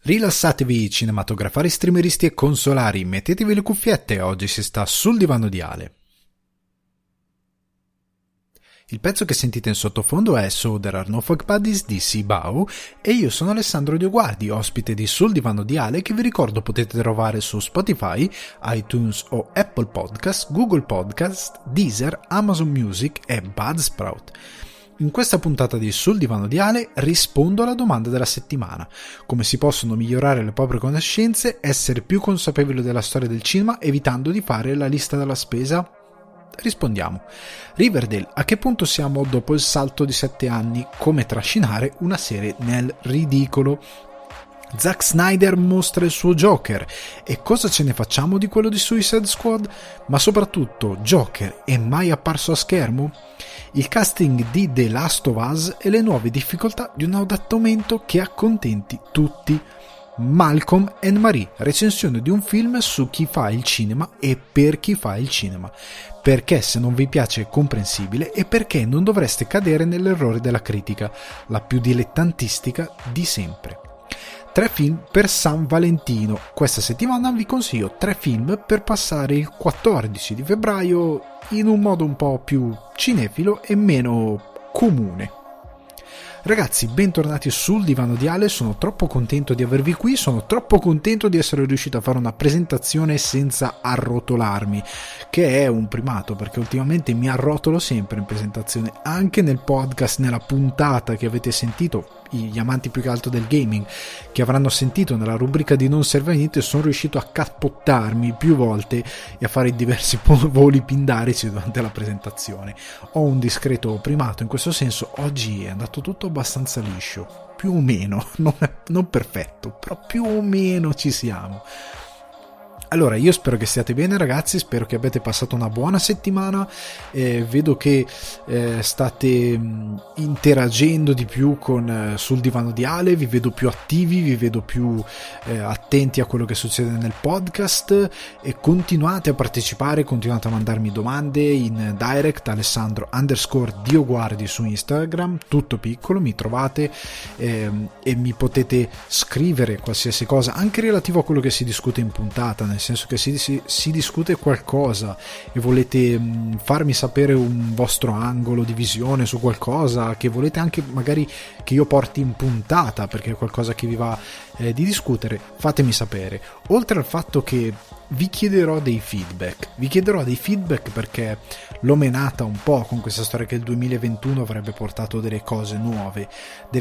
Rilassatevi cinematografari, streameristi e consolari, mettetevi le cuffiette, oggi si sta sul divano di Ale. Il pezzo che sentite in sottofondo è So There Are No Fuck Buddies di Sibau e io sono Alessandro Dioguardi, ospite di Sul Divano di Ale, che vi ricordo potete trovare su Spotify, iTunes o Apple Podcast, Google Podcast, Deezer, Amazon Music e Buzzsprout. In questa puntata di Sul Divano di Ale rispondo alla domanda della settimana: come si possono migliorare le proprie conoscenze, essere più consapevoli della storia del cinema evitando di fare la lista della spesa? Rispondiamo. Riverdale, a che punto siamo dopo il salto di 7 anni? Come trascinare una serie nel ridicolo? Zack Snyder mostra il suo Joker e cosa ce ne facciamo di quello di Suicide Squad? Ma soprattutto, Joker è mai apparso a schermo? Il casting di The Last of Us e le nuove difficoltà di un adattamento che accontenti tutti. Malcolm and Marie, recensione di un film su chi fa il cinema e per chi fa il cinema. Perché se non vi piace è comprensibile e perché non dovreste cadere nell'errore della critica, la più dilettantistica di sempre. 3 film per San Valentino. Questa settimana vi consiglio 3 film per passare il 14 di febbraio in un modo un po' più cinefilo e meno comune. Ragazzi, bentornati sul divano di Ale, sono troppo contento di avervi qui, sono troppo contento di essere riuscito a fare una presentazione senza arrotolarmi, che è un primato, perché ultimamente mi arrotolo sempre in presentazione, anche nel podcast, nella puntata che avete sentito, gli amanti più che altro del gaming, che avranno sentito nella rubrica di Non Serve a Niente, sono riuscito a cappottarmi più volte e a fare diversi voli pindarici durante la presentazione. Ho un discreto primato in questo senso, oggi è andato tutto abbastanza liscio, più o meno, non perfetto, però più o meno ci siamo. Allora, io spero che stiate bene ragazzi, spero che abbiate passato una buona settimana, vedo che state interagendo di più con sul divano di Ale, vi vedo più attivi, vi vedo più attenti a quello che succede nel podcast e continuate a partecipare, continuate a mandarmi domande in direct, Alessandro_Dioguardi su Instagram, tutto piccolo, mi trovate e mi potete scrivere qualsiasi cosa, anche relativo a quello che si discute in puntata, nel senso che si discute qualcosa e volete farmi sapere un vostro angolo di visione su qualcosa che volete anche magari che io porti in puntata perché è qualcosa che vi va di discutere, fatemi sapere. Oltre al fatto che vi chiederò dei feedback perché l'ho menata un po' con questa storia che il 2021 avrebbe portato delle cose nuove,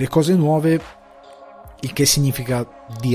il che significa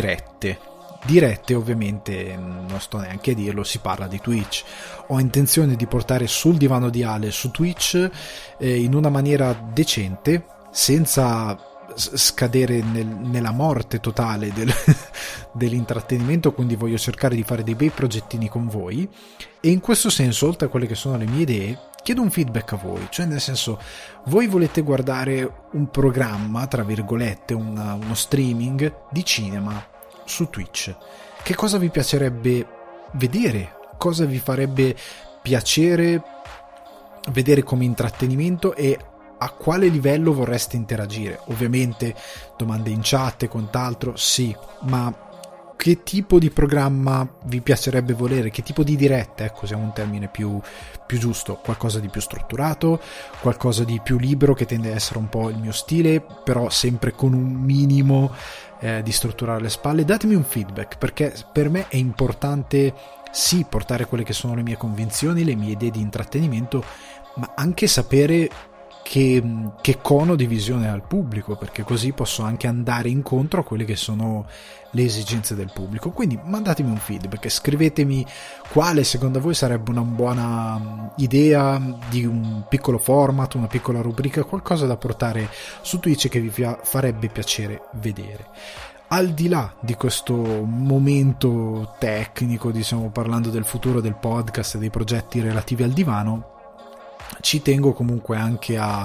dirette, ovviamente non sto neanche a dirlo, si parla di Twitch. Ho intenzione di portare sul divano di Ale su Twitch in una maniera decente, senza scadere nella morte totale dell'intrattenimento, quindi voglio cercare di fare dei bei progettini con voi e in questo senso, oltre a quelle che sono le mie idee, chiedo un feedback a voi, cioè nel senso, voi volete guardare un programma, tra virgolette, uno streaming di cinema su Twitch, che cosa vi piacerebbe vedere, cosa vi farebbe piacere vedere come intrattenimento e a quale livello vorreste interagire. Ovviamente domande in chat e quant'altro, sì, ma che tipo di programma vi piacerebbe volere, che tipo di diretta, ecco, usiamo un termine più giusto, qualcosa di più strutturato, qualcosa di più libero che tende a essere un po' il mio stile, però sempre con un minimo di struttura alle spalle. Datemi un feedback, perché per me è importante sì portare quelle che sono le mie convinzioni, le mie idee di intrattenimento, ma anche sapere che cono di visione ha il pubblico, perché così posso anche andare incontro a quelle che sono le esigenze del pubblico. Quindi mandatemi un feedback, scrivetemi quale secondo voi sarebbe una buona idea di un piccolo format, una piccola rubrica, qualcosa da portare su Twitch che vi farebbe piacere vedere. Al di là di questo momento tecnico, diciamo, parlando del futuro del podcast e dei progetti relativi al divano, ci tengo comunque anche a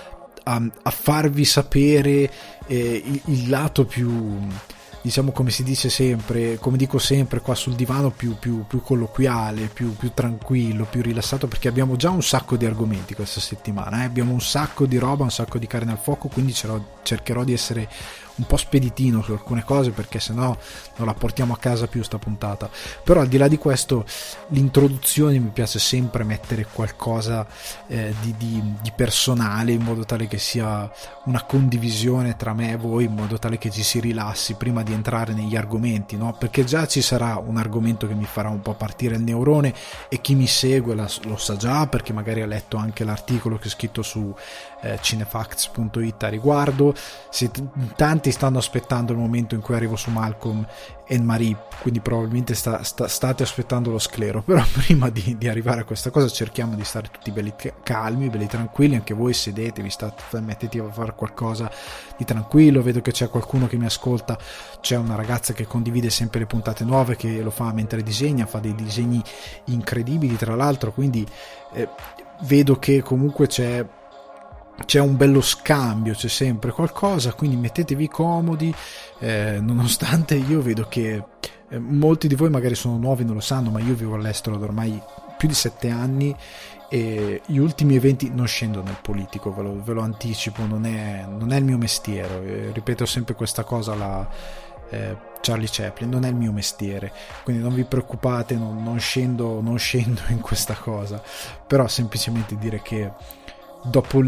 farvi sapere il lato più, diciamo, come si dice sempre, come dico sempre qua sul divano, più colloquiale, più tranquillo, più rilassato, perché abbiamo già un sacco di argomenti questa settimana, abbiamo un sacco di roba, un sacco di carne al fuoco, quindi cercherò di essere un po' speditino su alcune cose, perché sennò non la portiamo a casa più sta puntata. Però al di là di questo, l'introduzione mi piace sempre mettere qualcosa di personale, in modo tale che sia una condivisione tra me e voi, in modo tale che ci si rilassi prima di entrare negli argomenti, no? Perché già ci sarà un argomento che mi farà un po' partire il neurone, e chi mi segue lo sa già, perché magari ha letto anche l'articolo che ho scritto su cinefacts.it a riguardo. Tanti stanno aspettando il momento in cui arrivo su Malcolm e Marie, quindi probabilmente state aspettando lo sclero. Però prima di arrivare a questa cosa cerchiamo di stare tutti belli calmi, belli tranquilli. Anche voi sedetevi, mettetevi a fare qualcosa di tranquillo. Vedo che c'è qualcuno che mi ascolta, c'è una ragazza che condivide sempre le puntate nuove, che lo fa mentre disegna, fa dei disegni incredibili tra l'altro, quindi vedo che comunque c'è un bello scambio, c'è sempre qualcosa, quindi mettetevi comodi, nonostante io vedo che molti di voi magari sono nuovi, non lo sanno, ma io vivo all'estero da ormai più di 7 anni, e gli ultimi eventi, non scendo nel politico, ve lo anticipo, non è il mio mestiere, ripeto sempre questa cosa Charlie Chaplin, non è il mio mestiere, quindi non vi preoccupate, non scendo in questa cosa, però semplicemente dire che dopo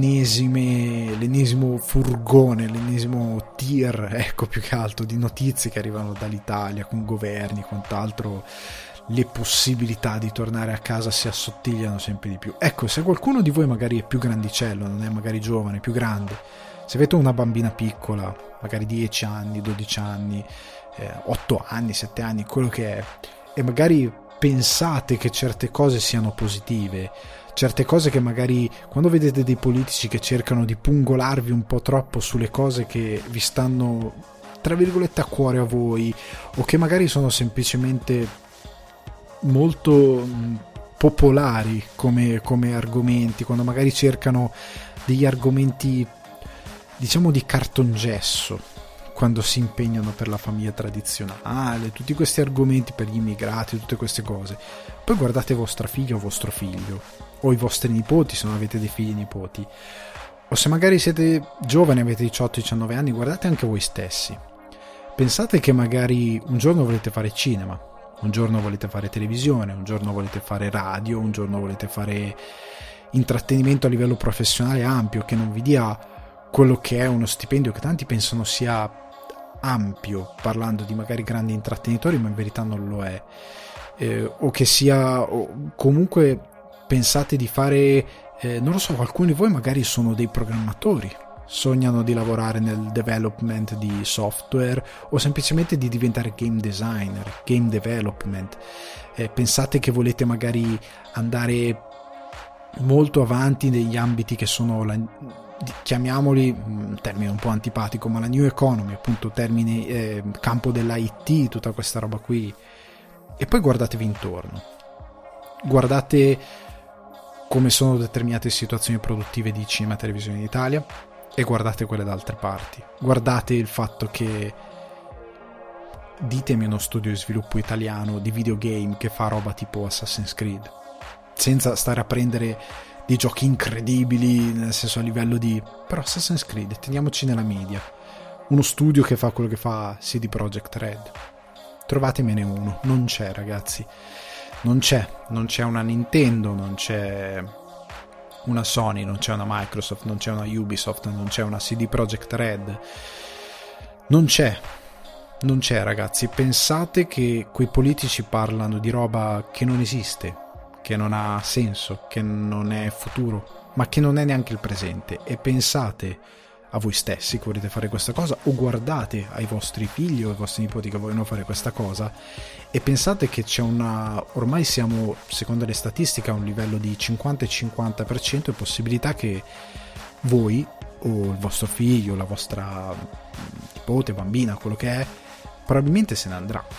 l'ennesimo furgone, l'ennesimo tir, ecco, più che altro di notizie che arrivano dall'Italia con governi e quant'altro, le possibilità di tornare a casa si assottigliano sempre di più. Ecco, se qualcuno di voi magari è più grandicello, non è magari giovane, più grande, se avete una bambina piccola, magari 10 anni, 12 anni, 8 anni, 7 anni, quello che è, e magari pensate che certe cose siano positive, certe cose che magari quando vedete dei politici che cercano di pungolarvi un po' troppo sulle cose che vi stanno tra virgolette a cuore a voi, o che magari sono semplicemente molto popolari come argomenti, quando magari cercano degli argomenti diciamo di cartongesso, quando si impegnano per la famiglia tradizionale, tutti questi argomenti per gli immigrati, tutte queste cose, poi guardate vostra figlia o vostro figlio, o i vostri nipoti se non avete dei figli e nipoti, o se magari siete giovani, avete 18-19 anni, guardate anche voi stessi, pensate che magari un giorno volete fare cinema, un giorno volete fare televisione, un giorno volete fare radio, un giorno volete fare intrattenimento a livello professionale ampio, che non vi dia quello che è uno stipendio che tanti pensano sia ampio, parlando di magari grandi intrattenitori, ma in verità non lo è, o che sia, o comunque pensate di fare, non lo so, alcuni di voi magari sono dei programmatori, sognano di lavorare nel development di software, o semplicemente di diventare game designer, game development, pensate che volete magari andare molto avanti negli ambiti che sono chiamiamoli, un termine un po' antipatico, ma la new economy, appunto, termine, campo dell'IT, tutta questa roba qui, e poi guardatevi intorno, guardate come sono determinate situazioni produttive di cinema e televisione in Italia, e guardate quelle da altre parti, guardate il fatto che, ditemi uno studio di sviluppo italiano di videogame che fa roba tipo Assassin's Creed, senza stare a prendere dei giochi incredibili, nel senso a livello di, però Assassin's Creed, teniamoci nella media, uno studio che fa quello che fa CD Projekt Red, trovatemene uno, non c'è, ragazzi, non c'è una Nintendo, non c'è una Sony, non c'è una Microsoft, non c'è una Ubisoft, non c'è una CD Projekt Red, non c'è, ragazzi. Pensate che quei politici parlano di roba che non esiste, che non ha senso, che non è futuro, ma che non è neanche il presente, e pensate a voi stessi che volete fare questa cosa, o guardate ai vostri figli o ai vostri nipoti che vogliono fare questa cosa, e pensate che c'è ormai siamo, secondo le statistiche, a un livello di 50 e 50% di possibilità che voi o il vostro figlio, la vostra nipote, bambina, quello che è, probabilmente se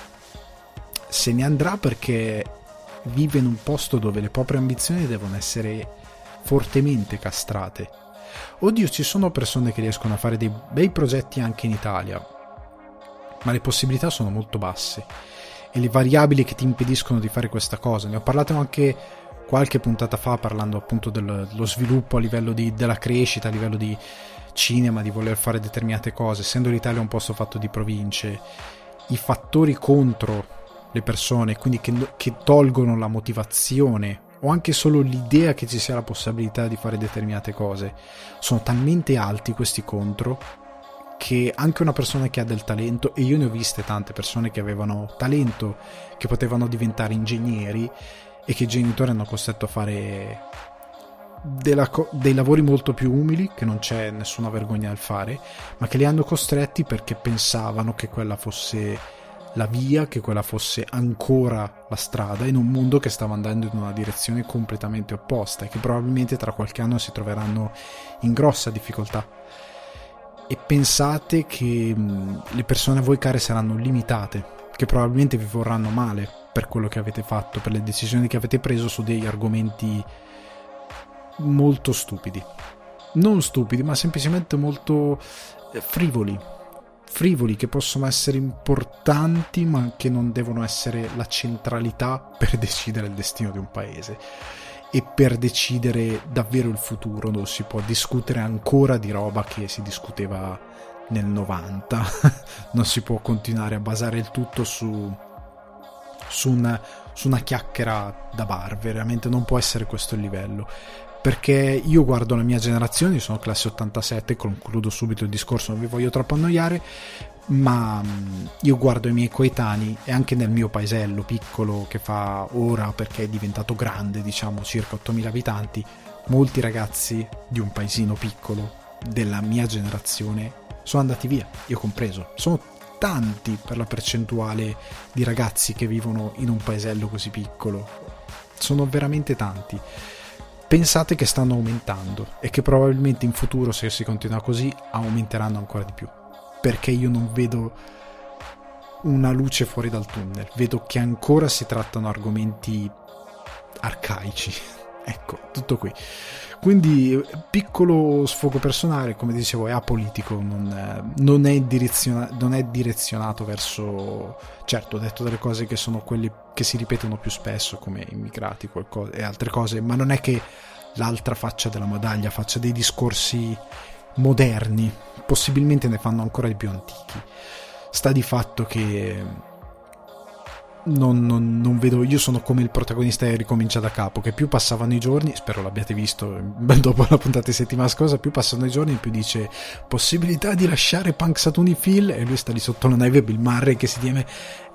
ne andrà perché vive in un posto dove le proprie ambizioni devono essere fortemente castrate. Oddio, ci sono persone che riescono a fare dei bei progetti anche in Italia, ma le possibilità sono molto basse, e le variabili che ti impediscono di fare questa cosa, ne ho parlato anche qualche puntata fa, parlando appunto dello sviluppo a livello della crescita, a livello di cinema, di voler fare determinate cose, essendo l'Italia un posto fatto di province, i fattori contro le persone, quindi che tolgono la motivazione o anche solo l'idea che ci sia la possibilità di fare determinate cose, sono talmente alti questi contro, che anche una persona che ha del talento, e io ne ho viste tante persone che avevano talento, che potevano diventare ingegneri e che i genitori hanno costretto a fare dei lavori molto più umili, che non c'è nessuna vergogna nel fare, ma che li hanno costretti perché pensavano che quella fosse la via, che quella fosse ancora la strada in un mondo che stava andando in una direzione completamente opposta e che probabilmente tra qualche anno si troveranno in grossa difficoltà. E pensate che le persone a voi care saranno limitate, che probabilmente vi vorranno male per quello che avete fatto, per le decisioni che avete preso su degli argomenti molto stupidi, non stupidi ma semplicemente molto frivoli, che possono essere importanti ma che non devono essere la centralità per decidere il destino di un paese e per decidere davvero il futuro. Non si può discutere ancora di roba che si discuteva nel 90 non si può continuare a basare il tutto su una chiacchiera da bar, veramente non può essere questo il livello. Perché io guardo la mia generazione, io sono classe 87, concludo subito il discorso, non vi voglio troppo annoiare, ma io guardo i miei coetanei e anche nel mio paesello piccolo che fa ora, perché è diventato grande, diciamo circa 8.000 abitanti, molti ragazzi di un paesino piccolo della mia generazione sono andati via, io compreso. Sono tanti per la percentuale di ragazzi che vivono in un paesello così piccolo, sono veramente tanti. Pensate che stanno aumentando e che probabilmente in futuro, se si continua così, aumenteranno ancora di più, perché io non vedo una luce fuori dal tunnel, vedo che ancora si trattano argomenti arcaici. Ecco, tutto qui. Quindi piccolo sfogo personale, come dicevo, è apolitico, non è direzionato verso, certo ho detto delle cose che sono quelle che si ripetono più spesso come immigrati e altre cose, ma non è che l'altra faccia della medaglia faccia dei discorsi moderni, possibilmente ne fanno ancora di più antichi. Sta di fatto che non vedo, io sono come il protagonista di Ricomincia da capo, che più passavano i giorni, spero l'abbiate visto dopo la puntata di settimana scorsa, più passano i giorni più dice possibilità di lasciare Punxsutawney Phil, e lui sta lì sotto la neve, Bill Murray che si dice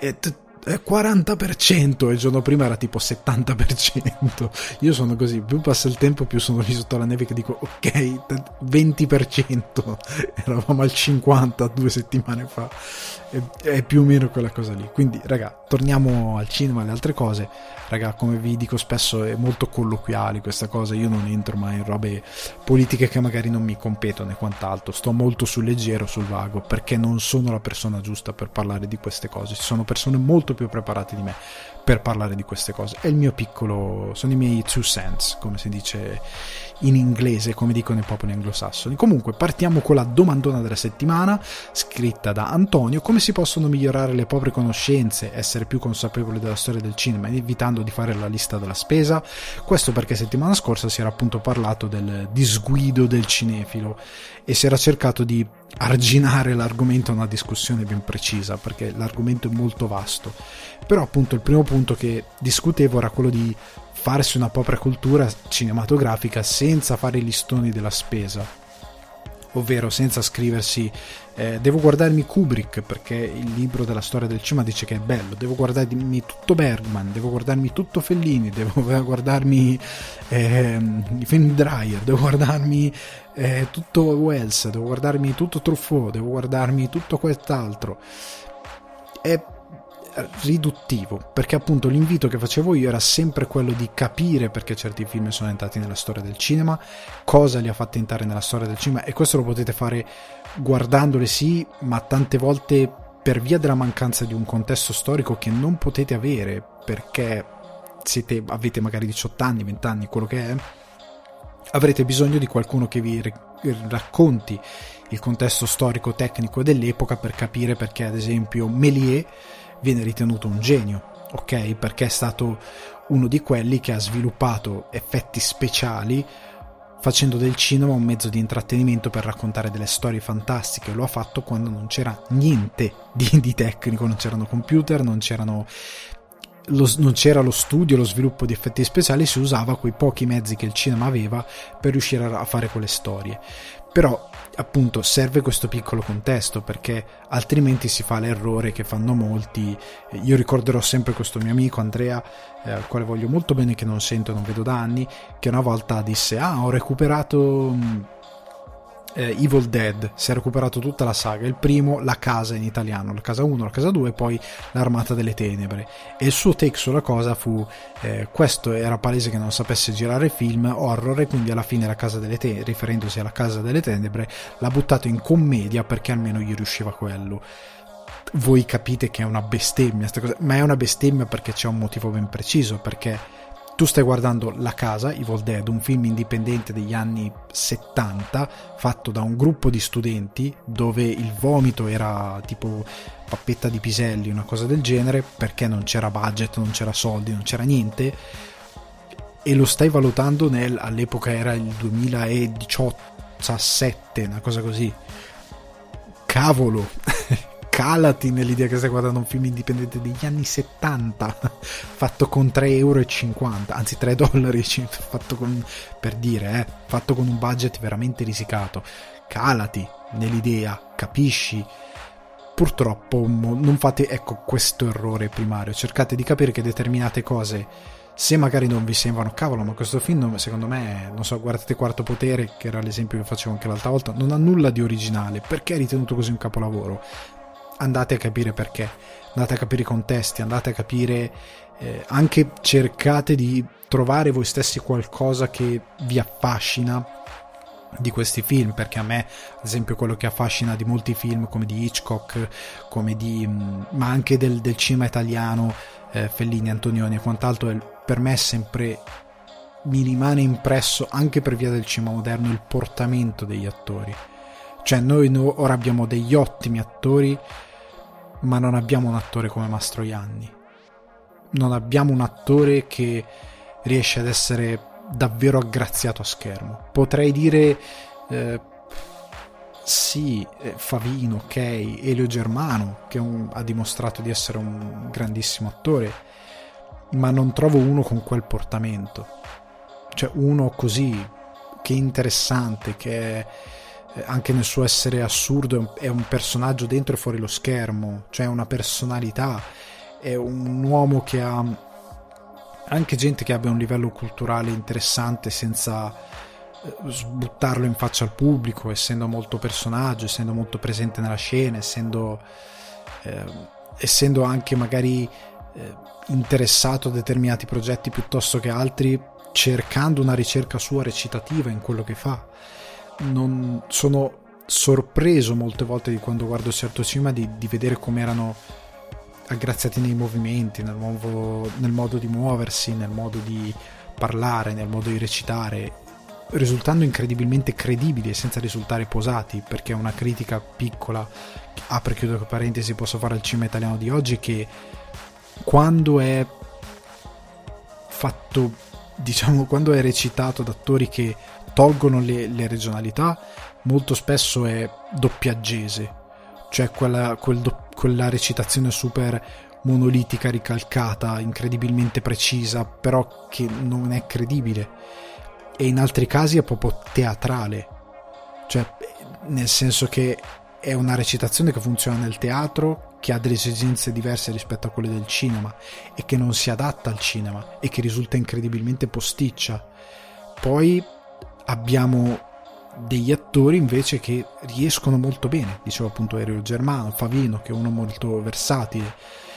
40%, e il giorno prima era tipo 70%. Io sono così, più passa il tempo più sono lì sotto la neve che dico ok, 20%, eravamo al 50% 2 settimane fa, è più o meno quella cosa lì. Quindi raga, torniamo al cinema e alle altre cose. Raga, come vi dico spesso, è molto colloquiale questa cosa, io non entro mai in robe politiche che magari non mi competono e quant'altro, sto molto sul leggero, sul vago, perché non sono la persona giusta per parlare di queste cose. Ci sono persone molto più preparate di me per parlare di queste cose, è il mio piccolo, sono i miei 2 cents, come si dice in inglese, come dicono i popoli anglosassoni. Comunque partiamo con la domandona della settimana, scritta da Antonio: come si possono migliorare le proprie conoscenze, essere più consapevoli della storia del cinema, evitando di fare la lista della spesa? Questo perché settimana scorsa si era appunto parlato del disguido del cinefilo e si era cercato di arginare l'argomento a una discussione ben precisa, perché l'argomento è molto vasto. Però appunto il primo punto che discutevo era quello di farsi una propria cultura cinematografica senza fare i listoni della spesa, ovvero senza scriversi devo guardarmi Kubrick perché il libro della storia del cinema dice che è bello, devo guardarmi tutto Bergman, devo guardarmi tutto Fellini, devo guardarmi i film di Dreyer, devo guardarmi tutto Wells, devo guardarmi tutto Truffaut, devo guardarmi tutto quest'altro. È riduttivo, perché appunto l'invito che facevo io era sempre quello di capire perché certi film sono entrati nella storia del cinema, cosa li ha fatti entrare nella storia del cinema, e questo lo potete fare guardandole, sì, ma tante volte per via della mancanza di un contesto storico che non potete avere perché avete magari 18 anni, 20 anni, quello che è, avrete bisogno di qualcuno che vi racconti il contesto storico tecnico dell'epoca per capire perché ad esempio Méliès viene ritenuto un genio ok? Perché è stato uno di quelli che ha sviluppato effetti speciali facendo del cinema un mezzo di intrattenimento per raccontare delle storie fantastiche. Lo ha fatto quando non c'era niente di tecnico, non c'erano computer, non c'era lo studio, lo sviluppo di effetti speciali, si usava quei pochi mezzi che il cinema aveva per riuscire a fare quelle storie. Però appunto serve questo piccolo contesto, perché altrimenti si fa l'errore che fanno molti. Io ricorderò sempre questo mio amico Andrea, al quale voglio molto bene, che non sento e non vedo da anni, che una volta disse: ho recuperato Evil Dead, si è recuperato tutta la saga, il primo, La Casa in italiano, La Casa 1, La Casa 2 e poi L'Armata delle Tenebre, e il suo take sulla cosa fu questo era palese che non sapesse girare film horror, e quindi alla fine La Casa delle Tenebre, riferendosi alla Casa delle Tenebre, l'ha buttato in commedia perché almeno gli riusciva quello. Voi capite che è una bestemmia sta cosa, ma è una bestemmia perché c'è un motivo ben preciso, perché tu stai guardando La Casa, Evil Dead, un film indipendente degli anni 70 fatto da un gruppo di studenti dove il vomito era tipo pappetta di piselli, una cosa del genere, perché non c'era budget, non c'era soldi, non c'era niente, e lo stai valutando all'epoca era il 2017, una cosa così. Cavolo! Calati nell'idea che stai guardando un film indipendente degli anni 70 fatto con €3,50, anzi $3, fatto con, per dire, fatto con un budget veramente risicato. Calati nell'idea, capisci? Purtroppo non fate, ecco, questo errore primario. Cercate di capire che determinate cose, se magari non vi sembrano, cavolo, ma questo film secondo me, non so, guardate Quarto Potere, che era l'esempio che facevo anche l'altra volta, non ha nulla di originale, perché è ritenuto così un capolavoro? Andate a capire perché, andate a capire i contesti, andate a capire, anche cercate di trovare voi stessi qualcosa che vi affascina di questi film, perché a me, ad esempio, quello che affascina di molti film come di Hitchcock, come ma anche del cinema italiano, Fellini, Antonioni e quant'altro, per me sempre mi rimane impresso, anche per via del cinema moderno, il portamento degli attori. Cioè noi ora abbiamo degli ottimi attori, ma non abbiamo un attore come Mastroianni, non abbiamo un attore che riesce ad essere davvero aggraziato a schermo. Potrei dire Favino, ok, Elio Germano, che ha dimostrato di essere un grandissimo attore, ma non trovo uno con quel portamento, cioè uno così, che è interessante, che è anche nel suo essere assurdo, è un personaggio dentro e fuori lo schermo, cioè una personalità, è un uomo che ha anche gente che abbia un livello culturale interessante senza sbuttarlo in faccia al pubblico, essendo molto personaggio, essendo molto presente nella scena, essendo anche magari interessato a determinati progetti piuttosto che altri, cercando una ricerca sua recitativa in quello che fa. Non sono sorpreso molte volte di quando guardo certo cinema di vedere come erano aggraziati nei movimenti, nel modo di muoversi, nel modo di parlare, nel modo di recitare, risultando incredibilmente credibili e senza risultare posati, perché è una critica piccola, apre e chiudo parentesi, posso fare al cinema italiano di oggi, che quando è fatto, diciamo, quando è recitato da attori che tolgono le regionalità, molto spesso è doppiaggese, cioè quella recitazione super monolitica, ricalcata, incredibilmente precisa, però che non è credibile, e in altri casi è proprio teatrale, cioè nel senso che è una recitazione che funziona nel teatro, che ha delle esigenze diverse rispetto a quelle del cinema e che non si adatta al cinema e che risulta incredibilmente posticcia. Poi abbiamo degli attori invece che riescono molto bene, dicevo appunto Elio Germano, Favino, che è uno molto versatile,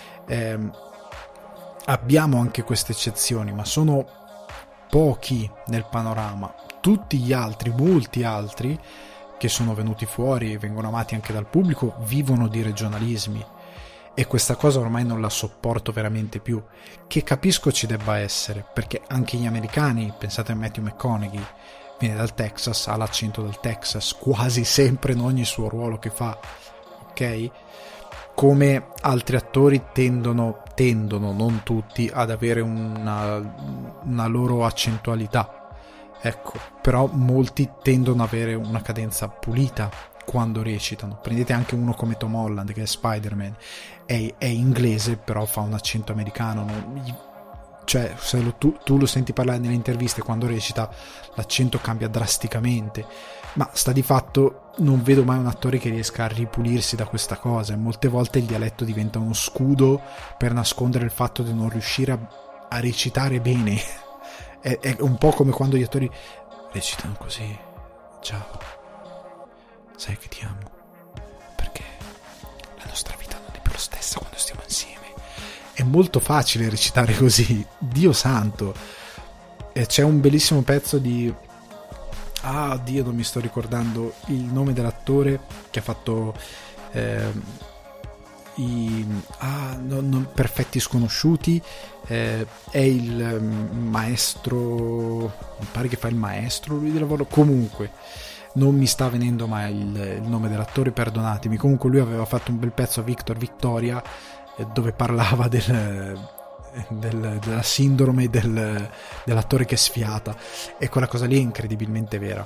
abbiamo anche queste eccezioni, ma sono pochi nel panorama. Tutti gli altri, molti altri che sono venuti fuori e vengono amati anche dal pubblico, vivono di regionalismi, e questa cosa ormai non la sopporto veramente più, che capisco ci debba essere, perché anche gli americani, pensate a Matthew McConaughey, viene dal Texas, ha l'accento del Texas quasi sempre in ogni suo ruolo che fa, ok? come altri attori tendono, non tutti, ad avere una loro accentualità, ecco, però molti tendono ad avere una cadenza pulita quando recitano. Prendete anche uno come Tom Holland, che è Spider-Man, è inglese però fa un accento americano, cioè se tu lo senti parlare nelle interviste, quando recita l'accento cambia drasticamente, ma sta di fatto non vedo mai un attore che riesca a ripulirsi da questa cosa, e molte volte il dialetto diventa uno scudo per nascondere il fatto di non riuscire a recitare bene. È un po' come quando gli attori recitano così: ciao, sai che ti amo perché la nostra vita non è più la stessa quando stiamo insieme. È molto facile recitare così, Dio santo. E c'è un bellissimo pezzo di Dio, non mi sto ricordando il nome dell'attore che ha fatto Perfetti Sconosciuti, è il maestro, mi pare che fa il maestro lui di lavoro, comunque non mi sta venendo mai il nome dell'attore, perdonatemi. Comunque lui aveva fatto un bel pezzo a Victor Victoria dove parlava della sindrome dell'attore che sfiata, e quella cosa lì è incredibilmente vera,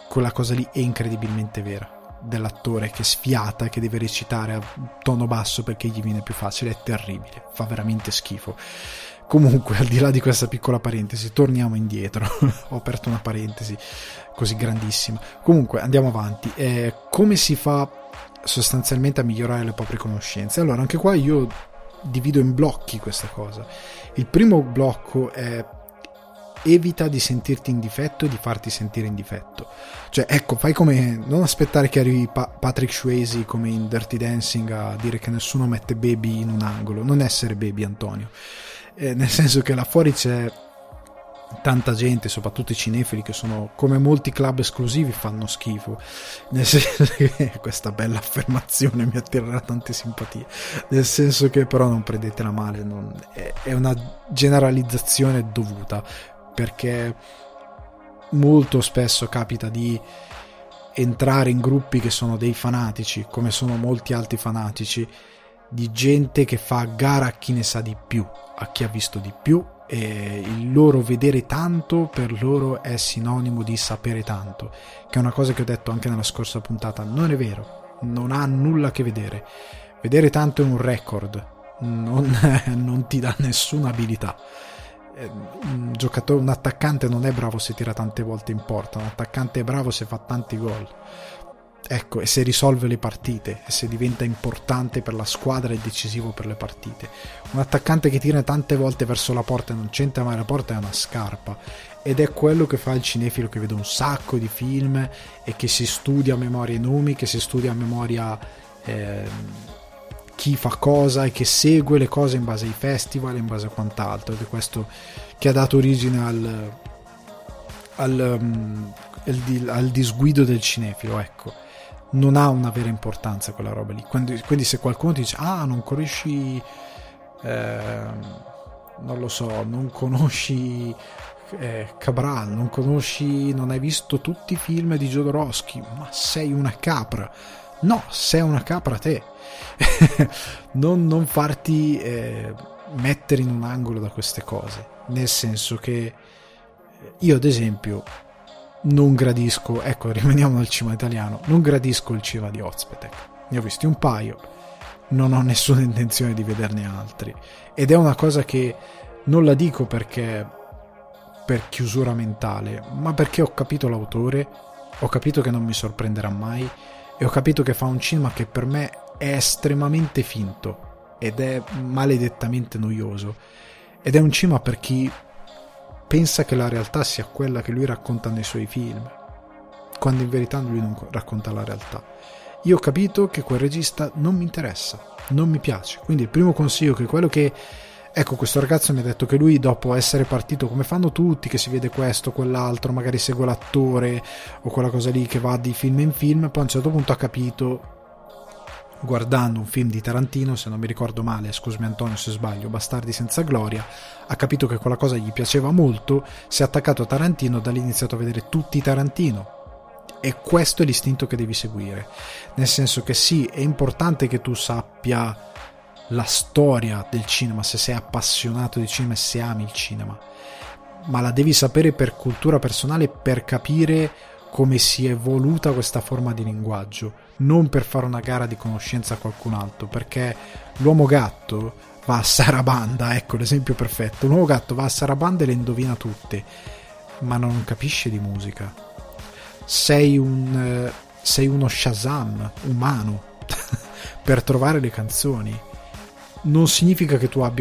dell'attore che sfiata, che deve recitare a tono basso perché gli viene più facile. È terribile, fa veramente schifo. Comunque, al di là di questa piccola parentesi, torniamo indietro. Ho aperto una parentesi così grandissima. Comunque andiamo avanti. Come si fa sostanzialmente a migliorare le proprie conoscenze? Allora, anche qua io divido in blocchi questa cosa. Il primo blocco è: evita di sentirti in difetto e di farti sentire in difetto. Cioè, ecco, fai come, non aspettare che arrivi Patrick Swayze come in Dirty Dancing a dire che nessuno mette Baby in un angolo. Non essere Baby, Antonio, nel senso che là fuori c'è tanta gente, soprattutto i cinefili, che sono come molti club esclusivi, fanno schifo, nel senso che questa bella affermazione mi attirerà tante simpatie, nel senso che però non prendetela male, è una generalizzazione dovuta, perché molto spesso capita di entrare in gruppi che sono dei fanatici, come sono molti altri fanatici, di gente che fa gara a chi ne sa di più, a chi ha visto di più, e il loro vedere tanto per loro è sinonimo di sapere tanto, che è una cosa che ho detto anche nella scorsa puntata. Non è vero, non ha nulla a che vedere. Vedere tanto è un record, non ti dà nessuna abilità. Un attaccante non è bravo se tira tante volte in porta, un attaccante è bravo se fa tanti gol, ecco, e se risolve le partite, e se diventa importante per la squadra e decisivo per le partite. Un attaccante che tira tante volte verso la porta e non c'entra mai la porta è una scarpa, ed è quello che fa il cinefilo che vede un sacco di film e che si studia a memoria i nomi, che si studia a memoria chi fa cosa, e che segue le cose in base ai festival, in base a quant'altro, ed è questo che ha dato origine al disguido del cinefilo. Ecco, non ha una vera importanza quella roba lì. Quindi se qualcuno ti dice non conosci non lo so, non conosci Cabral, non hai visto tutti i film di Jodorowsky, ma sei una capra. No, sei una capra te. non farti mettere in un angolo da queste cose, nel senso che io ad esempio non gradisco, ecco, rimaniamo al cinema italiano, non gradisco il cinema di Ozpetek. Ne ho visti un paio, non ho nessuna intenzione di vederne altri, ed è una cosa che non la dico perché per chiusura mentale, ma perché ho capito l'autore, ho capito che non mi sorprenderà mai, e ho capito che fa un cinema che per me è estremamente finto ed è maledettamente noioso, ed è un cinema per chi pensa che la realtà sia quella che lui racconta nei suoi film, quando in verità lui non racconta la realtà. Io ho capito che quel regista non mi interessa, non mi piace, quindi il primo consiglio che è quello che, ecco, questo ragazzo mi ha detto che lui, dopo essere partito come fanno tutti, che si vede questo, quell'altro, magari segue l'attore o quella cosa lì che va di film in film, poi a un certo punto ha capito, guardando un film di Tarantino, se non mi ricordo male, scusami Antonio se sbaglio, Bastardi senza gloria, ha capito che quella cosa gli piaceva molto, si è attaccato a Tarantino, da lì ha iniziato a vedere tutti i Tarantino, E questo è l'istinto che devi seguire, nel senso che sì, è importante che tu sappia la storia del cinema, se sei appassionato di cinema e se ami il cinema, ma la devi sapere per cultura personale, per capire come si è evoluta questa forma di linguaggio, non per fare una gara di conoscenza a qualcun altro, perché l'uomo gatto va a Sarabanda, ecco l'esempio perfetto, l'uomo gatto va a Sarabanda e le indovina tutte, ma non capisce di musica. Sei uno Shazam umano per trovare le canzoni, non significa che tu abbia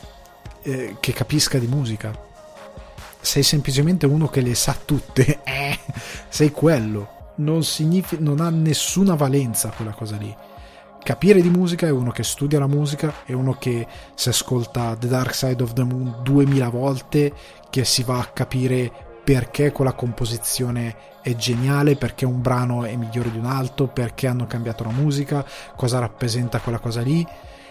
che capisca di musica, sei semplicemente uno che le sa tutte, sei quello, non ha nessuna valenza quella cosa lì. Capire di musica è uno che studia la musica, è uno che si ascolta The Dark Side of the Moon 2000 volte, che si va a capire perché quella composizione è geniale, perché un brano è migliore di un altro, perché hanno cambiato la musica, cosa rappresenta quella cosa lì,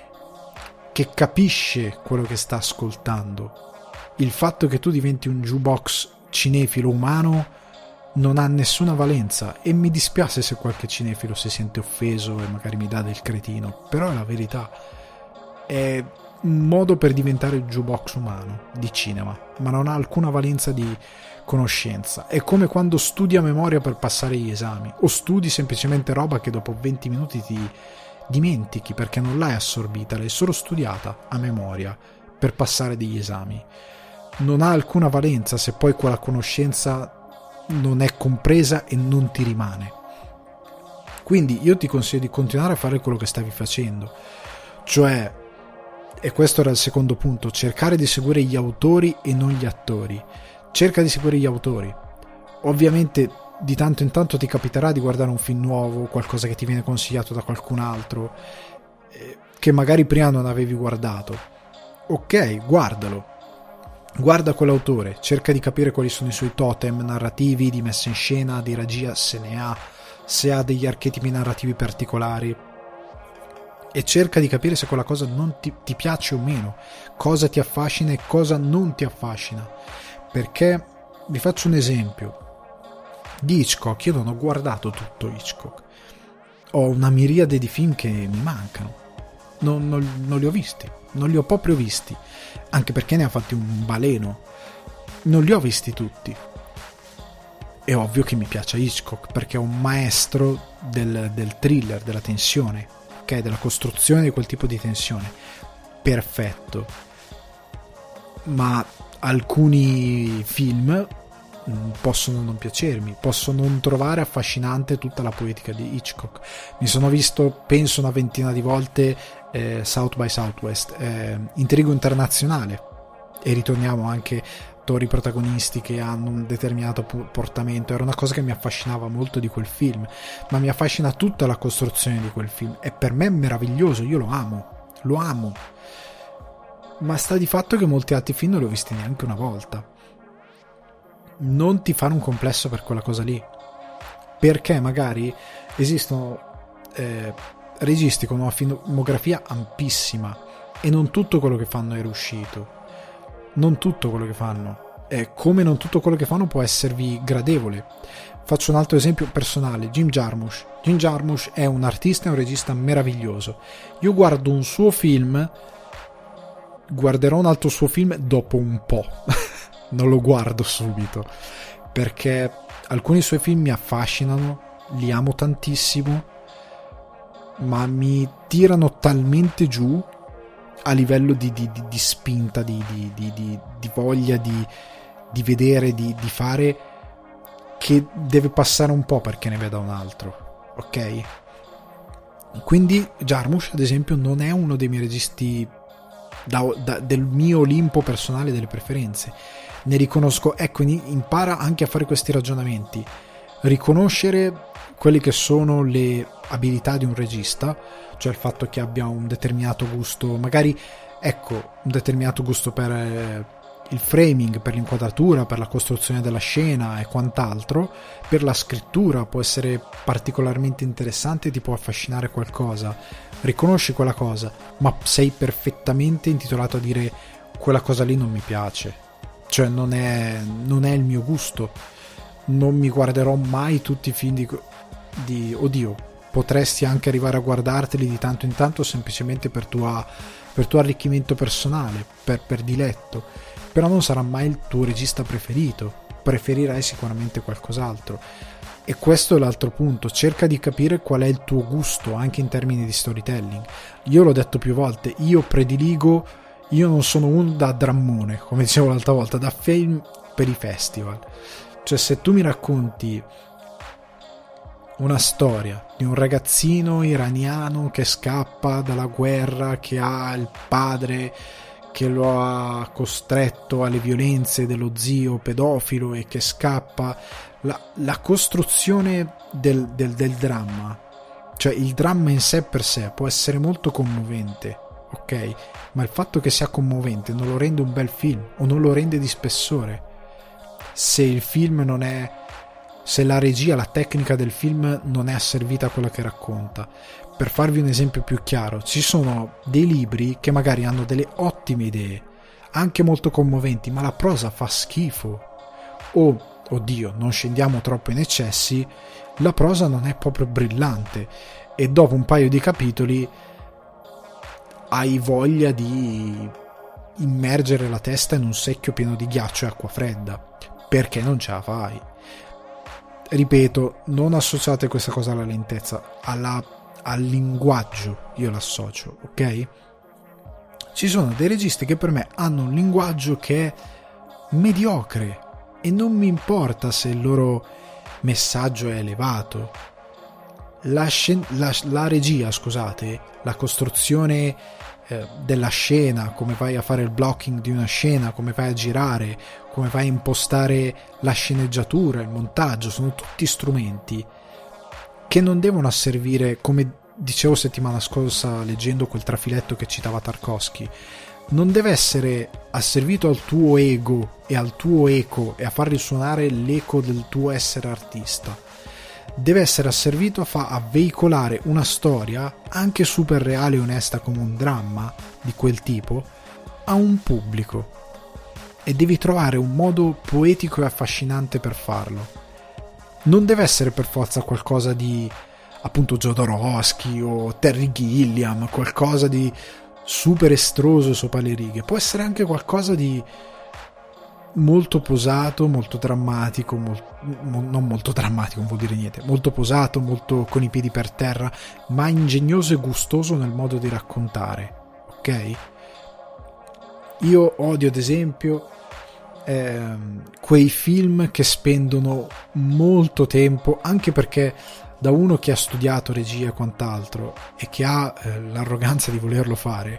che capisce quello che sta ascoltando. Il fatto che tu diventi un jukebox cinefilo umano non ha nessuna valenza, e mi dispiace se qualche cinefilo si sente offeso e magari mi dà del cretino, però è la verità. È un modo per diventare il jukebox umano di cinema, ma non ha alcuna valenza di conoscenza. È come quando studi a memoria per passare gli esami, o studi semplicemente roba che dopo 20 minuti ti dimentichi perché non l'hai assorbita, l'hai solo studiata a memoria per passare degli esami. Non ha alcuna valenza se poi quella conoscenza non è compresa e non ti rimane. Quindi io ti consiglio di continuare a fare quello che stavi facendo, cioè, e questo era il secondo punto, cercare di seguire gli autori e non gli attori. Cerca di seguire gli autori. Ovviamente di tanto in tanto ti capiterà di guardare un film nuovo, qualcosa che ti viene consigliato da qualcun altro che magari prima non avevi guardato. Ok, guardalo, guarda quell'autore, cerca di capire quali sono i suoi totem narrativi, di messa in scena, di regia, se ha degli archetipi narrativi particolari, e cerca di capire se quella cosa non ti piace o meno, cosa ti affascina e cosa non ti affascina. Perché vi faccio un esempio di Hitchcock. Io non ho guardato tutto Hitchcock, ho una miriade di film che mi mancano, non li ho visti, non li ho proprio visti, anche perché ne ha fatti un baleno, non li ho visti tutti. È ovvio che mi piace Hitchcock perché è un maestro del thriller, della tensione, ok, della costruzione di quel tipo di tensione perfetto. Ma alcuni film possono non piacermi, posso non trovare affascinante tutta la poetica di Hitchcock. Mi sono visto penso una ventina di volte South by Southwest, Intrigo internazionale, e ritorniamo anche attori protagonisti che hanno un determinato portamento. Era una cosa che mi affascinava molto di quel film, ma mi affascina tutta la costruzione di quel film, e per me è meraviglioso, io lo amo, ma sta di fatto che molti altri film non li ho visti neanche una volta. Non ti fare un complesso per quella cosa lì, perché magari esistono registi con una filmografia ampissima e non tutto quello che fanno è riuscito, non tutto quello che fanno, come non tutto quello che fanno può esservi gradevole. Faccio un altro esempio personale: Jim Jarmusch è un artista e un regista meraviglioso. Io guardo un suo film, guarderò un altro suo film dopo un po'. Non lo guardo subito, perché alcuni suoi film mi affascinano, li amo tantissimo, ma mi tirano talmente giù a livello di spinta, di voglia di vedere, di fare, che deve passare un po' perché ne veda un altro, ok? Quindi Jarmusch, ad esempio, non è uno dei miei registi del mio Olimpo personale delle preferenze. Ne riconosco, ecco, impara anche a fare questi ragionamenti, riconoscere quelle che sono le abilità di un regista, cioè il fatto che abbia un determinato gusto, magari, ecco, un determinato gusto per il framing, per l'inquadratura, per la costruzione della scena e quant'altro, per la scrittura può essere particolarmente interessante, ti può affascinare qualcosa, riconosci quella cosa, ma sei perfettamente intitolato a dire quella cosa lì non mi piace, cioè non è il mio gusto. non mi guarderò mai tutti i film oddio, potresti anche arrivare a guardarteli di tanto in tanto semplicemente per tuo arricchimento personale, per diletto, però non sarà mai il tuo regista preferito, preferirai sicuramente qualcos'altro. E questo è l'altro punto, cerca di capire qual è il tuo gusto anche in termini di storytelling. Io l'ho detto più volte, io non sono uno da drammone, come dicevo l'altra volta, da film per i festival. Cioè, se tu mi racconti una storia di un ragazzino iraniano che scappa dalla guerra, che ha il padre che lo ha costretto alle violenze dello zio pedofilo e che scappa, la costruzione del dramma, cioè il dramma in sé per sé può essere molto commovente, ok, ma il fatto che sia commovente non lo rende un bel film o non lo rende di spessore. Se il film non è, se la regia, la tecnica del film non è asservita a quella che racconta. Per farvi un esempio più chiaro, ci sono dei libri che magari hanno delle ottime idee, anche molto commoventi, ma la prosa fa schifo. O, oddio, non scendiamo troppo in eccessi, la prosa non è proprio brillante e dopo un paio di capitoli hai voglia di immergere la testa in un secchio pieno di ghiaccio e acqua fredda, perché non ce la fai. Ripeto, non associate questa cosa alla lentezza, al linguaggio io l'associo, ok? Ci sono dei registi che per me hanno un linguaggio che è mediocre e non mi importa se il loro messaggio è elevato. La regia, scusate, la costruzione della scena, come vai a fare il blocking di una scena, come vai a girare, come vai a impostare la sceneggiatura, il montaggio, sono tutti strumenti che non devono asservire, come dicevo settimana scorsa leggendo quel trafiletto che citava Tarkovsky, non deve essere asservito al tuo ego e al tuo eco e a far risuonare l'eco del tuo essere artista. Deve essere asservito a veicolare una storia anche super reale e onesta come un dramma di quel tipo a un pubblico, e devi trovare un modo poetico e affascinante per farlo. Non deve essere per forza qualcosa di appunto Jodorowsky o Terry Gilliam, qualcosa di super estroso sopra le righe, può essere anche qualcosa di molto posato, molto drammatico, non molto drammatico, non vuol dire niente, molto posato, molto con i piedi per terra, ma ingegnoso e gustoso nel modo di raccontare, ok? Io odio ad esempio quei film che spendono molto tempo, anche perché da uno che ha studiato regia e quant'altro e che ha l'arroganza di volerlo fare,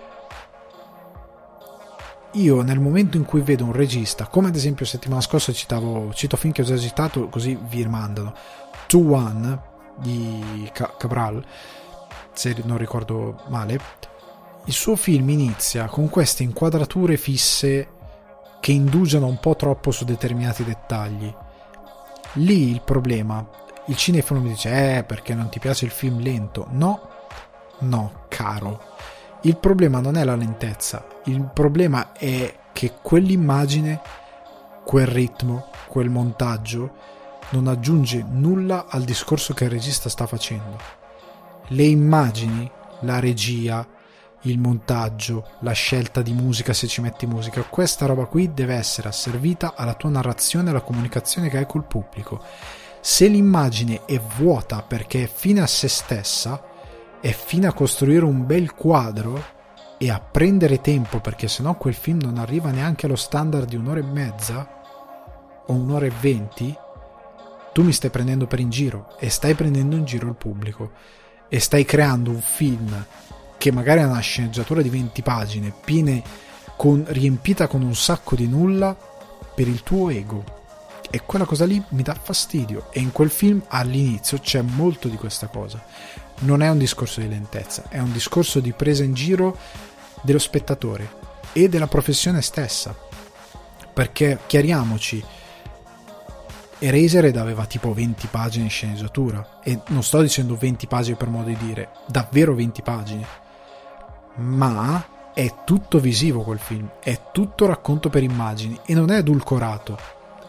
io nel momento in cui vedo un regista, come ad esempio settimana scorsa cito film che ho già citato così vi rimandano, 2-1 di Cabral, se non ricordo male, il suo film inizia con queste inquadrature fisse che indugiano un po' troppo su determinati dettagli. Lì il problema, il cinefilo mi dice perché non ti piace il film lento. No caro, il problema non è la lentezza, il problema è che quell'immagine, quel ritmo, quel montaggio non aggiunge nulla al discorso che il regista sta facendo. Le immagini, la regia, il montaggio, la scelta di musica, se ci metti musica, questa roba qui deve essere asservita alla tua narrazione e alla comunicazione che hai col pubblico. Se l'immagine è vuota perché è fine a se stessa, è fine a costruire un bel quadro e a prendere tempo, perché sennò quel film non arriva neanche allo standard di 1 ora e mezza o 1 ora e 20, tu mi stai prendendo per in giro e stai prendendo in giro il pubblico e stai creando un film che magari ha una sceneggiatura di 20 pagine riempita con un sacco di nulla per il tuo ego, e quella cosa lì mi dà fastidio. E in quel film all'inizio c'è molto di questa cosa. Non è un discorso di lentezza, è un discorso di presa in giro dello spettatore e della professione stessa, perché chiariamoci, Eraserhead aveva tipo 20 pagine di sceneggiatura, e non sto dicendo 20 pagine per modo di dire, davvero 20 pagine, ma è tutto visivo quel film, è tutto racconto per immagini e non è edulcorato,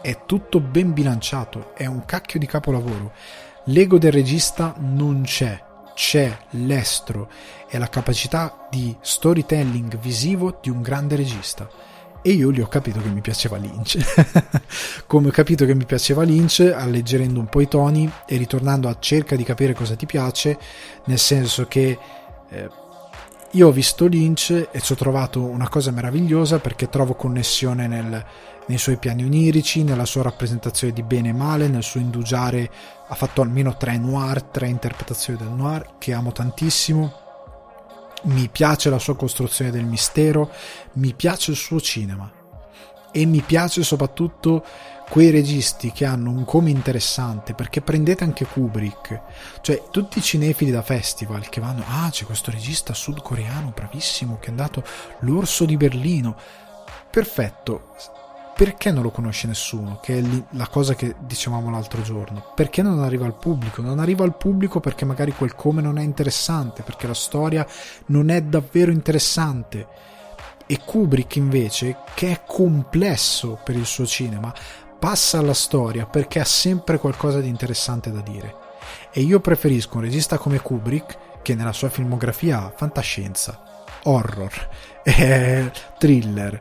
è tutto ben bilanciato, è un cacchio di capolavoro. L'ego del regista non c'è l'estro e la capacità di storytelling visivo di un grande regista. E io lì ho capito che mi piaceva Lynch. Come ho capito che mi piaceva Lynch, alleggerendo un po' i toni e ritornando a cerca di capire cosa ti piace, nel senso che io ho visto Lynch e ci ho trovato una cosa meravigliosa, perché trovo connessione nei suoi piani onirici, nella sua rappresentazione di bene e male, nel suo indugiare. Ha fatto almeno 3 interpretazioni del noir che amo tantissimo. Mi piace la sua costruzione del mistero, mi piace il suo cinema e mi piace soprattutto quei registi che hanno un come interessante, perché prendete anche Kubrick, cioè tutti i cinefili da festival che vanno, c'è questo regista sudcoreano bravissimo che è andato, L'Orso di Berlino, perfetto. Perché non lo conosce nessuno? Che è la cosa che dicevamo l'altro giorno. Perché non arriva al pubblico? Non arriva al pubblico perché magari quel come non è interessante, perché la storia non è davvero interessante. E Kubrick invece, che è complesso per il suo cinema, passa alla storia perché ha sempre qualcosa di interessante da dire. E io preferisco un regista come Kubrick, che nella sua filmografia ha fantascienza, horror, thriller,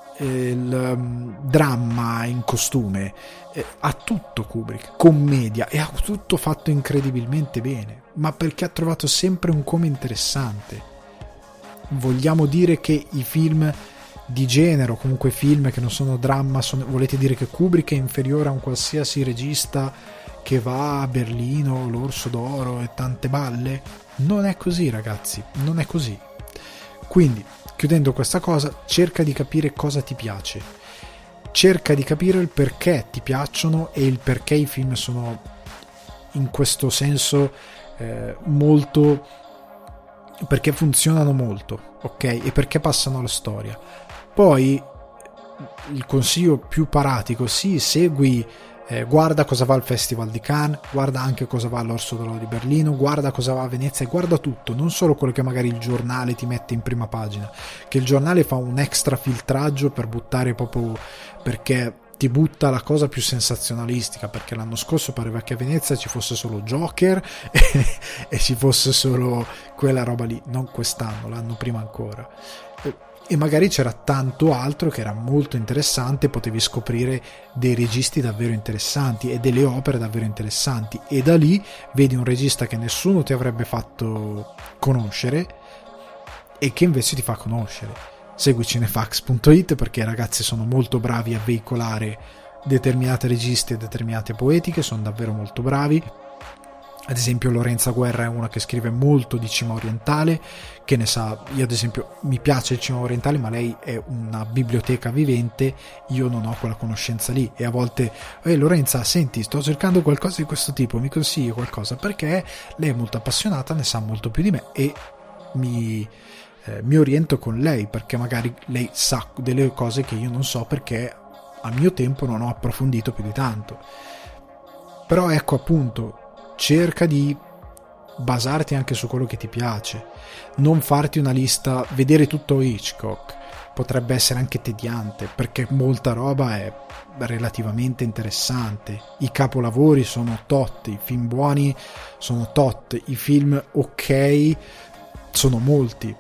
il dramma in costume, ha tutto Kubrick, commedia, e ha tutto fatto incredibilmente bene, ma perché ha trovato sempre un come interessante. Vogliamo dire che i film di genere, o comunque film che non sono dramma, volete dire che Kubrick è inferiore a un qualsiasi regista che va a Berlino, l'Orso d'Oro e tante balle? Non è così, ragazzi, non è così. Quindi, chiudendo questa cosa, cerca di capire cosa ti piace, cerca di capire il perché ti piacciono e il perché i film sono in questo senso molto, perché funzionano molto, ok? E perché passano la storia. Poi il consiglio più pratico, sì, segui, guarda cosa va al Festival di Cannes, guarda anche cosa va all'Orso d'Oro di Berlino, guarda cosa va a Venezia, e guarda tutto, non solo quello che magari il giornale ti mette in prima pagina, che il giornale fa un extra filtraggio per buttare proprio, perché ti butta la cosa più sensazionalistica, perché l'anno scorso pareva che a Venezia ci fosse solo Joker e ci fosse solo quella roba lì, non quest'anno, l'anno prima ancora. E magari c'era tanto altro che era molto interessante, potevi scoprire dei registi davvero interessanti e delle opere davvero interessanti, e da lì vedi un regista che nessuno ti avrebbe fatto conoscere e che invece ti fa conoscere. Segui cinefax.it, perché i ragazzi sono molto bravi a veicolare determinati registi e determinate poetiche, sono davvero molto bravi. Ad esempio Lorenza Guerra è una che scrive molto di cinema orientale, che ne sa. Io ad esempio mi piace il cinema orientale, ma lei è una biblioteca vivente, io non ho quella conoscenza lì, e a volte Lorenza, senti, sto cercando qualcosa di questo tipo, mi consigli qualcosa? Perché lei è molto appassionata, ne sa molto più di me e mi oriento con lei, perché magari lei sa delle cose che io non so, perché a mio tempo non ho approfondito più di tanto. Però ecco, appunto, cerca di basarti anche su quello che ti piace, non farti una lista, vedere tutto Hitchcock potrebbe essere anche tediante, perché molta roba è relativamente interessante, i capolavori sono tot, i film buoni sono tot, i film ok sono molti.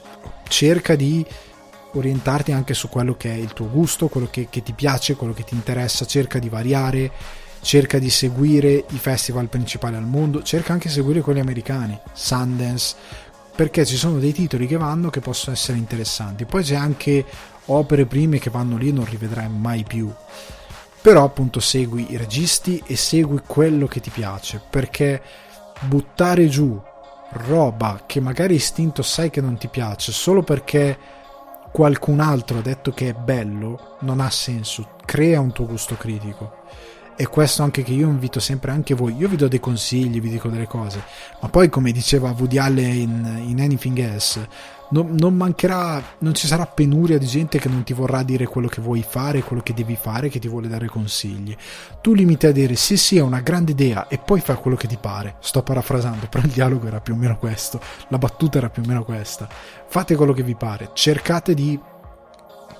Cerca di orientarti anche su quello che è il tuo gusto, quello che ti piace, quello che ti interessa, cerca di variare, cerca di seguire i festival principali al mondo, cerca anche di seguire quelli americani, Sundance, perché ci sono dei titoli che vanno, che possono essere interessanti. Poi c'è anche opere prime che vanno lì e non rivedrai mai più, però appunto segui i registi e segui quello che ti piace, perché buttare giù roba che magari istinto sai che non ti piace solo perché qualcun altro ha detto che è bello non ha senso. Crea un tuo gusto critico. E questo anche che io invito sempre anche voi, io vi do dei consigli, vi dico delle cose, ma poi come diceva Woody Allen in Anything Else, non mancherà, non ci sarà penuria di gente che non ti vorrà dire quello che vuoi fare, quello che devi fare, che ti vuole dare consigli. Tu limiti a dire sì è una grande idea e poi fai quello che ti pare. Sto parafrasando, però il dialogo era più o meno questo, la battuta era più o meno questa. Fate quello che vi pare, cercate di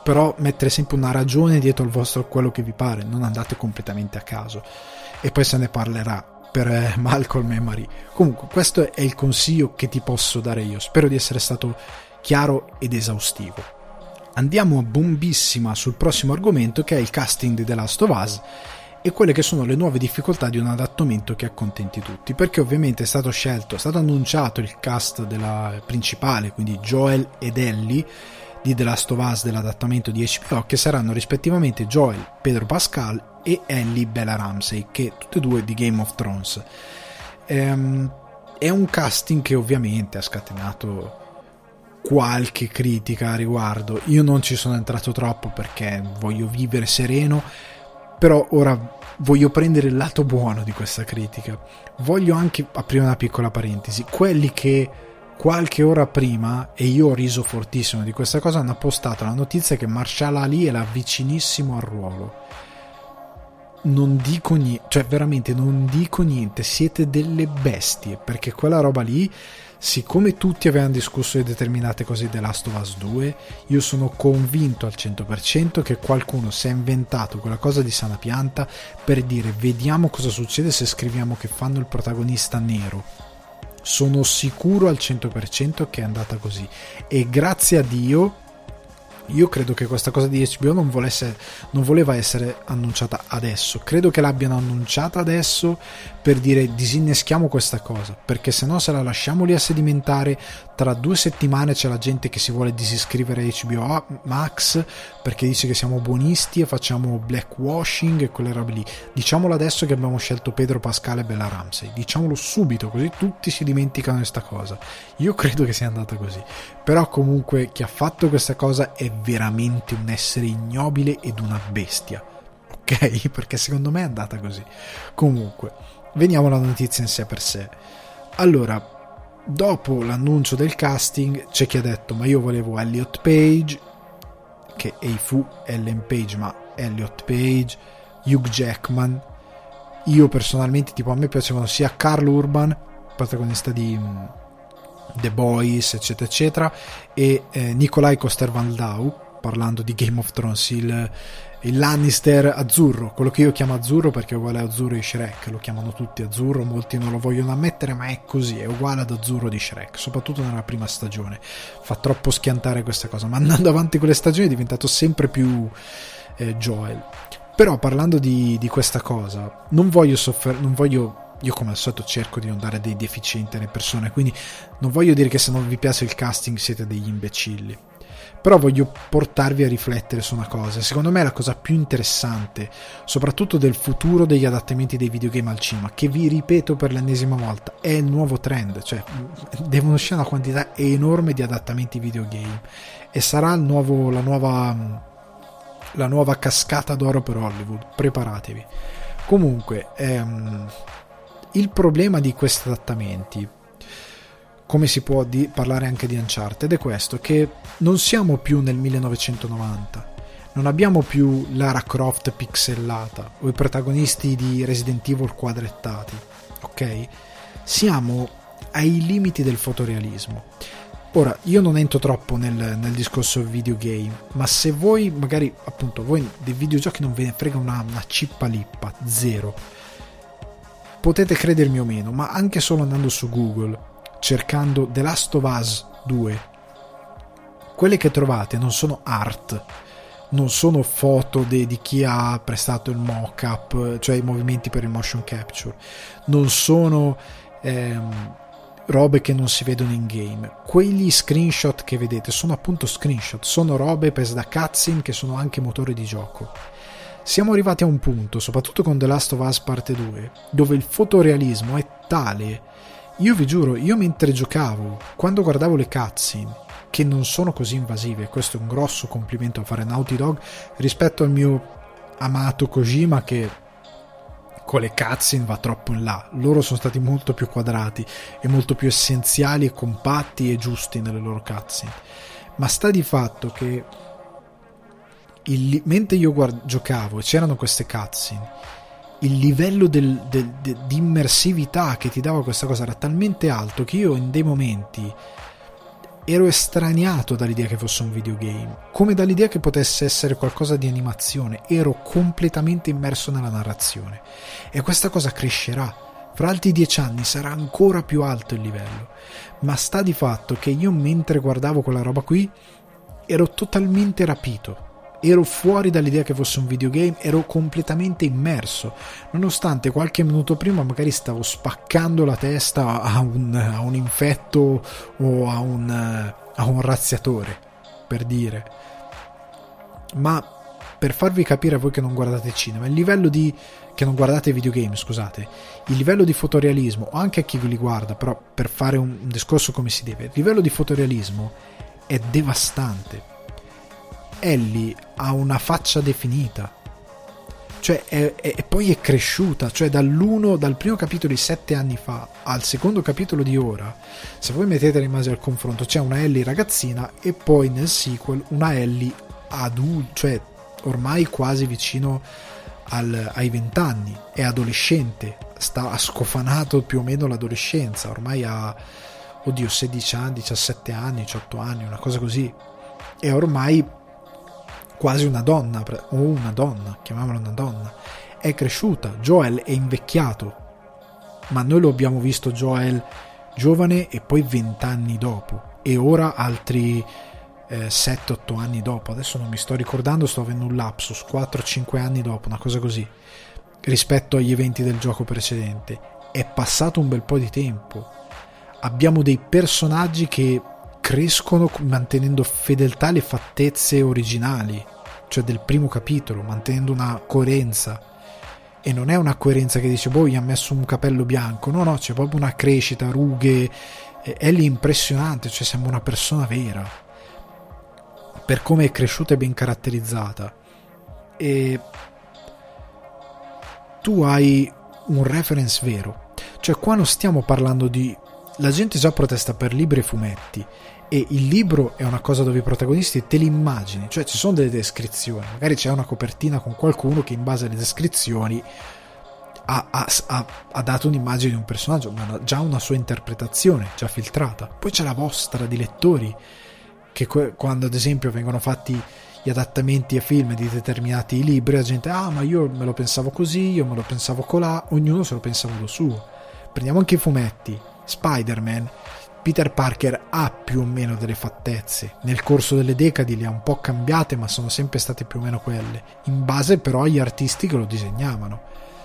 però mettere sempre una ragione dietro il vostro quello che vi pare, non andate completamente a caso, e poi se ne parlerà per Malcolm e Marie. Comunque questo è il consiglio che ti posso dare io, spero di essere stato chiaro ed esaustivo. Andiamo a bombissima sul prossimo argomento, che è il casting di The Last of Us e quelle che sono le nuove difficoltà di un adattamento che accontenti tutti, perché ovviamente è stato annunciato il cast della principale, quindi Joel ed Ellie di The Last of Us, dell'adattamento di HBO, che saranno rispettivamente Joel Pedro Pascal e Ellie Bella Ramsey, che tutte e due di Game of Thrones. È un casting che ovviamente ha scatenato qualche critica a riguardo. Io non ci sono entrato troppo perché voglio vivere sereno, però ora voglio prendere il lato buono di questa critica. Voglio anche aprire una piccola parentesi: quelli che qualche ora prima, e io ho riso fortissimo di questa cosa, hanno postato la notizia che Mahershala Ali era vicinissimo al ruolo. Non dico niente, cioè veramente non dico niente, siete delle bestie, perché quella roba lì, siccome tutti avevano discusso di determinate cose di The Last of Us 2, io sono convinto al 100% che qualcuno si è inventato quella cosa di sana pianta per dire vediamo cosa succede se scriviamo che fanno il protagonista nero. Sono sicuro al 100% che è andata così, e grazie a Dio io credo che questa cosa di HBO non voleva essere annunciata adesso. Credo che l'abbiano annunciata adesso per dire disinneschiamo questa cosa, perché se no, se la lasciamo lì a sedimentare, tra 2 settimane c'è la gente che si vuole disiscrivere a HBO Max perché dice che siamo buonisti e facciamo blackwashing e quelle robe lì. Diciamolo adesso che abbiamo scelto Pedro Pascal e Bella Ramsey, diciamolo subito, così tutti si dimenticano di sta cosa. Io credo che sia andata così, però comunque chi ha fatto questa cosa è veramente un essere ignobile ed una bestia, ok? Perché secondo me è andata così. Comunque veniamo alla notizia in sé per sé. Allora, dopo l'annuncio del casting c'è chi ha detto ma io volevo Elliot Page, che fu Ellen Page ma Elliot Page, Hugh Jackman. Io personalmente, tipo, a me piacevano sia Karl Urban, protagonista di The Boys eccetera eccetera, e Nikolai Coster-Waldau, parlando di Game of Thrones, il Lannister azzurro, quello che io chiamo azzurro perché è uguale a azzurro di Shrek, lo chiamano tutti azzurro, molti non lo vogliono ammettere ma è così, è uguale ad azzurro di Shrek, soprattutto nella prima stagione. Fa troppo schiantare questa cosa, ma andando avanti con le stagioni è diventato sempre più Joel. Però parlando di questa cosa, non voglio, io come al solito cerco di non dare dei deficienti alle persone, quindi non voglio dire che se non vi piace il casting siete degli imbecilli, però voglio portarvi a riflettere su una cosa. Secondo me la cosa più interessante, soprattutto del futuro degli adattamenti dei videogame al cinema, che vi ripeto per l'ennesima volta, è il nuovo trend, cioè devono uscire una quantità enorme di adattamenti videogame e sarà la nuova cascata d'oro per Hollywood, preparatevi. Comunque il problema di questi adattamenti, come si può parlare anche di Uncharted, è questo, che non siamo più nel 1990, non abbiamo più Lara Croft pixellata o i protagonisti di Resident Evil quadrettati, ok? Siamo ai limiti del fotorealismo. Ora, io non entro troppo nel discorso videogame, ma se voi magari, appunto, voi dei videogiochi non ve ne frega una cippa lippa, zero, potete credermi o meno, ma anche solo andando su Google cercando The Last of Us 2, quelle che trovate non sono art, non sono foto di chi ha prestato il mock-up, cioè i movimenti per il motion capture, non sono robe che non si vedono in game. Quegli screenshot che vedete sono appunto screenshot, sono robe prese da cutscene che sono anche motori di gioco. Siamo arrivati a un punto, soprattutto con The Last of Us parte 2, dove il fotorealismo è tale. Io vi giuro, io mentre giocavo, quando guardavo le cutscene, che non sono così invasive, questo è un grosso complimento a fare Naughty Dog rispetto al mio amato Kojima, che con le cutscene va troppo in là. Loro sono stati molto più quadrati e molto più essenziali e compatti e giusti nelle loro cutscene. Ma sta di fatto che mentre io giocavo e c'erano queste cutscene, il livello di immersività che ti dava questa cosa era talmente alto che io in dei momenti ero estraniato dall'idea che fosse un videogame, come dall'idea che potesse essere qualcosa di animazione. Ero completamente immerso nella narrazione, e questa cosa crescerà. Fra altri 10 anni sarà ancora più alto il livello, ma sta di fatto che io, mentre guardavo quella roba qui, ero totalmente rapito. Ero fuori dall'idea che fosse un videogame, ero completamente immerso, nonostante qualche minuto prima magari stavo spaccando la testa a un infetto o a un razziatore, per dire. Ma per farvi capire a voi che non guardate cinema, il livello che non guardate videogame, scusate, il livello di fotorealismo, o anche a chi vi li guarda, però per fare un discorso come si deve, il livello di fotorealismo è devastante. Ellie ha una faccia definita, cioè e poi è cresciuta, cioè dal primo capitolo di 7 anni fa al secondo capitolo di ora, se voi mettete le immagini al confronto, c'è una Ellie ragazzina e poi nel sequel una Ellie adulta, cioè ormai quasi vicino ai 20 anni, è adolescente, ha scofanato più o meno l'adolescenza, ormai ha 16 anni, 17 anni, 18 anni, una cosa così, è ormai quasi una donna, o una donna, chiamiamola una donna, è cresciuta. Joel è invecchiato, ma noi lo abbiamo visto Joel giovane e poi 20 anni dopo, e ora altri 7-8 anni dopo, adesso non mi sto ricordando, sto avendo un lapsus, 4-5 anni dopo, una cosa così, rispetto agli eventi del gioco precedente. È passato un bel po' di tempo, abbiamo dei personaggi che crescono mantenendo fedeltà alle fattezze originali, cioè del primo capitolo, mantenendo una coerenza, e non è una coerenza che dice boh, gli ha messo un capello bianco, no, c'è proprio una crescita, rughe, è lì impressionante, cioè sembra una persona vera per come è cresciuta e ben caratterizzata. E tu hai un reference vero, cioè qua non stiamo parlando di, la gente già protesta per libri e fumetti, e il libro è una cosa dove i protagonisti te li immagini, cioè ci sono delle descrizioni, magari c'è una copertina con qualcuno che in base alle descrizioni ha dato un'immagine di un personaggio, ma ha già una sua interpretazione già filtrata. Poi c'è la vostra di lettori, che quando ad esempio vengono fatti gli adattamenti a film di determinati libri, la gente ma io me lo pensavo così, io me lo pensavo colà, ognuno se lo pensa a modo suo. Prendiamo anche i fumetti. Spider-Man, Peter Parker ha più o meno delle fattezze, nel corso delle decadi le ha un po' cambiate, ma sono sempre state più o meno quelle, in base però agli artisti che lo disegnavano.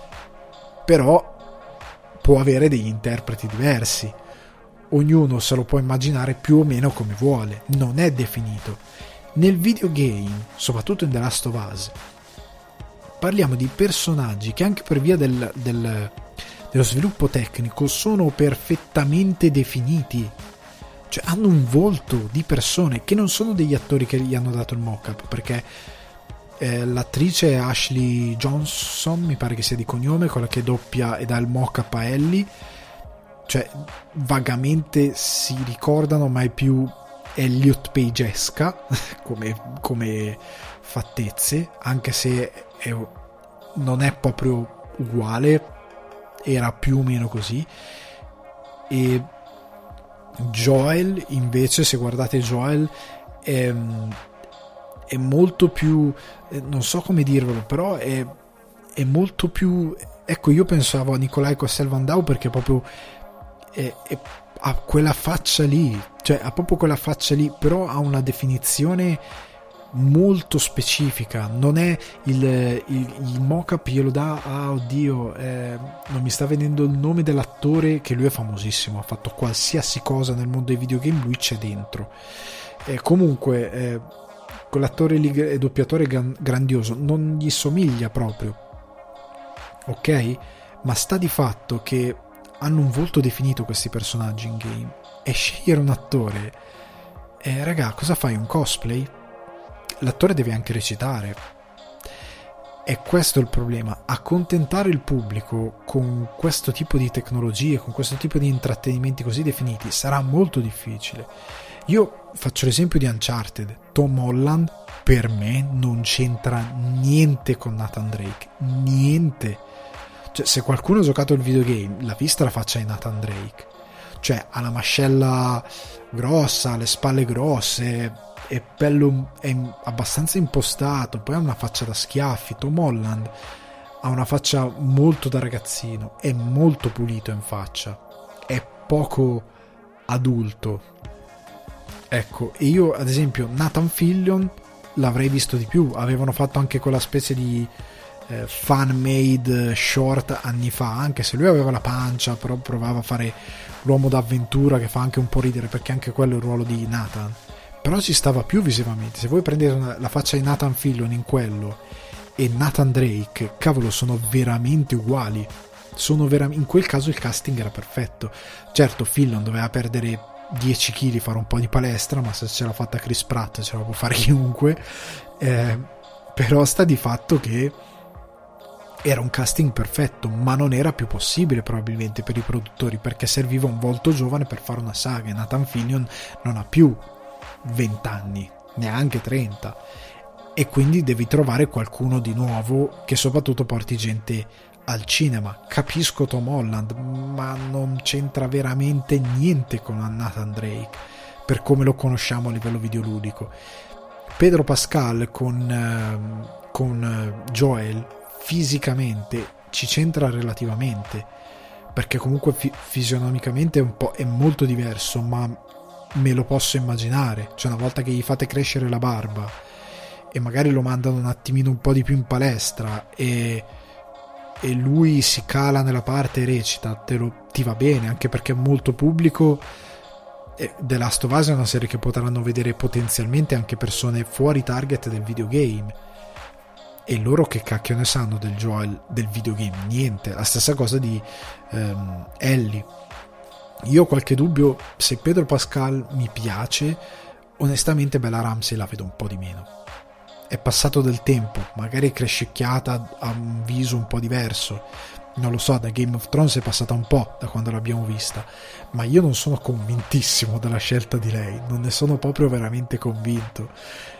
Però può avere degli interpreti diversi, ognuno se lo può immaginare più o meno come vuole, non è definito. Nel videogame, soprattutto in The Last of Us, parliamo di personaggi che anche per via dello sviluppo tecnico sono perfettamente definiti, cioè hanno un volto di persone che non sono degli attori che gli hanno dato il mock-up, perché l'attrice è Ashley Johnson, mi pare che sia di cognome, quella che doppia e dà il mock-up a Ellie, cioè vagamente si ricordano, ma è più Elliot Pagesca come fattezze, anche se non è proprio uguale, era più o meno così. E Joel invece, se guardate Joel, è molto più, non so come dirvelo, però è molto più, ecco, io pensavo a Nikolai Cossel-Wandau perché proprio ha quella faccia lì, cioè ha proprio quella faccia lì, però ha una definizione molto specifica, non è il mock-up glielo dà, oddio, non mi sta venendo il nome dell'attore, che lui è famosissimo, ha fatto qualsiasi cosa nel mondo dei videogame, lui c'è dentro, comunque quell'attore lì è doppiatore grandioso, non gli somiglia proprio, ok? Ma sta di fatto che hanno un volto definito questi personaggi in game, e scegliere un attore, raga, cosa fai, un cosplay? L'attore deve anche recitare, e questo è il problema. Accontentare il pubblico con questo tipo di tecnologie, con questo tipo di intrattenimenti così definiti, sarà molto difficile. Io faccio l'esempio di Uncharted. Tom Holland per me non c'entra niente con Nathan Drake, niente. Cioè, se qualcuno ha giocato il videogame l'ha vista la faccia di Nathan Drake, cioè ha la mascella grossa, le spalle grosse, è bello, è abbastanza impostato, poi ha una faccia da schiaffi. Tom Holland ha una faccia molto da ragazzino, è molto pulito in faccia, è poco adulto, ecco. E io ad esempio Nathan Fillion l'avrei visto di più, avevano fatto anche quella specie di fan made short anni fa, anche se lui aveva la pancia, però provava a fare l'uomo d'avventura, che fa anche un po' ridere, perché anche quello è il ruolo di Nathan, però ci stava più visivamente. Se voi prendete la faccia di Nathan Fillion in quello e Nathan Drake, cavolo, sono veramente uguali, in quel caso il casting era perfetto. Certo, Fillion doveva perdere 10 kg, fare un po' di palestra, ma se ce l'ha fatta Chris Pratt ce la può fare chiunque, però sta di fatto che era un casting perfetto, ma non era più possibile probabilmente per i produttori, perché serviva un volto giovane per fare una saga, e Nathan Fillion non ha più 20 anni, neanche 30, e quindi devi trovare qualcuno di nuovo che soprattutto porti gente al cinema. Capisco Tom Holland, ma non c'entra veramente niente con Nathan Drake per come lo conosciamo a livello videoludico. Pedro Pascal con Joel fisicamente ci c'entra relativamente, perché comunque fisionomicamente è molto diverso, ma me lo posso immaginare. Cioè, una volta che gli fate crescere la barba e magari lo mandano un attimino un po' di più in palestra e lui si cala nella parte e recita, ti va bene, anche perché è molto pubblico. The Last of Us è una serie che potranno vedere potenzialmente anche persone fuori target del videogame, e loro che cacchio ne sanno del Joel del videogame? Niente. La stessa cosa di Ellie. Io ho qualche dubbio se Pedro Pascal mi piace, onestamente Bella Ramsey la vedo un po' di meno. È passato del tempo, magari è crescicchiata, ha un viso un po' diverso, non lo so, da Game of Thrones è passata un po' da quando l'abbiamo vista, ma io non sono convintissimo della scelta di lei, non ne sono proprio veramente convinto.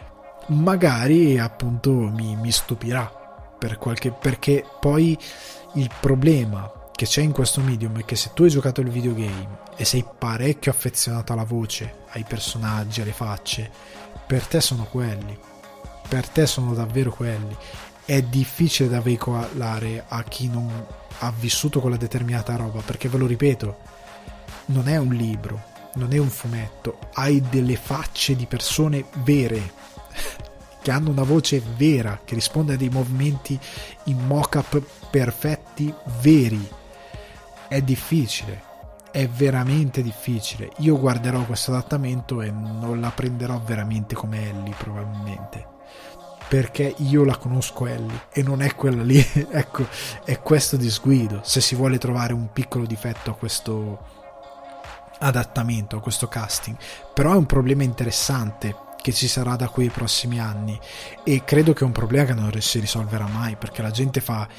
Magari appunto mi stupirà perché poi il problema che c'è in questo medium è che se tu hai giocato il videogame e sei parecchio affezionato alla voce, ai personaggi, alle facce, per te sono quelli, per te sono davvero quelli. È difficile da veicolare a chi non ha vissuto quella determinata roba, perché ve lo ripeto, non è un libro, non è un fumetto, hai delle facce di persone vere che hanno una voce vera, che risponde a dei movimenti in mock-up perfetti, veri. È difficile, è veramente difficile. Io guarderò questo adattamento e non la prenderò veramente come Ellie, probabilmente, perché io la conosco Ellie e non è quella lì. Ecco, è questo disguido, se si vuole trovare un piccolo difetto a questo adattamento, a questo casting. Però è un problema interessante che ci sarà da quei prossimi anni, e credo che è un problema che non si risolverà mai, perché la gente fa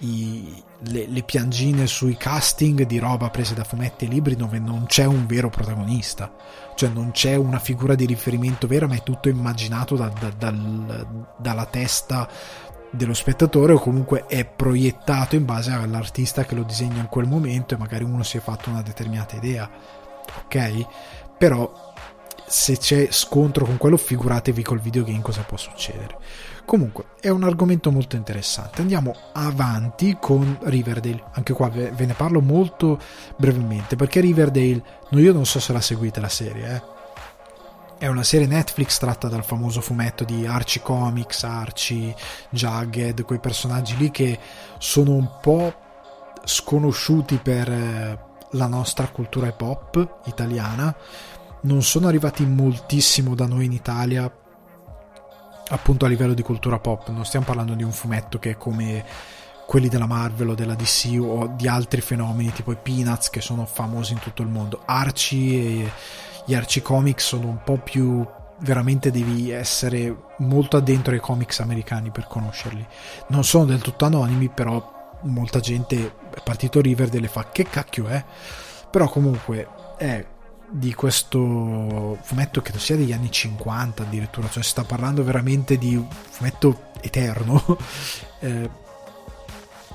le piangine sui casting di roba prese da fumetti e libri dove non c'è un vero protagonista, cioè non c'è una figura di riferimento vera, ma è tutto immaginato dalla testa dello spettatore, o comunque è proiettato in base all'artista che lo disegna in quel momento, e magari uno si è fatto una determinata idea, ok? Però se c'è scontro con quello, figuratevi col videogame cosa può succedere. Comunque è un argomento molto interessante. Andiamo avanti con Riverdale. Anche qua ve ne parlo molto brevemente, perché Riverdale, io non so se la seguite la serie, è una serie Netflix tratta dal famoso fumetto di Archie Comics, Archie, Jughead, quei personaggi lì che sono un po' sconosciuti per la nostra cultura hip hop italiana. Non sono arrivati moltissimo da noi in Italia, appunto a livello di cultura pop. Non stiamo parlando di un fumetto che è come quelli della Marvel o della DC o di altri fenomeni tipo i Peanuts, che sono famosi in tutto il mondo. Archie e gli Archie Comics sono un po' più, veramente devi essere molto addentro ai comics americani per conoscerli. Non sono del tutto anonimi, però molta gente è partito Riverdale e fa che cacchio è, però comunque è di questo fumetto che sia degli anni 50 addirittura, cioè si sta parlando veramente di un fumetto eterno.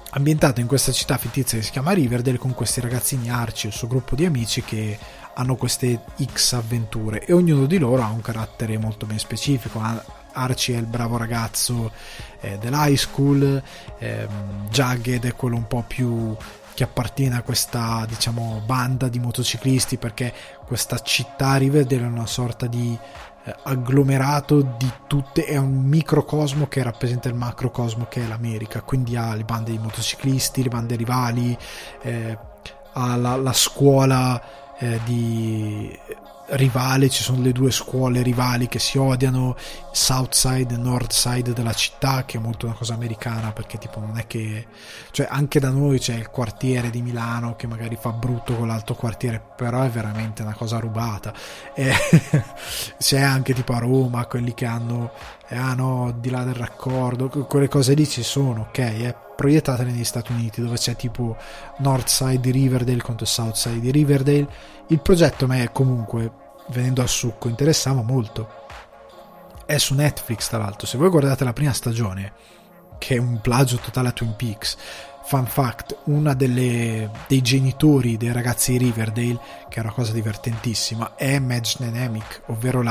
ambientato in questa città fittizia che si chiama Riverdale, con questi ragazzini Archie e il suo gruppo di amici che hanno queste X avventure, e ognuno di loro ha un carattere molto ben specifico. Archie è il bravo ragazzo dell'high school, Jughead è quello un po' più che appartiene a questa, diciamo, banda di motociclisti, perché questa città Riverdale è una sorta di agglomerato di tutte, è un microcosmo che rappresenta il macrocosmo che è l'America, quindi ha le bande di motociclisti, le bande rivali, ha la scuola di rivale, ci sono le due scuole rivali che si odiano, South Side e North Side della città, che è molto una cosa americana, perché tipo non è che, cioè anche da noi c'è il quartiere di Milano che magari fa brutto con l'altro quartiere, però è veramente una cosa rubata, c'è anche tipo a Roma quelli che hanno no, di là del raccordo, quelle cose lì ci sono, ok, proiettate negli Stati Uniti, dove c'è tipo North Side di Riverdale contro South Side di Riverdale. Il progetto a me comunque, venendo al succo, interessava molto. È su Netflix, tra l'altro. Se voi guardate la prima stagione, che è un plagio totale a Twin Peaks, fun fact, una dei genitori dei ragazzi di Riverdale, che è una cosa divertentissima, è Madge Dynamic, ovvero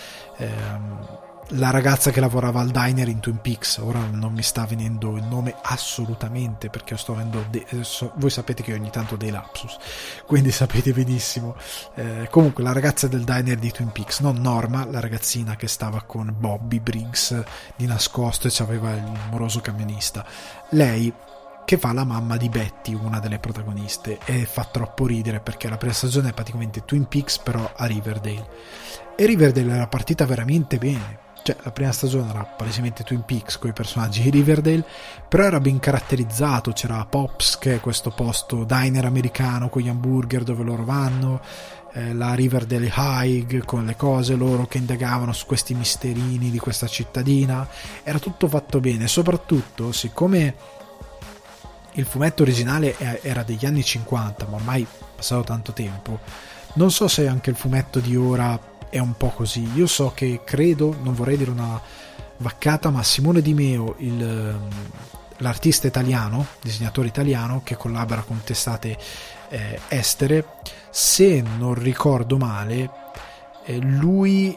la ragazza che lavorava al diner in Twin Peaks. Ora non mi sta venendo il nome assolutamente, perché sto avendo voi sapete che ogni tanto ho dei lapsus, quindi sapete benissimo. Comunque la ragazza del diner di Twin Peaks, non Norma, la ragazzina che stava con Bobby Briggs di nascosto e c'aveva il moroso camionista, lei che fa la mamma di Betty, una delle protagoniste, e fa troppo ridere perché la prima stagione è praticamente Twin Peaks però a Riverdale, e Riverdale era partita veramente bene. Cioè, la prima stagione era palesemente Twin Peaks con i personaggi di Riverdale, però era ben caratterizzato, c'era Pops, che è questo posto diner americano con gli hamburger dove loro vanno, la Riverdale High con le cose loro che indagavano su questi misterini di questa cittadina, era tutto fatto bene. Soprattutto, siccome il fumetto originale era degli anni 50, ma ormai è passato tanto tempo, non so se anche il fumetto di ora è un po' così. Io so che, credo, non vorrei dire una vaccata, ma Simone Di Meo, l'artista italiano, disegnatore italiano che collabora con testate estere, se non ricordo male, lui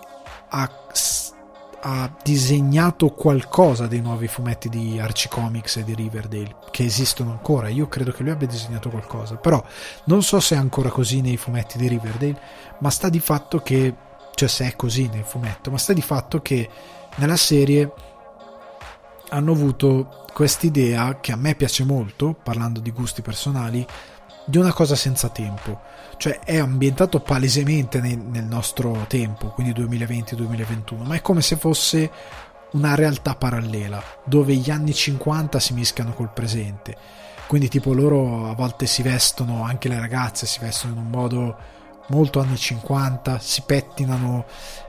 ha disegnato qualcosa dei nuovi fumetti di Archie Comics e di Riverdale, che esistono ancora. Io credo che lui abbia disegnato qualcosa, però non so se è ancora così nei fumetti di Riverdale, ma sta di fatto che, cioè se è così nel fumetto, ma sta di fatto che nella serie hanno avuto quest'idea che a me piace molto, parlando di gusti personali, di una cosa senza tempo. Cioè è ambientato palesemente nel nostro tempo, quindi 2020-2021, ma è come se fosse una realtà parallela dove gli anni 50 si mischiano col presente. Quindi tipo loro a volte si vestono, anche le ragazze si vestono in un modo molto anni 50, si pettinano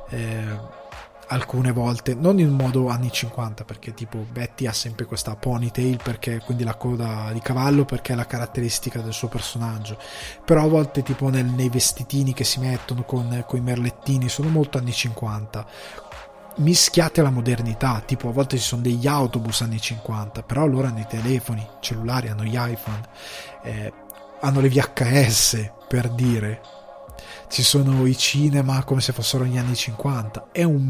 alcune volte, non in modo anni 50, perché tipo Betty ha sempre questa ponytail, perché quindi la coda di cavallo, perché è la caratteristica del suo personaggio, però a volte tipo nei vestitini che si mettono con i merlettini sono molto anni 50 mischiati alla modernità. Tipo a volte ci sono degli autobus anni 50, però loro hanno i telefoni cellulari, hanno gli iPhone, hanno le VHS, per dire. Ci sono i cinema come se fossero gli anni 50. È un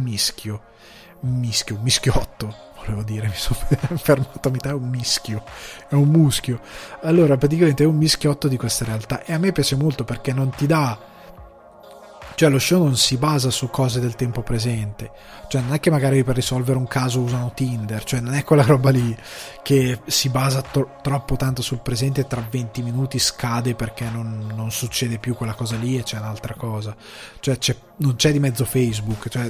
mischiotto, volevo dire, mi sono fermato a metà, è un mischio, è un muschio. Allora praticamente è un mischiotto di queste realtà, e a me piace molto perché non ti dà, cioè lo show non si basa su cose del tempo presente, cioè non è che magari per risolvere un caso usano Tinder, cioè non è quella roba lì che si basa troppo tanto sul presente e tra 20 minuti scade perché non succede più quella cosa lì e c'è un'altra cosa. Cioè non c'è di mezzo Facebook, cioè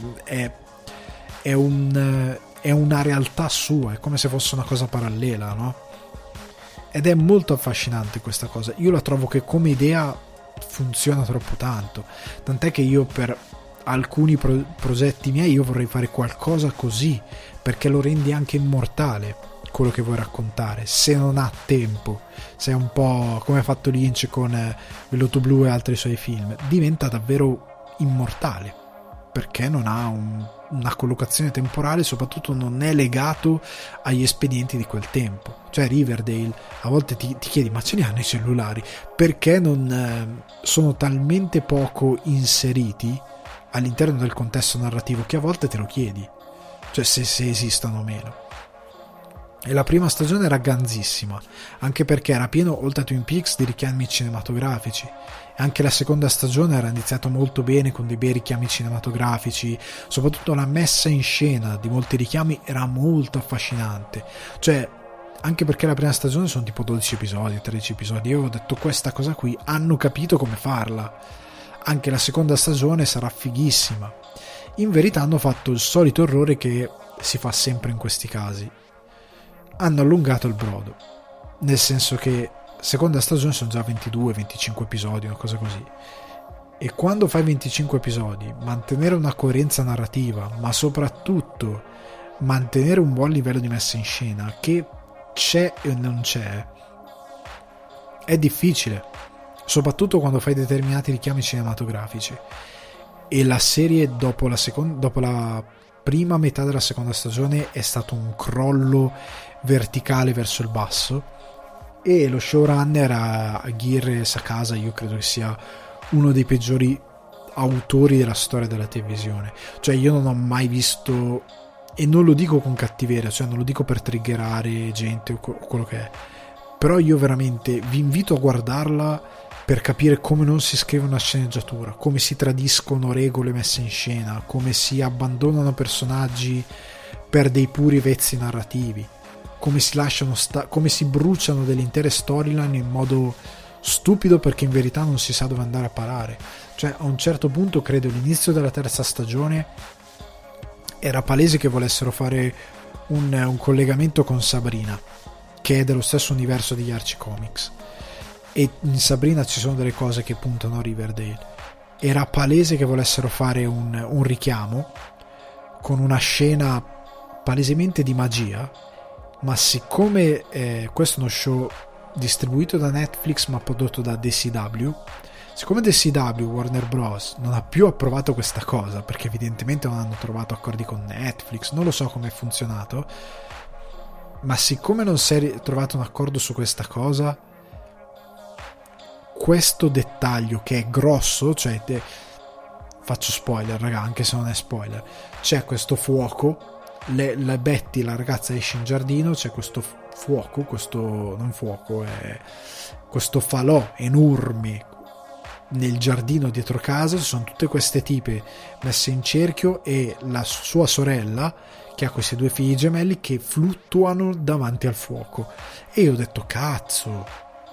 è una realtà sua, è come se fosse una cosa parallela, no? Ed è molto affascinante questa cosa. Io la trovo che come idea funziona troppo tanto, tant'è che io per alcuni progetti miei io vorrei fare qualcosa così, perché lo rendi anche immortale quello che vuoi raccontare, se non ha tempo, se è un po' come ha fatto Lynch con Velluto Blu e altri suoi film, diventa davvero immortale perché non ha una collocazione temporale, soprattutto non è legato agli espedienti di quel tempo. Cioè Riverdale, a volte ti chiedi, ma ce li hanno i cellulari? Perché non sono talmente poco inseriti all'interno del contesto narrativo che a volte te lo chiedi, cioè se esistono o meno. E la prima stagione era ganzissima, anche perché era pieno, oltre a Twin Peaks, di richiami cinematografici. E anche la seconda stagione era iniziata molto bene, con dei bei richiami cinematografici, soprattutto la messa in scena di molti richiami era molto affascinante. Cioè, anche perché la prima stagione sono tipo 12 episodi, 13 episodi, io ho detto questa cosa qui, hanno capito come farla. Anche la seconda stagione sarà fighissima. In verità hanno fatto il solito errore che si fa sempre in questi casi. Hanno allungato il brodo, nel senso che seconda stagione sono già 22-25 episodi, una cosa così, e quando fai 25 episodi mantenere una coerenza narrativa, ma soprattutto mantenere un buon livello di messa in scena che c'è e non c'è, è difficile, soprattutto quando fai determinati richiami cinematografici. E la serie dopo la prima metà della seconda stagione è stato un crollo verticale verso il basso, e lo showrunner Aguirre Sacasa io credo che sia uno dei peggiori autori della storia della televisione. Cioè io non ho mai visto, e non lo dico con cattiveria, cioè non lo dico per triggerare gente o quello che è, però io veramente vi invito a guardarla per capire come non si scrive una sceneggiatura, come si tradiscono regole messe in scena, come si abbandonano personaggi per dei puri vezzi narrativi, come si lasciano come si bruciano delle intere storyline in modo stupido perché in verità non si sa dove andare a parare. Cioè a un certo punto, credo l'inizio della terza stagione, era palese che volessero fare un collegamento con Sabrina, che è dello stesso universo degli Archie Comics, e in Sabrina ci sono delle cose che puntano a Riverdale. Era palese che volessero fare un richiamo con una scena palesemente di magia, ma siccome questo è uno show distribuito da Netflix ma prodotto da DCW, siccome DCW, Warner Bros, non ha più approvato questa cosa, perché evidentemente non hanno trovato accordi con Netflix, non lo so come è funzionato, ma siccome non si è trovato un accordo su questa cosa, questo dettaglio che è grosso, cioè faccio spoiler raga, anche se non è spoiler, c'è questo fuoco, la Betty, la ragazza, esce in giardino, c'è questo fuoco, questo falò enorme nel giardino dietro casa, ci sono tutte queste tipe messe in cerchio e la sua sorella che ha questi due figli gemelli che fluttuano davanti al fuoco, e io ho detto cazzo,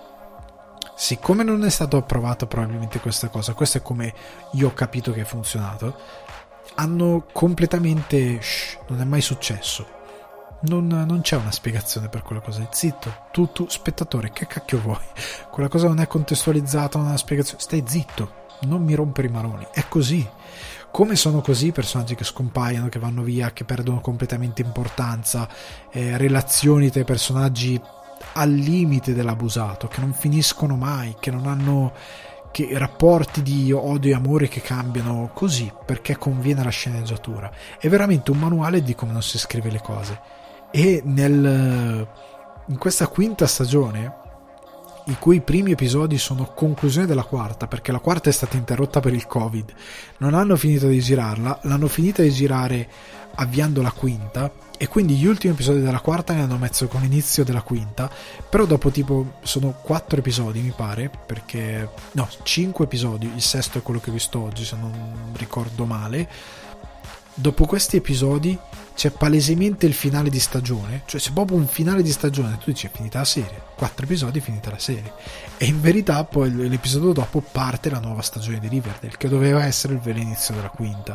siccome non è stato approvato probabilmente questa cosa, questo è come io ho capito che è funzionato, hanno completamente non è mai successo, non c'è una spiegazione per quella cosa, zitto, tu spettatore, che cacchio vuoi, quella cosa non è contestualizzata, non ha una spiegazione, stai zitto, non mi rompere i maroni, è così. Come sono così personaggi che scompaiono, che vanno via, che perdono completamente importanza, relazioni tra i personaggi al limite dell'abusato, che non finiscono mai, che non hanno rapporti di odio e amore che cambiano così perché conviene la sceneggiatura. È veramente un manuale di come non si scrive le cose. E in questa quinta stagione, i cui primi episodi sono conclusione della quarta, perché la quarta è stata interrotta per il Covid, non hanno finito di girarla, l'hanno finita di girare avviando la quinta, e quindi gli ultimi episodi della quarta ne hanno messo con l'inizio della quinta, però dopo tipo sono 4 episodi mi pare, perché no, 5 episodi, il sesto è quello che ho visto oggi se non ricordo male. Dopo questi episodi c'è palesemente il finale di stagione, cioè c'è proprio un finale di stagione, tu dici è finita la serie, 4 episodi è finita la serie, e in verità poi l'episodio dopo parte la nuova stagione di Riverdale, che doveva essere il vero inizio della quinta.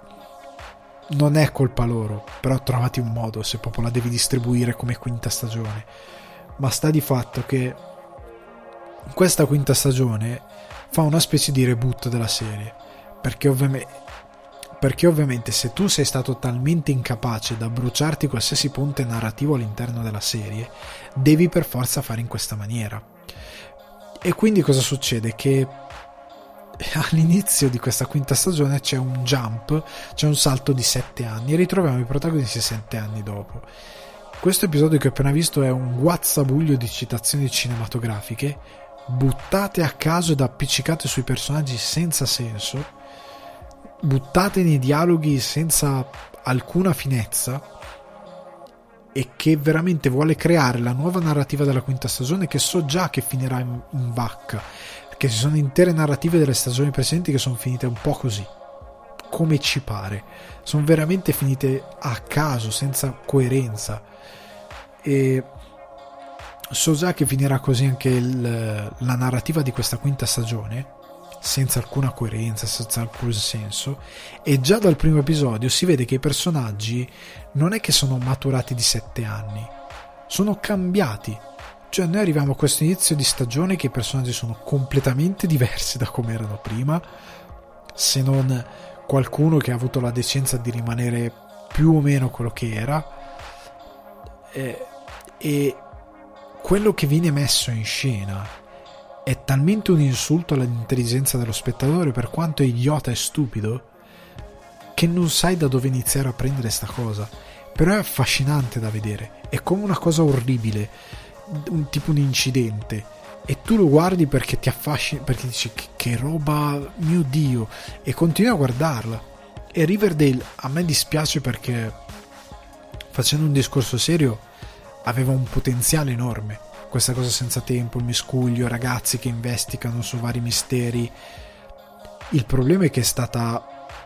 Non è colpa loro, però trovati un modo se proprio la devi distribuire come quinta stagione. Ma sta di fatto che questa quinta stagione fa una specie di reboot della serie, perché ovviamente se tu sei stato talmente incapace da bruciarti qualsiasi ponte narrativo all'interno della serie, devi per forza fare in questa maniera. E quindi cosa succede? Che all'inizio di questa quinta stagione c'è un jump, c'è un salto di 7 anni e ritroviamo i protagonisti 7 anni dopo. Questo episodio che ho appena visto è un guazzabuglio di citazioni cinematografiche buttate a caso ed appiccicate sui personaggi senza senso, buttate nei dialoghi senza alcuna finezza, e che veramente vuole creare la nuova narrativa della quinta stagione, che so già che finirà in vacca, perché ci sono intere narrative delle stagioni precedenti che sono finite un po' così, come ci pare, sono veramente finite a caso, senza coerenza, e so già che finirà così anche la narrativa di questa quinta stagione, senza alcuna coerenza, senza alcun senso, e già dal primo episodio si vede che i personaggi non è che sono maturati di 7 anni, sono cambiati. Cioè noi arriviamo a questo inizio di stagione che i personaggi sono completamente diversi da come erano prima, se non qualcuno che ha avuto la decenza di rimanere più o meno quello che era, e quello che viene messo in scena è talmente un insulto all'intelligenza dello spettatore, per quanto è idiota e stupido, che non sai da dove iniziare a prendere sta cosa. Però è affascinante da vedere, è come una cosa orribile, tipo un incidente, e tu lo guardi perché ti affascina, perché dici che roba, mio Dio, e continui a guardarla. E Riverdale a me dispiace perché, facendo un discorso serio, aveva un potenziale enorme. Questa cosa senza tempo, il miscuglio, ragazzi che investigano su vari misteri. Il problema è che è stata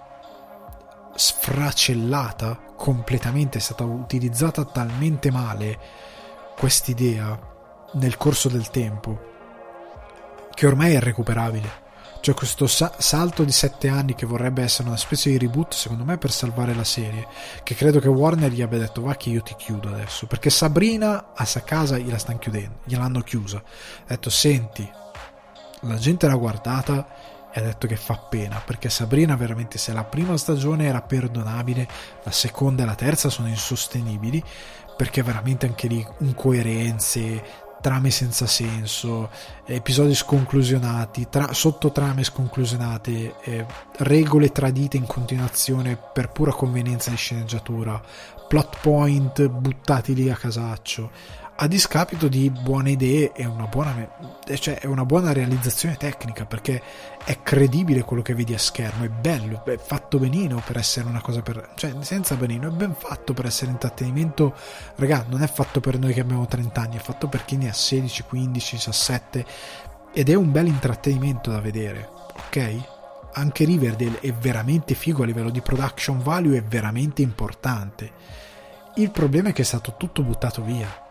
sfracellata completamente, è stata utilizzata talmente male quest'idea nel corso del tempo che ormai è irrecuperabile. Cioè questo salto di 7 anni che vorrebbe essere una specie di reboot, secondo me, per salvare la serie, che credo che Warner gli abbia detto va che io ti chiudo adesso, perché Sabrina a sa casa gliela stanno chiudendo, gliel'hanno chiusa, ha detto senti, la gente l'ha guardata e ha detto che fa pena, perché Sabrina veramente, se la prima stagione era perdonabile, la seconda e la terza sono insostenibili, perché veramente anche lì incoerenze, trame senza senso, episodi sconclusionati, sottotrame sconclusionate, regole tradite in continuazione per pura convenienza di sceneggiatura, plot point buttati lì a casaccio, a discapito di buone idee e una buona realizzazione tecnica, perché è credibile quello che vedi a schermo, è bello, è fatto benino per essere una cosa senza benino, è ben fatto per essere intrattenimento. Raga, non è fatto per noi che abbiamo 30 anni, è fatto per chi ne ha 16, 15, 17, ed è un bel intrattenimento da vedere, ok? Anche Riverdale è veramente figo a livello di production value, è veramente importante. Il problema è che è stato tutto buttato via,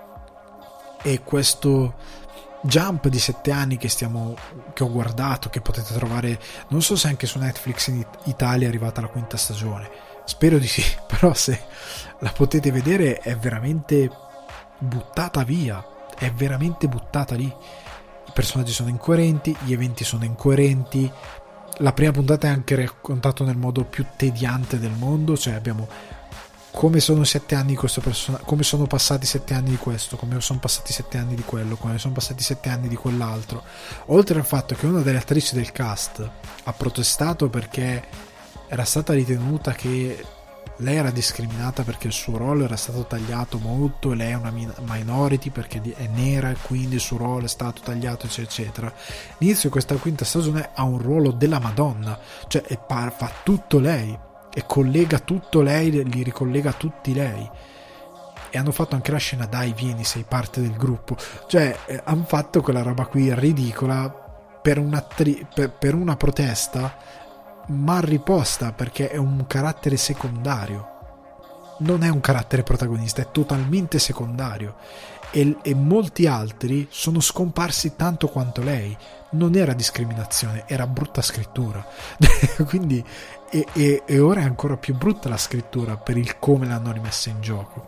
e questo jump di 7 anni che ho guardato, che potete trovare, non so se anche su Netflix in Italia è arrivata la quinta stagione, spero di sì, però se la potete vedere è veramente buttata via, è veramente buttata lì. I personaggi sono incoerenti, gli eventi sono incoerenti, la prima puntata è anche raccontato nel modo più tediante del mondo, cioè abbiamo come sono 7 anni di questo personaggio, come sono passati 7 anni di questo, come sono passati 7 anni di quello, come sono passati 7 anni di quell'altro, oltre al fatto che una delle attrici del cast ha protestato perché era stata ritenuta che lei era discriminata perché il suo ruolo era stato tagliato molto, e lei è una minority perché è nera e quindi il suo ruolo è stato tagliato, eccetera. L'inizio di questa quinta stagione ha un ruolo della Madonna, cioè fa tutto lei e collega tutto lei, li ricollega tutti lei, e hanno fatto anche la scena dai vieni, sei parte del gruppo, cioè hanno fatto quella roba qui ridicola per una protesta mal riposta, perché è un carattere secondario, non è un carattere protagonista, è totalmente secondario, e molti altri sono scomparsi tanto quanto lei. Non era discriminazione, era brutta scrittura quindi e ora è ancora più brutta la scrittura per il come l'hanno rimessa in gioco.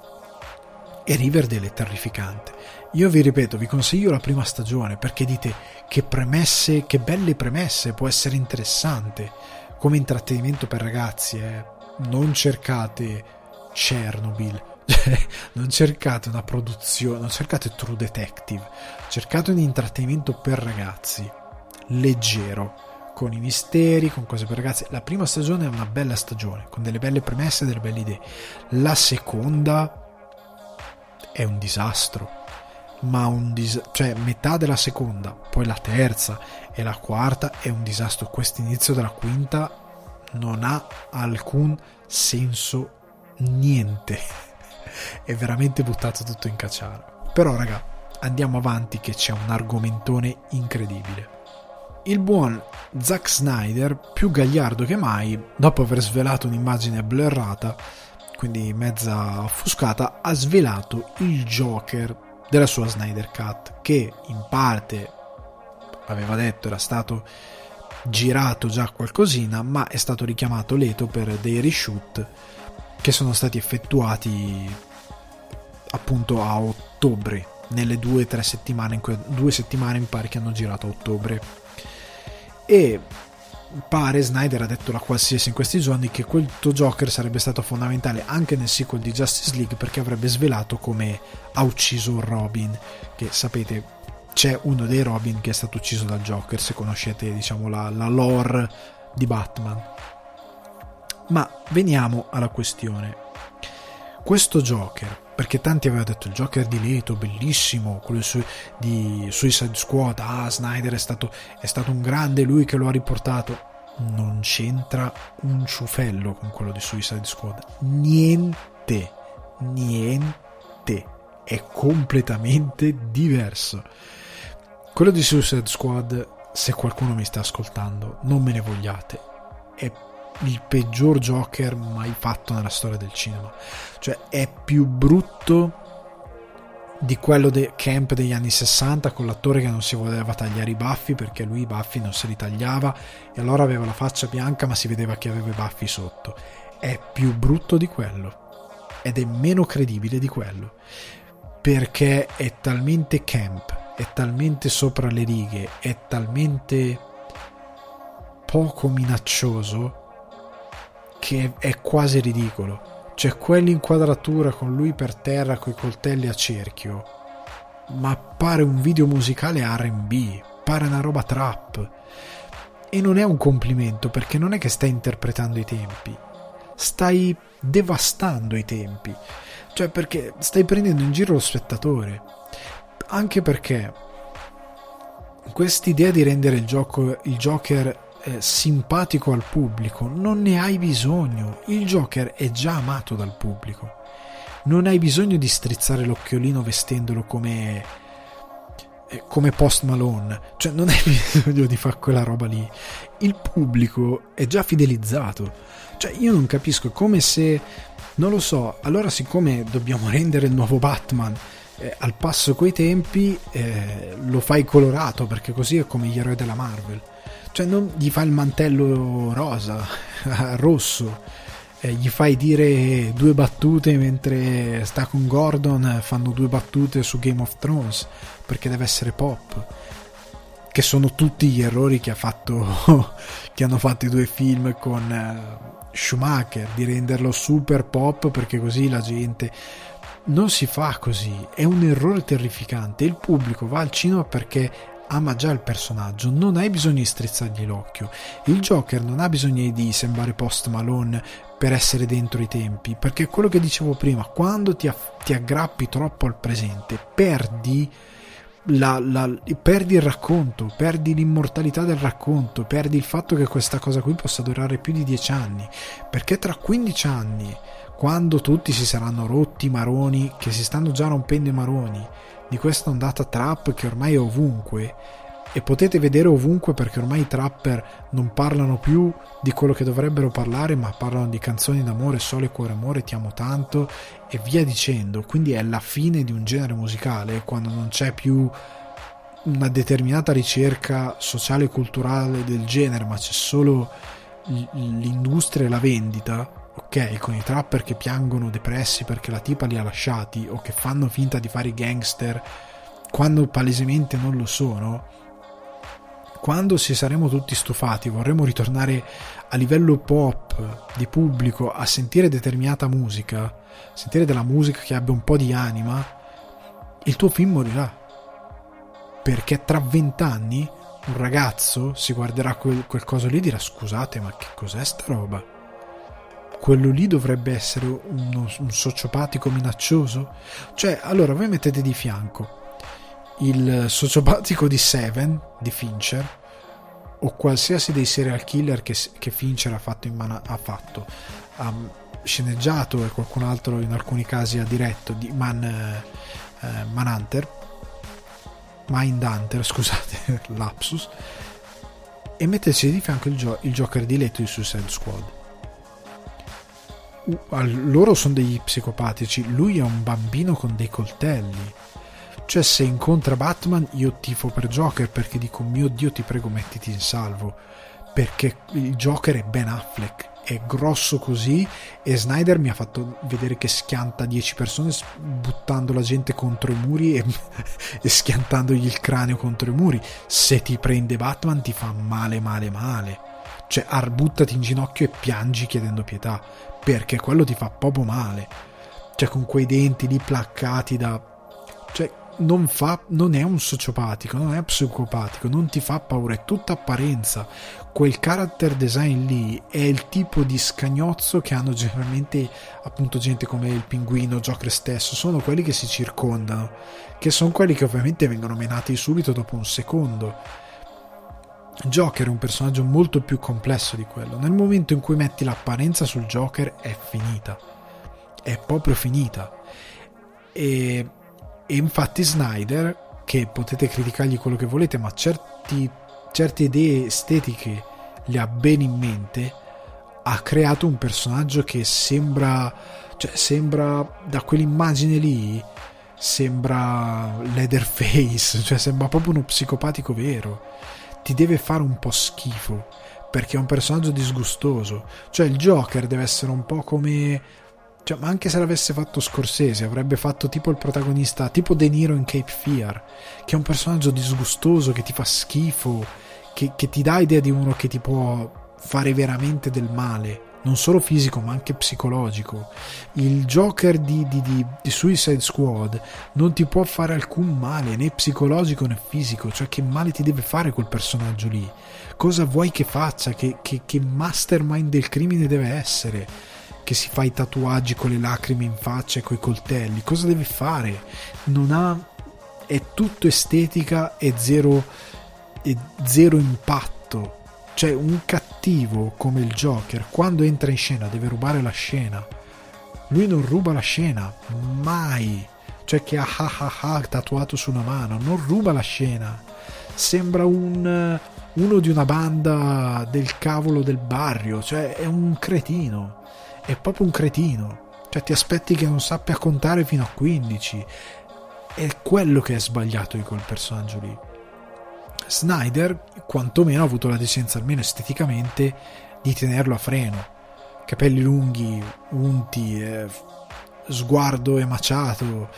E Riverdale è terrificante. Io vi ripeto, vi consiglio la prima stagione, perché dite che belle premesse, può essere interessante come intrattenimento per ragazzi, non cercate Chernobyl, non cercate una produzione, non cercate True Detective, cercate un intrattenimento per ragazzi, leggero, con i misteri, con cose per ragazzi. La prima stagione è una bella stagione, con delle belle premesse e delle belle idee. La seconda è un disastro, ma cioè metà della seconda, poi la terza e la quarta è un disastro. Questo inizio della quinta non ha alcun senso, niente, è veramente buttato tutto in cacciara. Però raga, andiamo avanti che c'è un argomentone incredibile. Il buon Zack Snyder, più gagliardo che mai, dopo aver svelato un'immagine blurrata, quindi mezza offuscata, ha svelato il Joker della sua Snyder Cut, che in parte aveva detto era stato girato già qualcosina, ma è stato richiamato Leto per dei reshoot che sono stati effettuati appunto a ottobre, nelle 2 settimane mi pare che hanno girato a ottobre. E pare Snyder ha detto la qualsiasi in questi giorni che quel Joker sarebbe stato fondamentale anche nel sequel di Justice League, perché avrebbe svelato come ha ucciso Robin, che sapete c'è uno dei Robin che è stato ucciso dal Joker, se conoscete diciamo la lore di Batman. Ma veniamo alla questione. Questo Joker, perché tanti avevano detto il Joker di Leto bellissimo, quello di Suicide Squad, Snyder è stato un grande, lui che lo ha riportato. Non c'entra un ciufello con quello di Suicide Squad, niente, è completamente diverso. Quello di Suicide Squad, se qualcuno mi sta ascoltando, non me ne vogliate, è il peggior Joker mai fatto nella storia del cinema. Cioè è più brutto di quello Camp degli anni 60, con l'attore che non si voleva tagliare i baffi perché lui i baffi non se li tagliava e allora aveva la faccia bianca ma si vedeva che aveva i baffi sotto. È più brutto di quello ed è meno credibile di quello, perché è talmente camp, è talmente sopra le righe, è talmente poco minaccioso che è quasi ridicolo. C'è quell'inquadratura con lui per terra coi coltelli a cerchio, ma pare un video musicale R&B, pare una roba trap, e non è un complimento, perché non è che stai interpretando i tempi, stai devastando i tempi, cioè perché stai prendendo in giro lo spettatore, anche perché quest'idea di rendere il Joker simpatico al pubblico non ne hai bisogno. Il Joker è già amato dal pubblico, non hai bisogno di strizzare l'occhiolino vestendolo come Post Malone, cioè non hai bisogno di fare quella roba lì, il pubblico è già fidelizzato. Cioè io non capisco, come se, non lo so, allora siccome dobbiamo rendere il nuovo Batman al passo coi tempi, lo fai colorato perché così è come gli eroi della Marvel. Cioè non gli fai il mantello rosa, rosso, gli fai dire 2 battute mentre sta con Gordon, fanno 2 battute su Game of Thrones perché deve essere pop, che sono tutti gli errori che hanno fatto i 2 film con Schumacher, di renderlo super pop perché così la gente non si fa così, è un errore terrificante. Il pubblico va al cinema perché ama già il personaggio, non hai bisogno di strizzargli l'occhio. Il Joker non ha bisogno di sembrare Post Malone per essere dentro i tempi, perché è quello che dicevo prima, quando ti aggrappi troppo al presente perdi perdi il racconto, perdi l'immortalità del racconto, perdi il fatto che questa cosa qui possa durare più di 10 anni, perché tra 15 anni, quando tutti si saranno rotti i maroni, che si stanno già rompendo i maroni di questa ondata trap che ormai è ovunque, e potete vedere ovunque perché ormai i trapper non parlano più di quello che dovrebbero parlare, ma parlano di canzoni d'amore, sole, cuore, amore, ti amo tanto e via dicendo. Quindi è la fine di un genere musicale, quando non c'è più una determinata ricerca sociale e culturale del genere, ma c'è solo l'industria e la vendita. Ok, con i trapper che piangono depressi perché la tipa li ha lasciati, o che fanno finta di fare i gangster quando palesemente non lo sono. Quando ci saremo tutti stufati, vorremmo ritornare a livello pop di pubblico a sentire determinata musica, sentire della musica che abbia un po' di anima, il tuo film morirà, perché tra 20 anni un ragazzo si guarderà quel coso lì e dirà: scusate, ma che cos'è sta roba? Quello lì dovrebbe essere un sociopatico minaccioso? Cioè, allora voi mettete di fianco il sociopatico di Seven, di Fincher, o qualsiasi dei serial killer che Fincher ha fatto ha sceneggiato, e qualcun altro in alcuni casi ha diretto, di Mindhunter, scusate, lapsus, e metterci di fianco il Joker di Leto di Suicide Squad. Loro sono degli psicopatici, lui è un bambino con dei coltelli. Cioè, se incontra Batman, io tifo per Joker, perché dico: mio Dio, ti prego, mettiti in salvo, perché il Joker è Ben Affleck, è grosso così, e Snyder mi ha fatto vedere che schianta 10 persone buttando la gente contro i muri e schiantandogli il cranio contro i muri. Se ti prende Batman ti fa male. Cioè, buttati in ginocchio e piangi chiedendo pietà, perché quello ti fa proprio male. Cioè, con quei denti lì placcati cioè, non è un sociopatico, non è psicopatico, non ti fa paura, è tutta apparenza. Quel character design lì è il tipo di scagnozzo che hanno generalmente, appunto, gente come il Pinguino, Joker stesso, sono quelli che si circondano, che sono quelli che ovviamente vengono menati subito dopo un secondo. Joker è un personaggio molto più complesso di quello. Nel momento in cui metti l'apparenza sul Joker è finita, è proprio finita. E infatti Snyder, che potete criticargli quello che volete, ma certe idee estetiche le ha bene in mente, ha creato un personaggio che sembra da quell'immagine lì, sembra Leatherface, cioè sembra proprio uno psicopatico vero. Ti deve fare un po' schifo, perché è un personaggio disgustoso. Cioè, il Joker deve essere un po' come... Cioè, ma anche se l'avesse fatto Scorsese, avrebbe fatto tipo il protagonista, tipo De Niro in Cape Fear, che è un personaggio disgustoso, che ti fa schifo, che ti dà idea di uno che ti può fare veramente del male, non solo fisico ma anche psicologico. Il Joker di Suicide Squad non ti può fare alcun male, né psicologico né fisico. Cioè, che male ti deve fare quel personaggio lì? Cosa vuoi che faccia? Che mastermind del crimine deve essere? Che si fa i tatuaggi con le lacrime in faccia e coi coltelli? Cosa deve fare? È tutto estetica e zero impatto. Cioè, un cattivo come il Joker, quando entra in scena, deve rubare la scena. Lui non ruba la scena, mai. Cioè, che ha tatuato su una mano, non ruba la scena. Sembra uno di una banda del cavolo del barrio. Cioè, è un cretino. È proprio un cretino. Cioè, ti aspetti che non sappia contare fino a 15. È quello che è sbagliato di quel personaggio lì. Snyder quantomeno ha avuto la decenza, almeno esteticamente, di tenerlo a freno. Capelli lunghi, unti, sguardo emaciato,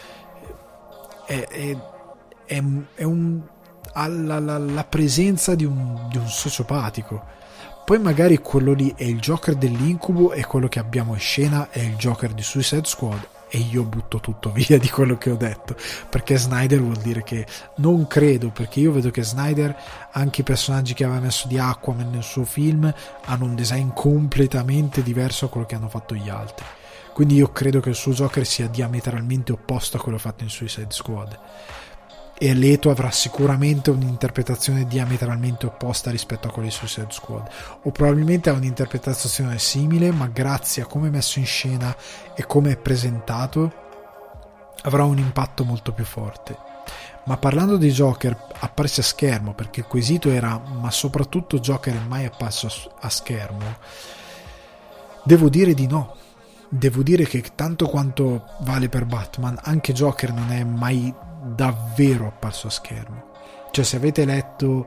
ha la presenza di un sociopatico. Poi magari quello lì è il Joker dell'incubo e quello che abbiamo in scena è il Joker di Suicide Squad, e io butto tutto via di quello che ho detto, perché Snyder vuol dire che non credo, perché io vedo che Snyder, anche i personaggi che aveva messo di Aquaman nel suo film, hanno un design completamente diverso a quello che hanno fatto gli altri. Quindi io credo che il suo Joker sia diametralmente opposto a quello fatto in Suicide Squad, e Leto avrà sicuramente un'interpretazione diametralmente opposta rispetto a quella di Suicide Squad, o probabilmente ha un'interpretazione simile, ma grazie a come è messo in scena e come è presentato avrà un impatto molto più forte. Ma parlando di Joker apparsi a schermo, perché il quesito era: ma soprattutto Joker è mai apparso a schermo? Devo dire di no. Devo dire che, tanto quanto vale per Batman, anche Joker non è mai davvero apparso a schermo. Cioè, se avete letto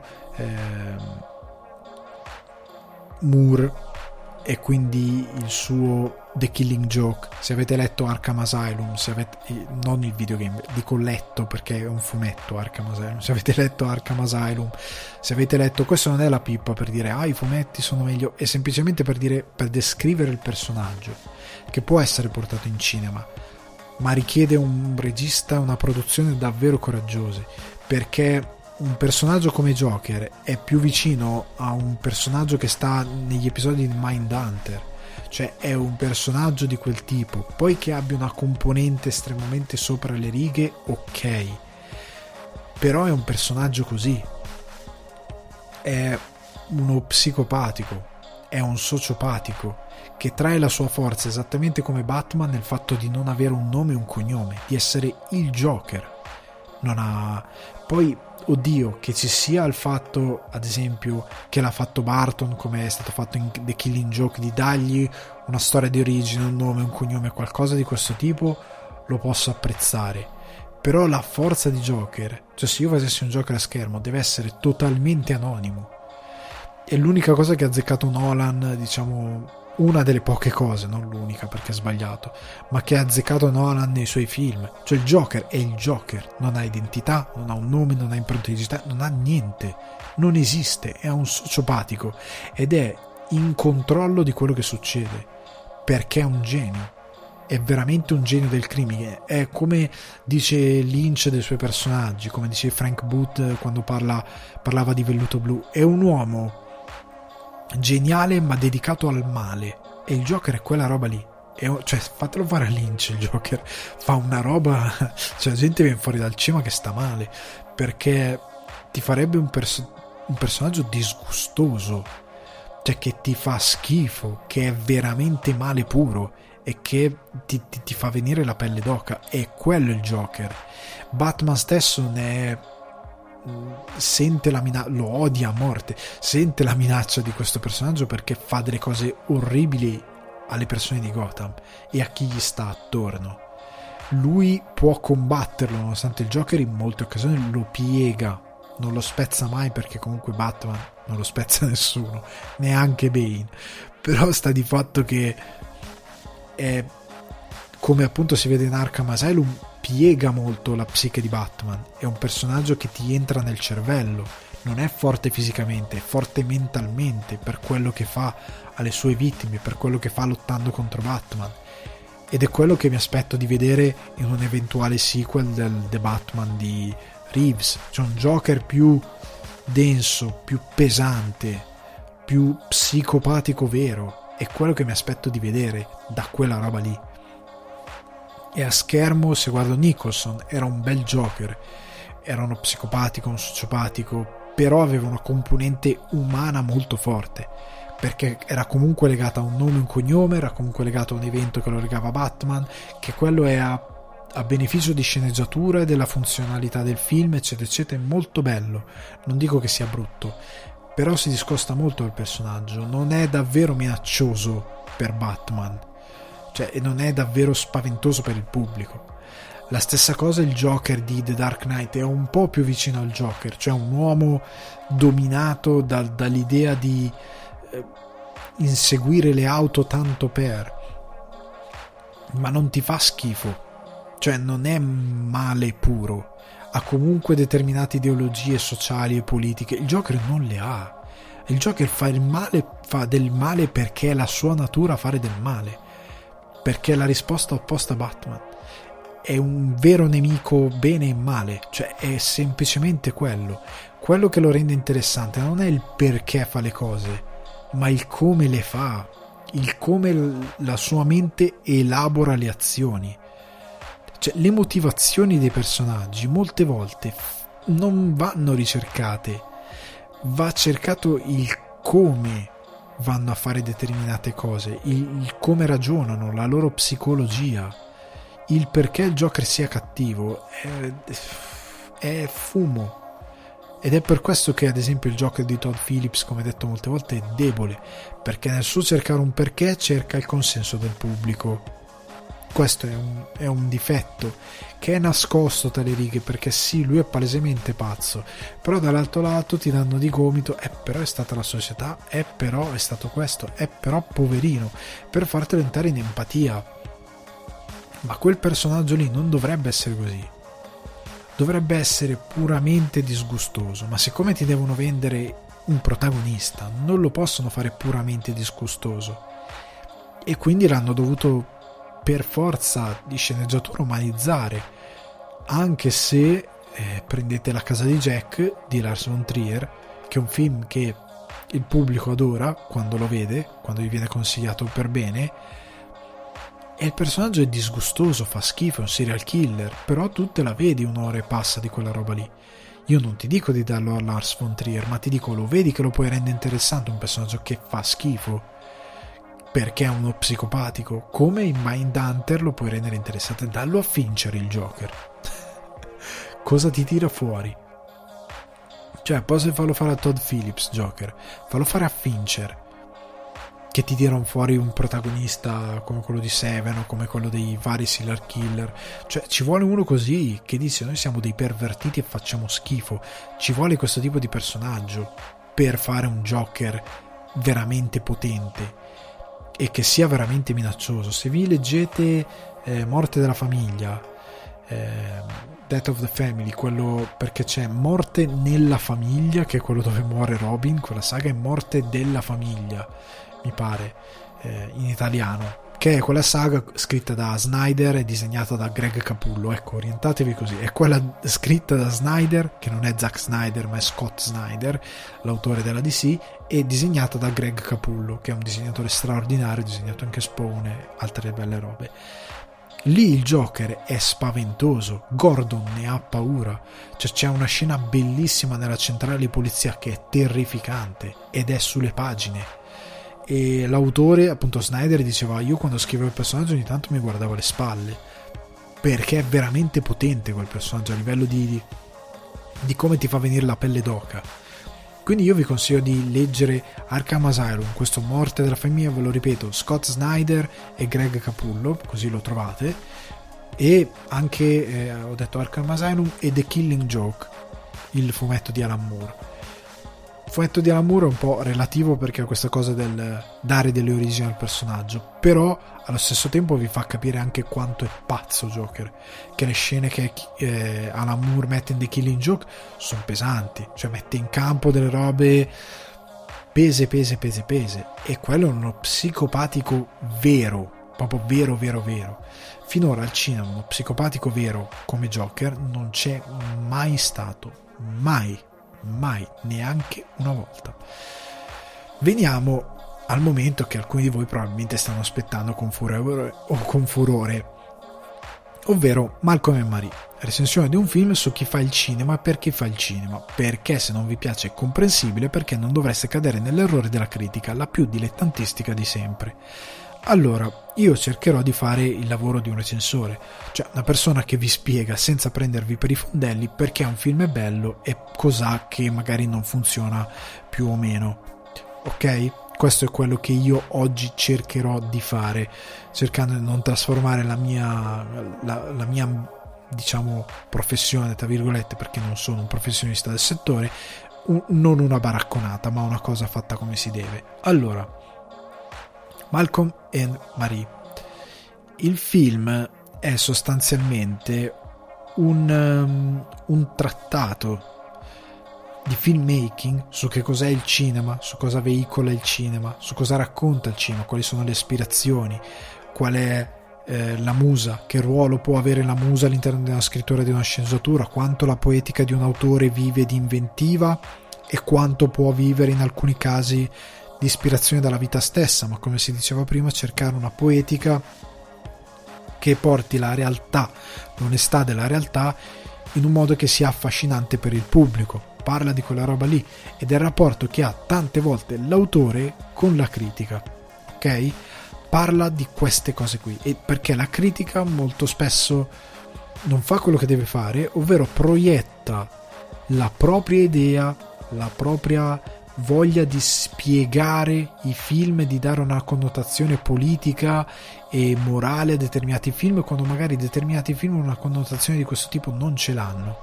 Moore e quindi il suo The Killing Joke, se avete letto Arkham Asylum, non il videogame, dico letto perché è un fumetto Arkham Asylum, se avete letto Arkham Asylum, se avete letto, questo non è la pippa per dire i fumetti sono meglio, è semplicemente per descrivere il personaggio, che può essere portato in cinema, ma richiede un regista, una produzione davvero coraggiose, perché un personaggio come Joker è più vicino a un personaggio che sta negli episodi di Mindhunter, cioè è un personaggio di quel tipo, poi che abbia una componente estremamente sopra le righe, ok, però è un personaggio così, è uno psicopatico, è un sociopatico che trae la sua forza esattamente come Batman nel fatto di non avere un nome e un cognome, di essere il Joker. Non ha poi, oddio, che ci sia il fatto, ad esempio, che l'ha fatto Barton, come è stato fatto in The Killing Joke, di dargli una storia di origine, un nome, un cognome, qualcosa di questo tipo, lo posso apprezzare. Però la forza di Joker, cioè se io facessi un Joker a schermo, deve essere totalmente anonimo. È l'unica cosa che ha azzeccato Nolan, diciamo, una delle poche cose, non l'unica perché è sbagliato, ma che ha azzeccato Nolan nei suoi film. Cioè il Joker è il Joker, non ha identità, non ha un nome, non ha impronta digitale, non ha niente, non esiste, è un sociopatico ed è in controllo di quello che succede perché è un genio, è veramente un genio del crimine. È come dice Lynch dei suoi personaggi, come dice Frank Booth quando parlava di Velluto Blu, è un uomo geniale ma dedicato al male, e il Joker è quella roba lì. Cioè fatelo fare a Lynch, il Joker fa una roba, cioè la gente viene fuori dal cinema che sta male perché ti farebbe un personaggio disgustoso, cioè che ti fa schifo, che è veramente male puro e che ti fa venire la pelle d'oca. È quello il Joker. Batman stesso sente la minaccia, lo odia a morte, sente la minaccia di questo personaggio perché fa delle cose orribili alle persone di Gotham e a chi gli sta attorno. Lui può combatterlo, nonostante il Joker in molte occasioni lo piega, non lo spezza mai, perché comunque Batman non lo spezza nessuno, neanche Bane. Però sta di fatto che è, come appunto si vede in Arkham Asylum, piega molto la psiche di Batman. È un personaggio che ti entra nel cervello, non è forte fisicamente, è forte mentalmente per quello che fa alle sue vittime, per quello che fa lottando contro Batman, ed è quello che mi aspetto di vedere in un eventuale sequel del The Batman di Reeves, cioè un Joker più denso, più pesante, più psicopatico vero. È quello che mi aspetto di vedere da quella roba lì. E a schermo, se guardo Nicholson, era un bel Joker, era uno psicopatico, un sociopatico, però aveva una componente umana molto forte, perché era comunque legata a un nome e un cognome, era comunque legato a un evento che lo legava a Batman, che quello è a beneficio di sceneggiatura e della funzionalità del film, eccetera eccetera. È molto bello, non dico che sia brutto, però si discosta molto dal personaggio, non è davvero minaccioso per Batman, cioè non è davvero spaventoso per il pubblico. La stessa cosa il Joker di The Dark Knight, è un po' più vicino al Joker, cioè un uomo dominato dall'idea di inseguire le auto tanto per, ma non ti fa schifo, cioè non è male puro, ha comunque determinate ideologie sociali e politiche. Il Joker non le ha, il Joker fa del male perché è la sua natura fare del male, perché è la risposta opposta a Batman. È un vero nemico bene e male, cioè è semplicemente quello che lo rende interessante. Non è il perché fa le cose, ma il come le fa, il come la sua mente elabora le azioni. Cioè le motivazioni dei personaggi molte volte non vanno ricercate, va cercato il come vanno a fare determinate cose, il come ragionano, la loro psicologia, il perché il Joker sia cattivo è fumo. Ed è per questo che ad esempio il Joker di Todd Phillips, come detto molte volte, è debole, perché nel suo cercare un perché cerca il consenso del pubblico. Questo è un difetto che è nascosto tra le righe, perché sì, lui è palesemente pazzo, però dall'altro lato ti danno di gomito, però è stata la società, però è stato questo, però poverino, per fartelo entrare in empatia. Ma quel personaggio lì non dovrebbe essere così, dovrebbe essere puramente disgustoso, ma siccome ti devono vendere un protagonista non lo possono fare puramente disgustoso, e quindi l'hanno dovuto per forza di sceneggiatura umanizzare, anche se prendete La casa di Jack di Lars von Trier, che è un film che il pubblico adora quando lo vede, quando gli viene consigliato per bene, e il personaggio è disgustoso, fa schifo, è un serial killer, però tu te la vedi un'ora e passa di quella roba lì. Io non ti dico di darlo a Lars von Trier, ma ti dico, lo vedi che lo puoi rendere interessante un personaggio che fa schifo perché è uno psicopatico, come in Mindhunter lo puoi rendere interessante. Dallo a Fincher il Joker. Cosa ti tira fuori? Cioè, poi farlo fare a Todd Phillips Joker, fallo fare a Fincher, che ti tirano fuori un protagonista come quello di Seven o come quello dei vari serial killer. Cioè, ci vuole uno così che dice: noi siamo dei pervertiti e facciamo schifo. Ci vuole questo tipo di personaggio per fare un Joker veramente potente e che sia veramente minaccioso. Se vi leggete Morte della famiglia, Death of the Family, quello perché c'è Morte nella famiglia, che è quello dove muore Robin, quella saga è Morte della famiglia, mi pare, in italiano, che è quella saga scritta da Snyder e disegnata da Greg Capullo. Ecco, orientatevi così, è quella scritta da Snyder, che non è Zack Snyder ma è Scott Snyder, l'autore della DC, e disegnata da Greg Capullo, che è un disegnatore straordinario, ha disegnato anche Spawn e altre belle robe. Lì il Joker è spaventoso, Gordon ne ha paura, cioè c'è una scena bellissima nella centrale di polizia che è terrificante ed è sulle pagine, e l'autore, appunto Snyder, diceva: io quando scrivevo il personaggio ogni tanto mi guardavo alle spalle, perché è veramente potente quel personaggio a livello di come ti fa venire la pelle d'oca. Quindi io vi consiglio di leggere Arkham Asylum, questo Morte della famiglia, ve lo ripeto, Scott Snyder e Greg Capullo, così lo trovate, e anche ho detto Arkham Asylum e The Killing Joke, il fumetto di Alan Moore. Il fumetto di Alan Moore è un po' relativo perché ha questa cosa del dare delle origini al personaggio, però allo stesso tempo vi fa capire anche quanto è pazzo Joker, che le scene che Alan Moore mette in The Killing Joke sono pesanti, cioè mette in campo delle robe pese, e quello è uno psicopatico vero, proprio vero. Finora al cinema uno psicopatico vero come Joker non c'è mai stato, mai, neanche una volta. Veniamo al momento che alcuni di voi probabilmente stanno aspettando con furore, ovvero Malcolm e Marie, recensione di un film su chi fa il cinema e perché fa il cinema, perché se non vi piace è comprensibile, perché non dovreste cadere nell'errore della critica, la più dilettantistica di sempre. Allora, io cercherò di fare il lavoro di un recensore, cioè una persona che vi spiega senza prendervi per i fondelli perché un film è bello e cos'ha che magari non funziona più o meno, ok? Questo è quello che io oggi cercherò di fare, cercando di non trasformare la mia diciamo professione, tra virgolette, perché non sono un professionista del settore, non una baracconata, ma una cosa fatta come si deve. Allora, Malcolm and Marie. Il film è sostanzialmente un trattato di filmmaking su che cos'è il cinema, su cosa veicola il cinema, su cosa racconta il cinema, quali sono le aspirazioni, qual è la musa, che ruolo può avere la musa all'interno della scrittura di una sceneggiatura, quanto la poetica di un autore vive di inventiva e quanto può vivere in alcuni casi di ispirazione dalla vita stessa, ma come si diceva prima, cercare una poetica che porti la realtà, l'onestà della realtà, in un modo che sia affascinante per il pubblico. Parla di quella roba lì ed è il rapporto che ha tante volte l'autore con la critica, ok? Parla di queste cose qui, e perché la critica molto spesso non fa quello che deve fare, ovvero proietta la propria idea, la propria voglia di spiegare i film, di dare una connotazione politica e morale a determinati film, quando magari determinati film una connotazione di questo tipo non ce l'hanno.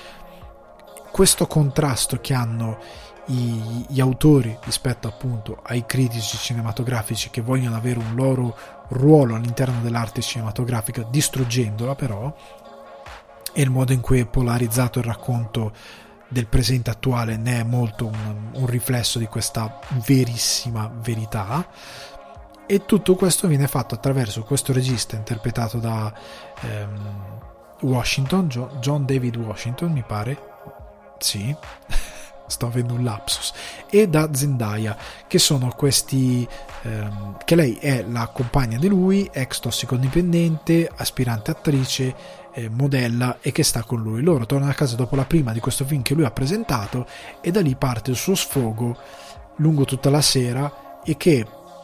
Questo contrasto che hanno gli autori rispetto appunto ai critici cinematografici che vogliono avere un loro ruolo all'interno dell'arte cinematografica, distruggendola però, e il modo in cui è polarizzato il racconto del presente attuale ne è molto un riflesso di questa verissima verità, e tutto questo viene fatto attraverso questo regista interpretato da Washington, John David Washington mi pare, sì, sto avendo un lapsus, e da Zendaya, che sono questi che lei è la compagna di lui, ex tossicodipendente, aspirante attrice, modella, e che sta con lui. Loro tornano a casa dopo la prima di questo film che lui ha presentato, e da lì parte il suo sfogo lungo tutta la sera, e che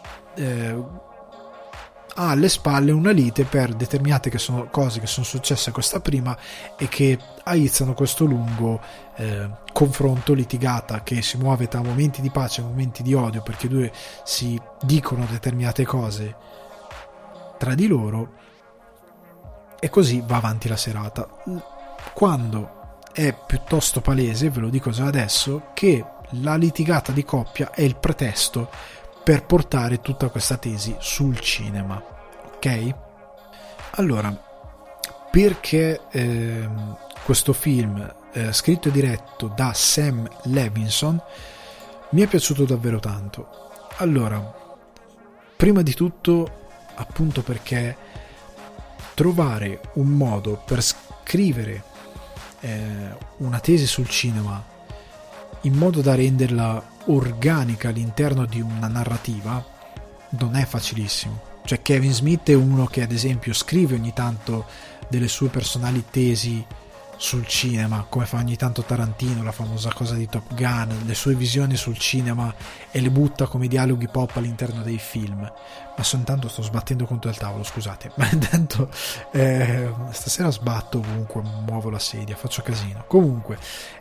ha alle spalle una lite per determinate cose che sono successe a questa prima, e che aizzano questo lungo confronto, litigata che si muove tra momenti di pace e momenti di odio, perché i due si dicono determinate cose tra di loro, e così va avanti la serata, quando è piuttosto palese, ve lo dico già adesso, che la litigata di coppia è il pretesto per portare tutta questa tesi sul cinema, ok? Allora, perché questo film, scritto e diretto da Sam Levinson, mi è piaciuto davvero tanto? Allora, prima di tutto, appunto, perché trovare un modo per scrivere una tesi sul cinema in modo da renderla organica all'interno di una narrativa non è facilissimo. Cioè, Kevin Smith è uno che ad esempio scrive ogni tanto delle sue personali tesi sul cinema, come fa ogni tanto Tarantino, la famosa cosa di Top Gun, le sue visioni sul cinema, e le butta come dialoghi pop all'interno dei film. Ma intanto sto sbattendo contro il tavolo, scusate, ma intanto stasera sbatto ovunque, muovo la sedia, faccio casino. Comunque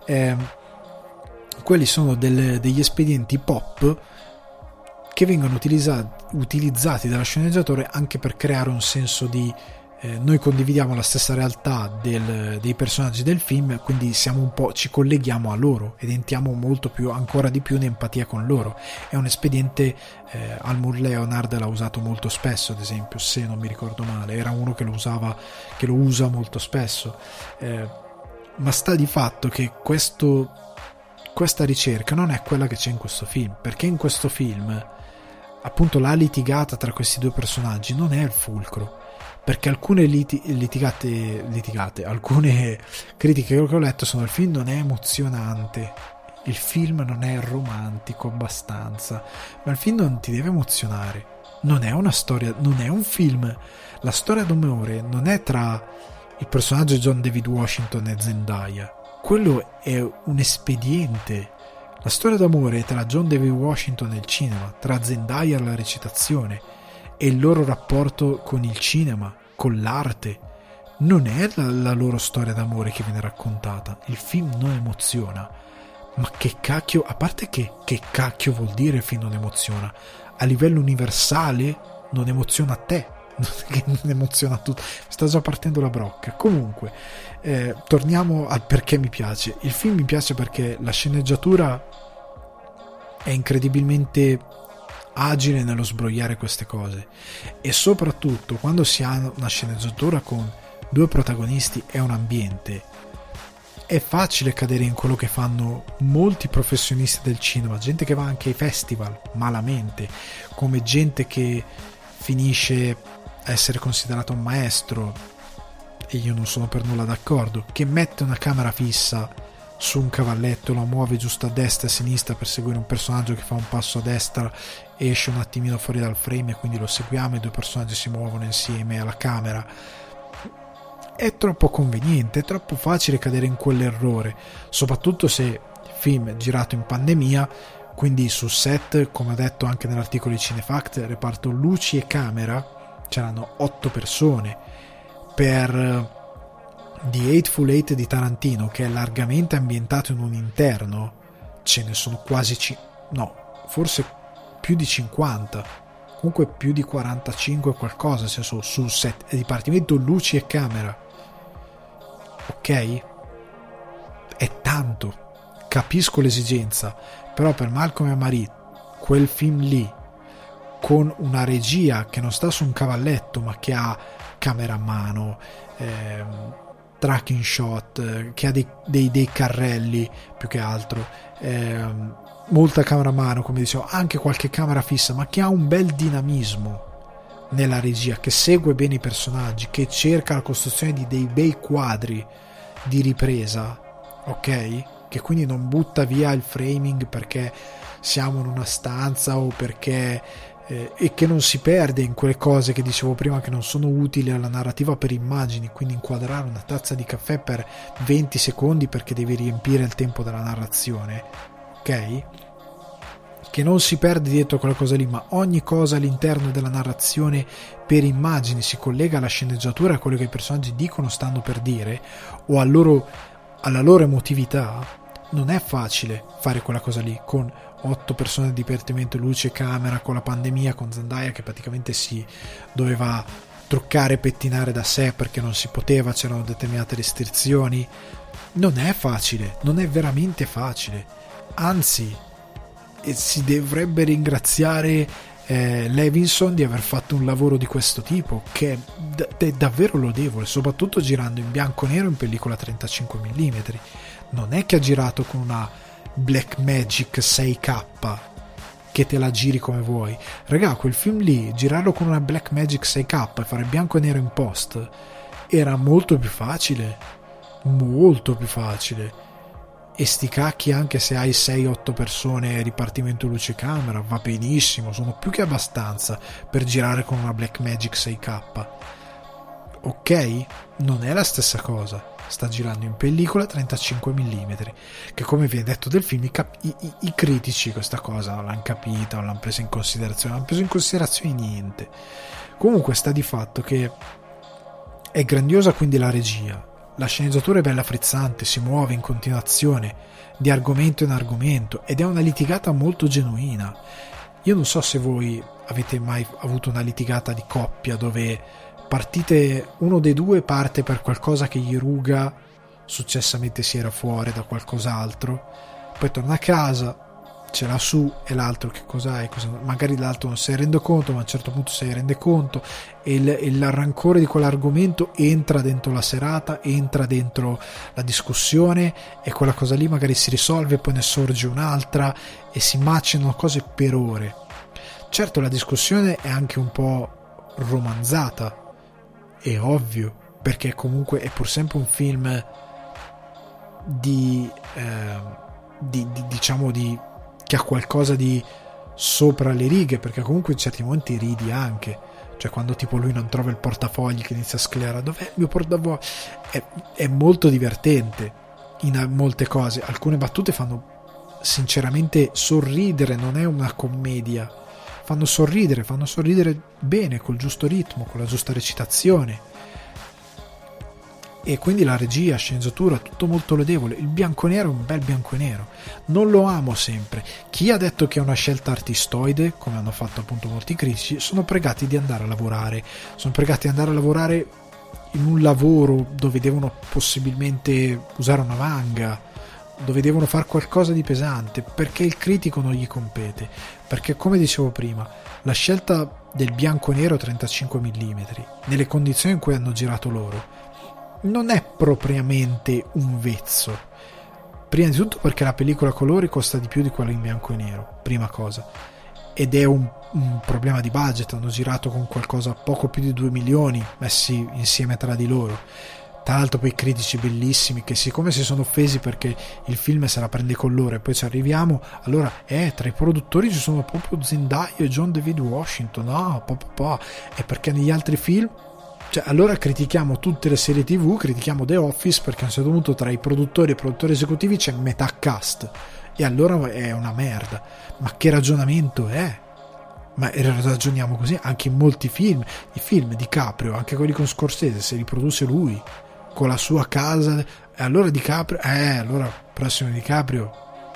quelli sono degli espedienti pop che vengono utilizzati dallo sceneggiatore anche per creare un senso di noi condividiamo la stessa realtà dei personaggi del film, quindi siamo un po', ci colleghiamo a loro ed entriamo molto più, ancora di più, in empatia con loro. È un espediente, Almur Leonard l'ha usato molto spesso, ad esempio, se non mi ricordo male, era uno che lo usa molto spesso, ma sta di fatto che questa ricerca non è quella che c'è in questo film, perché in questo film appunto la litigata tra questi due personaggi non è il fulcro, perché alcune litigate, alcune critiche che ho letto sono: il film non è emozionante, il film non è romantico abbastanza. Ma il film non ti deve emozionare, non è una storia, non è un film. La storia d'amore non è tra il personaggio John David Washington e Zendaya, quello è un espediente. La storia d'amore è tra John David Washington e il cinema, tra Zendaya e la recitazione, e il loro rapporto con il cinema, con l'arte. Non è la loro storia d'amore che viene raccontata. Il film non emoziona. Ma che cacchio, a parte che cacchio vuol dire il film non emoziona? A livello universale non emoziona a te, che non emoziona a tutti. Sta già partendo la brocca. Comunque, torniamo al perché mi piace. Il film mi piace perché la sceneggiatura è incredibilmente agile nello sbrogliare queste cose, e soprattutto quando si ha una sceneggiatura con due protagonisti e un ambiente, è facile cadere in quello che fanno molti professionisti del cinema, gente che va anche ai festival malamente, come gente che finisce a essere considerata un maestro, e io non sono per nulla d'accordo, che mette una camera fissa su un cavalletto, la muove giusto a destra e a sinistra per seguire un personaggio che fa un passo a destra, esce un attimino fuori dal frame e quindi lo seguiamo, i due personaggi si muovono insieme alla camera. È troppo conveniente, è troppo facile cadere in quell'errore, soprattutto se il film è girato in pandemia, quindi su set, come ho detto anche nell'articolo di Cinefact, reparto luci e camera, c'erano 8 persone. Per The Hateful Eight di Tarantino, che è largamente ambientato in un interno, ce ne sono quasi forse più di 50, comunque più di 45 qualcosa, se sono sul set, e dipartimento luci e camera, ok? È tanto, capisco l'esigenza, però per Malcolm e Marie quel film lì, con una regia che non sta su un cavalletto ma che ha camera a mano, tracking shot, che ha dei carrelli più che altro, molta camera a mano, come dicevo, anche qualche camera fissa, ma che ha un bel dinamismo. nella regia, che segue bene i personaggi, che cerca la costruzione di dei bei quadri di ripresa, ok? Che quindi non butta via il framing perché siamo in una stanza o perché e che non si perde in quelle cose che dicevo prima che non sono utili alla narrativa per immagini, quindi inquadrare una tazza di caffè per 20 secondi perché devi riempire il tempo della narrazione, ok? Che non si perde dietro quella cosa lì, ma ogni cosa all'interno della narrazione per immagini si collega alla sceneggiatura, a quello che i personaggi dicono, stanno per dire, o alla loro emotività. Non è facile fare quella cosa lì con 8 persone di divertimento, luce e camera, con la pandemia, con Zendaya che praticamente si doveva truccare e pettinare da sé perché non si poteva, c'erano determinate restrizioni. Non è facile, non è veramente facile, anzi si dovrebbe ringraziare Levinson di aver fatto un lavoro di questo tipo, che è davvero lodevole, soprattutto girando in bianco e nero in pellicola 35 mm. Non è che ha girato con una Blackmagic 6K che te la giri come vuoi. Raga, quel film lì, girarlo con una Blackmagic 6K e fare bianco e nero in post era molto più facile, molto più facile. E sti cacchi, anche se hai 6-8 persone ripartimento luce camera, va benissimo, sono più che abbastanza per girare con una Blackmagic 6K, ok? Non è la stessa cosa, sta girando in pellicola 35 mm, che come vi è detto del film i critici questa cosa non l'hanno capita, non l'hanno presa in considerazione, non hanno preso in considerazione niente. Comunque sta di fatto che è grandiosa quindi la regia. La sceneggiatura è bella frizzante, si muove in continuazione di argomento in argomento ed è una litigata molto genuina. Io non so se voi avete mai avuto una litigata di coppia dove uno dei due parte per qualcosa che gli ruga, successamente si era fuori da qualcos'altro, poi torna a casa, ce l'ha su e l'altro che cos'è, magari l'altro non se ne rende conto, ma a un certo punto se ne rende conto e il rancore di quell'argomento entra dentro la serata, entra dentro la discussione e quella cosa lì magari si risolve, poi ne sorge un'altra e si macinano cose per ore. Certo, la discussione è anche un po' romanzata, è ovvio, perché comunque è pur sempre un film diciamo che ha qualcosa di sopra le righe, perché comunque in certi momenti ridi anche, cioè quando tipo lui non trova il portafogli che inizia a sclerare, dov'è il mio portafogli, è molto divertente in molte cose, alcune battute fanno sinceramente sorridere, non è una commedia, fanno sorridere bene, col giusto ritmo, con la giusta recitazione. E quindi la regia, sceneggiatura, tutto molto lodevole. Il bianco e nero è un bel bianco e nero, non lo amo sempre. Chi ha detto che è una scelta artistoide, come hanno fatto appunto molti critici, sono pregati di andare a lavorare in un lavoro dove devono possibilmente usare una manga, dove devono fare qualcosa di pesante, perché il critico non gli compete, perché come dicevo prima, la scelta del bianco e nero 35 mm nelle condizioni in cui hanno girato loro non è propriamente un vezzo, prima di tutto perché la pellicola a colori costa di più di quella in bianco e nero, prima cosa, ed è un problema di budget, hanno girato con qualcosa poco più di 2 milioni messi insieme tra di loro. Tra l'altro poi critici bellissimi che siccome si sono offesi perché il film se la prende con loro e poi ci arriviamo, allora tra i produttori ci sono proprio Zendaya e John David Washington, e perché negli altri film, cioè allora critichiamo tutte le serie TV, critichiamo The Office perché a un certo punto tra i produttori e i produttori esecutivi c'è metà cast e allora è una merda. Ma che ragionamento è? Ma ragioniamo così anche in molti film, i film di DiCaprio, anche quelli con Scorsese, se li produce lui con la sua casa, e allora DiCaprio allora prossimo DiCaprio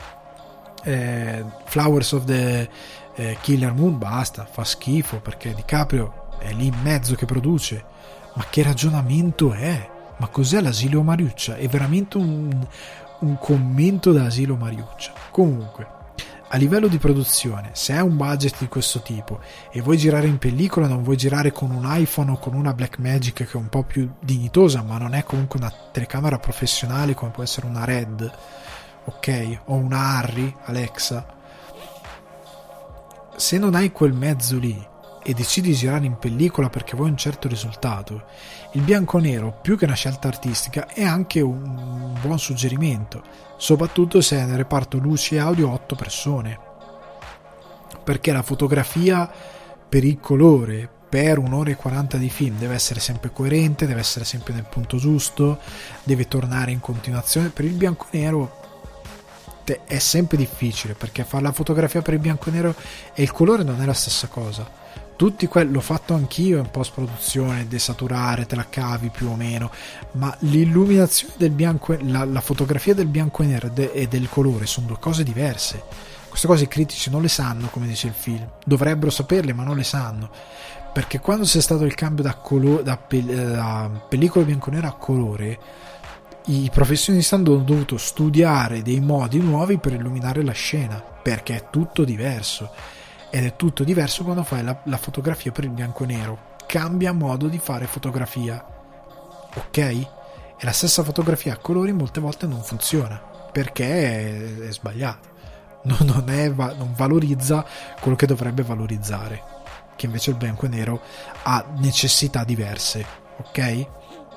Flowers of the Killer Moon, basta, fa schifo perché DiCaprio è lì in mezzo che produce. Ma che ragionamento è? Ma cos'è l'asilo Mariuccia? È veramente un commento da asilo Mariuccia. Comunque, a livello di produzione, se hai un budget di questo tipo e vuoi girare in pellicola, non vuoi girare con un iPhone o con una Blackmagic che è un po' più dignitosa, ma non è comunque una telecamera professionale come può essere una Red, ok? O una Harry Alexa. Se non hai quel mezzo lì e decidi di girare in pellicola perché vuoi un certo risultato, il bianco-nero, più che una scelta artistica, è anche un buon suggerimento, soprattutto se è nel reparto luci e audio 8 persone, perché la fotografia per il colore per 1 ora e 40 di film deve essere sempre coerente, deve essere sempre nel punto giusto, deve tornare in continuazione. Per il bianco e nero è sempre difficile, perché fare la fotografia per il bianco e nero e il colore non è la stessa cosa. L'ho fatto anch'io in post produzione, desaturare, te la cavi più o meno, ma l'illuminazione del bianco, la fotografia del bianco e nero e del colore sono due cose diverse. Queste cose i critici non le sanno, come dice il film, dovrebbero saperle ma non le sanno, perché quando c'è stato il cambio da pellicola bianco-nera a colore, i professionisti hanno dovuto studiare dei modi nuovi per illuminare la scena, perché è tutto diverso, ed è tutto diverso quando fai la fotografia per il bianco e nero, cambia modo di fare fotografia, ok? E la stessa fotografia a colori molte volte non funziona, perché è sbagliato, non valorizza quello che dovrebbe valorizzare, che invece il bianco e nero ha necessità diverse, ok?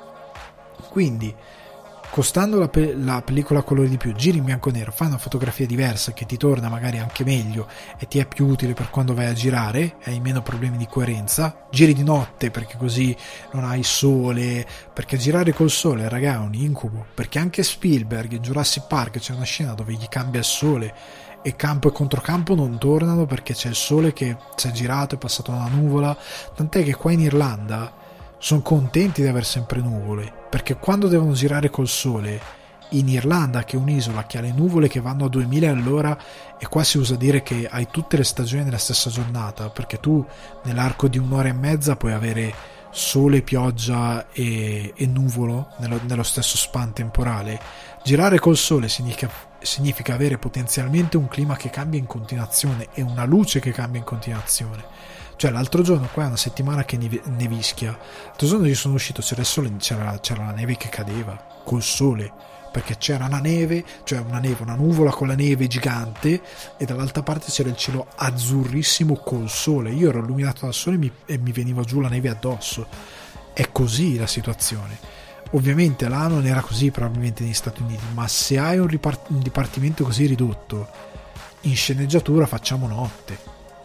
Quindi costando la pellicola a colori di più, giri in bianco e nero, fai una fotografia diversa che ti torna magari anche meglio e ti è più utile per quando vai a girare, hai meno problemi di coerenza, giri di notte perché così non hai sole, perché girare col sole, raga, è un incubo, perché anche Spielberg in Jurassic Park c'è una scena dove gli cambia il sole e campo e controcampo non tornano perché c'è il sole che si è girato, è passato una nuvola, tant'è che qua in Irlanda sono contenti di aver sempre nuvole, perché quando devono girare col sole in Irlanda, che è un'isola che ha le nuvole che vanno a 2000 all'ora, e qua si usa dire che hai tutte le stagioni nella stessa giornata, perché tu nell'arco di 1 ora e mezza puoi avere sole, pioggia e nuvolo nello stesso span temporale. Girare col sole significa avere potenzialmente un clima che cambia in continuazione e una luce che cambia in continuazione. Cioè l'altro giorno qua è una settimana che nevischia, l'altro giorno io sono uscito, c'era il sole, c'era la neve che cadeva col sole, perché c'era una neve, cioè una nuvola con la neve gigante, e dall'altra parte c'era il cielo azzurrissimo col sole. Io ero illuminato dal sole e mi veniva giù la neve addosso. È così la situazione. Ovviamente là non era così probabilmente negli Stati Uniti, ma se hai un dipartimento così ridotto, in sceneggiatura facciamo notte,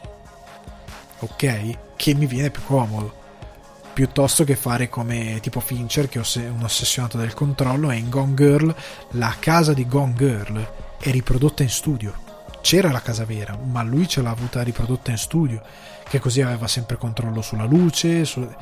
ok? Che mi viene più comodo, piuttosto che fare come tipo Fincher, che è un ossessionato del controllo, e in Gone Girl la casa di Gone Girl è riprodotta in studio. C'era la casa vera, ma lui ce l'ha avuta riprodotta in studio, che così aveva sempre controllo sulla luce,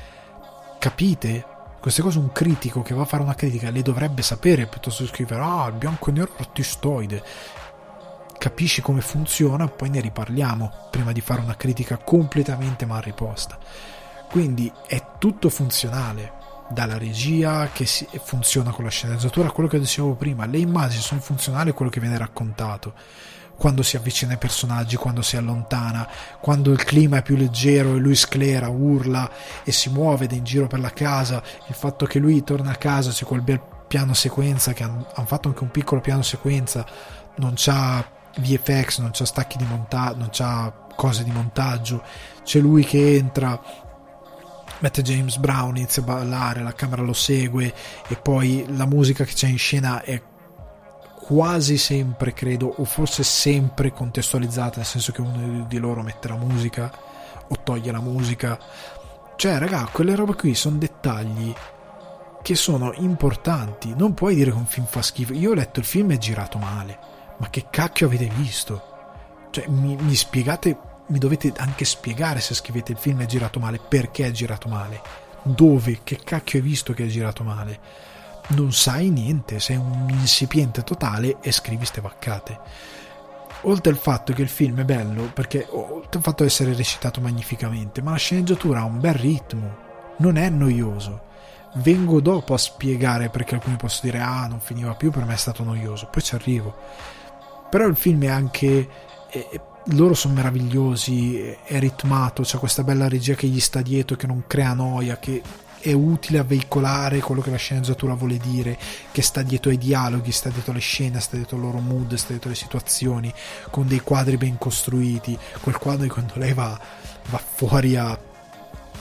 capite? Queste cose un critico che va a fare una critica le dovrebbe sapere, piuttosto che scrivere il bianco e nero artistoide. Capisci come funziona, poi ne riparliamo prima di fare una critica completamente mal riposta. Quindi è tutto funzionale, dalla regia che funziona con la sceneggiatura, quello che dicevo prima, le immagini sono funzionali a quello che viene raccontato, quando si avvicina ai personaggi, quando si allontana, quando il clima è più leggero e lui sclera, urla e si muove in giro per la casa, il fatto che lui torna a casa, c'è quel bel piano sequenza che hanno fatto anche un piccolo piano sequenza, non c'ha VFX, non c'ha stacchi di montaggio, non c'ha cose di montaggio, c'è lui che entra, mette James Brown, inizia a ballare, la camera lo segue e poi la musica che c'è in scena è quasi sempre, credo, o forse sempre contestualizzata, nel senso che uno di loro mette la musica o toglie la musica. Cioè raga, quelle robe qui sono dettagli che sono importanti. Non puoi dire che un film fa schifo. Io ho letto il film e è girato male, ma che cacchio avete visto? Cioè mi spiegate, mi dovete anche spiegare, se scrivete il film è girato male, perché è girato male, dove, che cacchio hai visto che è girato male? Non sai niente, sei un insipiente totale e scrivi ste vaccate. Oltre al fatto che il film è bello, perché oltre al fatto di essere recitato magnificamente, ma la sceneggiatura ha un bel ritmo, non è noioso. Vengo dopo a spiegare perché alcuni possono dire non finiva più, per me è stato noioso, poi ci arrivo. Però il film è anche loro sono meravigliosi, è ritmato, c'è questa bella regia che gli sta dietro, che non crea noia, che è utile a veicolare quello che la sceneggiatura vuole dire, che sta dietro ai dialoghi, sta dietro alle scene, sta dietro al loro mood, sta dietro alle situazioni, con dei quadri ben costruiti. Quel quadro di quando lei va fuori a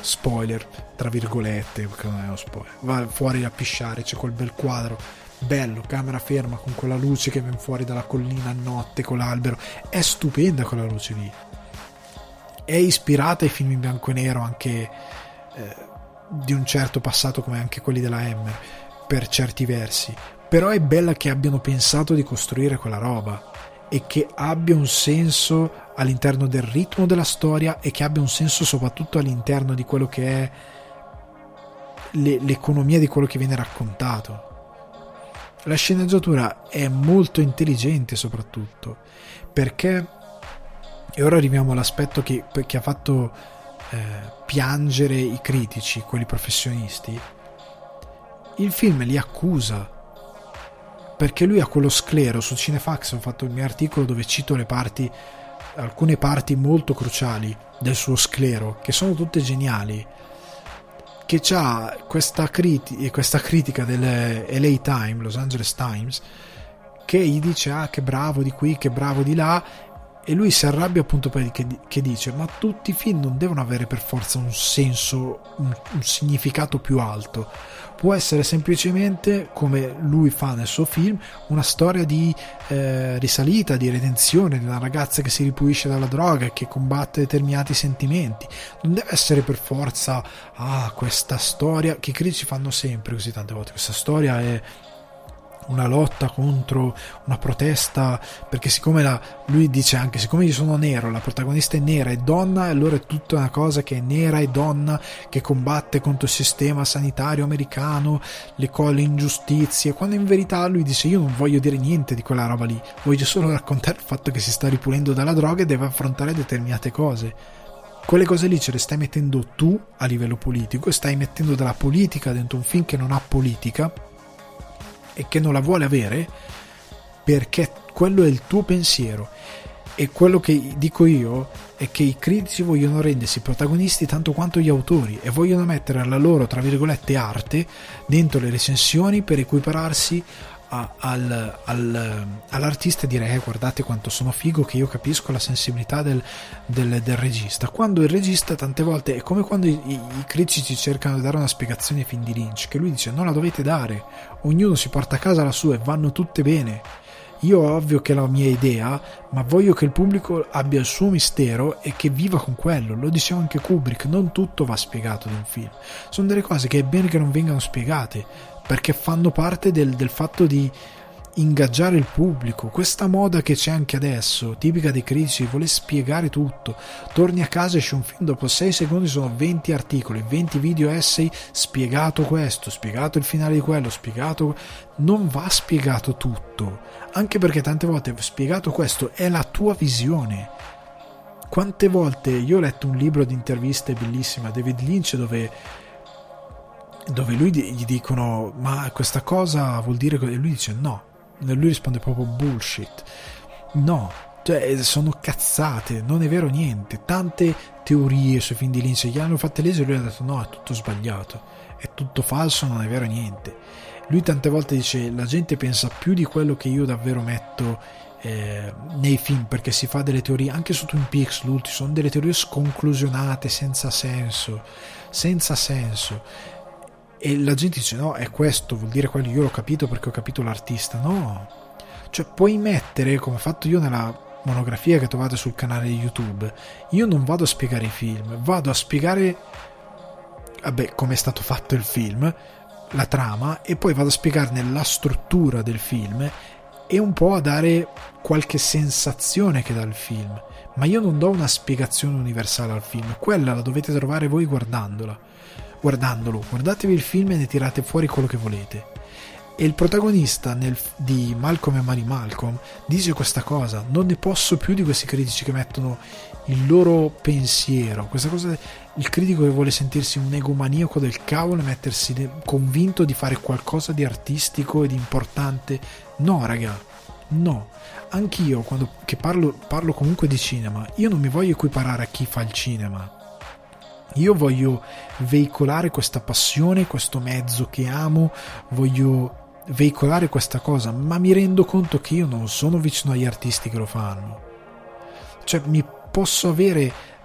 spoiler tra virgolette, perché non è uno spoiler, va fuori a pisciare, c'è quel bel quadro bello, camera ferma con quella luce che viene fuori dalla collina a notte con l'albero, è stupenda quella luce lì, è ispirata ai film in bianco e nero anche di un certo passato, come anche quelli della Hammer per certi versi, però è bella che abbiano pensato di costruire quella roba e che abbia un senso all'interno del ritmo della storia e che abbia un senso soprattutto all'interno di quello che è l'economia di quello che viene raccontato. La sceneggiatura è molto intelligente soprattutto perché, e ora arriviamo all'aspetto che ha fatto piangere i critici, quelli professionisti, il film li accusa perché lui ha quello sclero. Su Cinefax ho fatto il mio articolo dove cito alcune parti molto cruciali del suo sclero, che sono tutte geniali, che c'ha questa critica del LA Times, Los Angeles Times, che gli dice che bravo di qui, che bravo di là, e lui si arrabbia appunto che dice ma tutti i film non devono avere per forza un senso, un significato più alto, può essere semplicemente, come lui fa nel suo film, una storia di risalita, di redenzione di una ragazza che si ripulisce dalla droga e che combatte determinati sentimenti. Non deve essere per forza questa storia che i critici fanno sempre così tante volte, questa storia è una lotta contro una protesta, perché siccome lui dice anche, siccome io sono nero, la protagonista è nera e donna, allora è tutta una cosa che è nera e donna che combatte contro il sistema sanitario americano, le ingiustizie, quando in verità lui dice io non voglio dire niente di quella roba lì, voglio solo raccontare il fatto che si sta ripulendo dalla droga e deve affrontare determinate cose. Quelle cose lì ce le stai mettendo tu a livello politico, e stai mettendo della politica dentro un film che non ha politica e che non la vuole avere, perché quello è il tuo pensiero. E quello che dico io è che i critici vogliono rendersi protagonisti tanto quanto gli autori e vogliono mettere la loro, tra virgolette, arte dentro le recensioni per equipararsi all'artista e dire guardate quanto sono figo, che io capisco la sensibilità del regista, quando il regista tante volte è come quando i critici cercano di dare una spiegazione ai film di Lynch, che lui dice non la dovete dare, ognuno si porta a casa la sua e vanno tutte bene. Io ovvio che ho la mia idea, ma voglio che il pubblico abbia il suo mistero e che viva con quello. Lo diceva anche Kubrick, non tutto va spiegato in un film, sono delle cose che è bene che non vengano spiegate perché fanno parte del fatto di ingaggiare il pubblico. Questa moda che c'è anche adesso, tipica dei critici, vuole spiegare tutto. Torni a casa, esce un film, dopo 6 secondi sono 20 articoli, 20 video essay, spiegato questo, spiegato il finale di quello, spiegato. Non va spiegato tutto, anche perché tante volte spiegato questo è la tua visione. Quante volte io ho letto un libro di interviste bellissime a David Lynch dove lui gli dicono ma questa cosa vuol dire, e lui dice no, e lui risponde proprio bullshit, no, cioè sono cazzate, non è vero niente. Tante teorie sui film di Lynch gli hanno fatte leggere e lui ha detto no, è tutto sbagliato, è tutto falso, non è vero niente. Lui tante volte dice la gente pensa più di quello che io davvero metto nei film, perché si fa delle teorie anche su Twin Peaks, l'ultimo, sono delle teorie sconclusionate, senza senso, e la gente dice no, è questo, vuol dire quello, io l'ho capito perché ho capito l'artista. No, cioè puoi mettere, come ho fatto io nella monografia che trovate sul canale di YouTube, io non vado a spiegare i film, vado a spiegare come è stato fatto il film, la trama, e poi vado a spiegarne la struttura del film e un po' a dare qualche sensazione che dà il film, ma io non do una spiegazione universale al film, quella la dovete trovare voi guardandolo. Guardatevi il film e ne tirate fuori quello che volete. E il protagonista di Malcolm e Mary Malcolm dice questa cosa, non ne posso più di questi critici che mettono il loro pensiero, questa cosa, il critico che vuole sentirsi un egomaniaco del cavolo e mettersi convinto di fare qualcosa di artistico e di importante. No raga, no, anch'io quando parlo comunque di cinema, io non mi voglio equiparare a chi fa il cinema. Io voglio veicolare questa passione, questo mezzo che amo, voglio veicolare questa cosa, ma mi rendo conto che io non sono vicino agli artisti che lo fanno. Cioè mi posso avere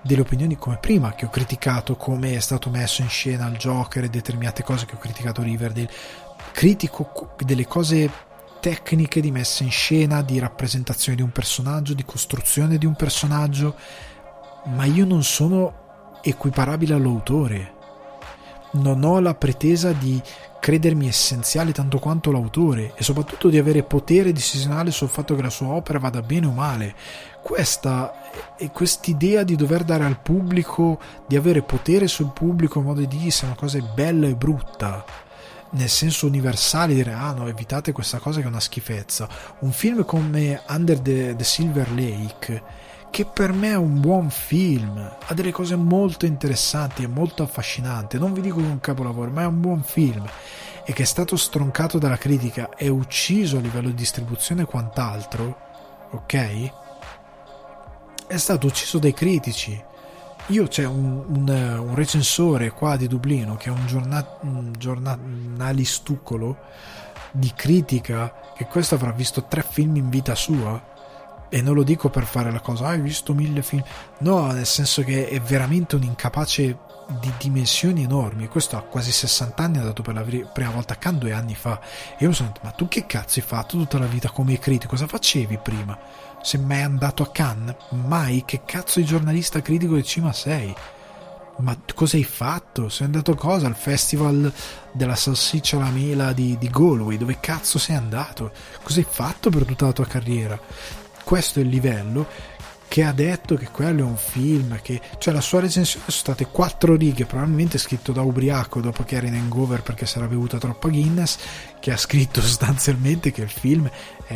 delle opinioni come prima, che ho criticato come è stato messo in scena il Joker e determinate cose, che ho criticato Riverdale. Critico delle cose tecniche di messa in scena, di rappresentazione di un personaggio, di costruzione di un personaggio, ma io non sono equiparabile all'autore. Non ho la pretesa di credermi essenziale tanto quanto l'autore, e soprattutto di avere potere decisionale sul fatto che la sua opera vada bene o male. Quest'idea di dover dare al pubblico, di avere potere sul pubblico in modo di dire se una cosa è bella e brutta, nel senso universale, dire no, evitate questa cosa che è una schifezza. Un film come Under the Silver Lake, che per me è un buon film, ha delle cose molto interessanti e molto affascinanti, non vi dico che è un capolavoro, ma è un buon film, e che è stato stroncato dalla critica e ucciso a livello di distribuzione e quant'altro, ok? È stato ucciso dai critici. Io c'è un recensore qua di Dublino, che è un giornalistucolo di critica, che questo avrà visto 3 film in vita sua, e non lo dico per fare la cosa hai visto 1000 film, no, nel senso che è veramente un incapace di dimensioni enormi, e questo ha quasi 60 anni, ha dato per la prima volta a Cannes 2 anni fa, e io mi sono detto, ma tu che cazzo hai fatto tutta la vita come critico, cosa facevi prima? Se mai andato a Cannes? Mai? Che cazzo di giornalista critico di cinema sei? Ma cosa hai fatto? Sei andato cosa? Al festival della salsiccia alla mela di Galway? Dove cazzo sei andato? Cosa hai fatto per tutta la tua carriera? Questo è il livello, che ha detto che quello è un film, che cioè la sua recensione sono state 4 righe, probabilmente scritto da ubriaco dopo che era in hangover perché si era bevuta troppa Guinness, che ha scritto sostanzialmente che il film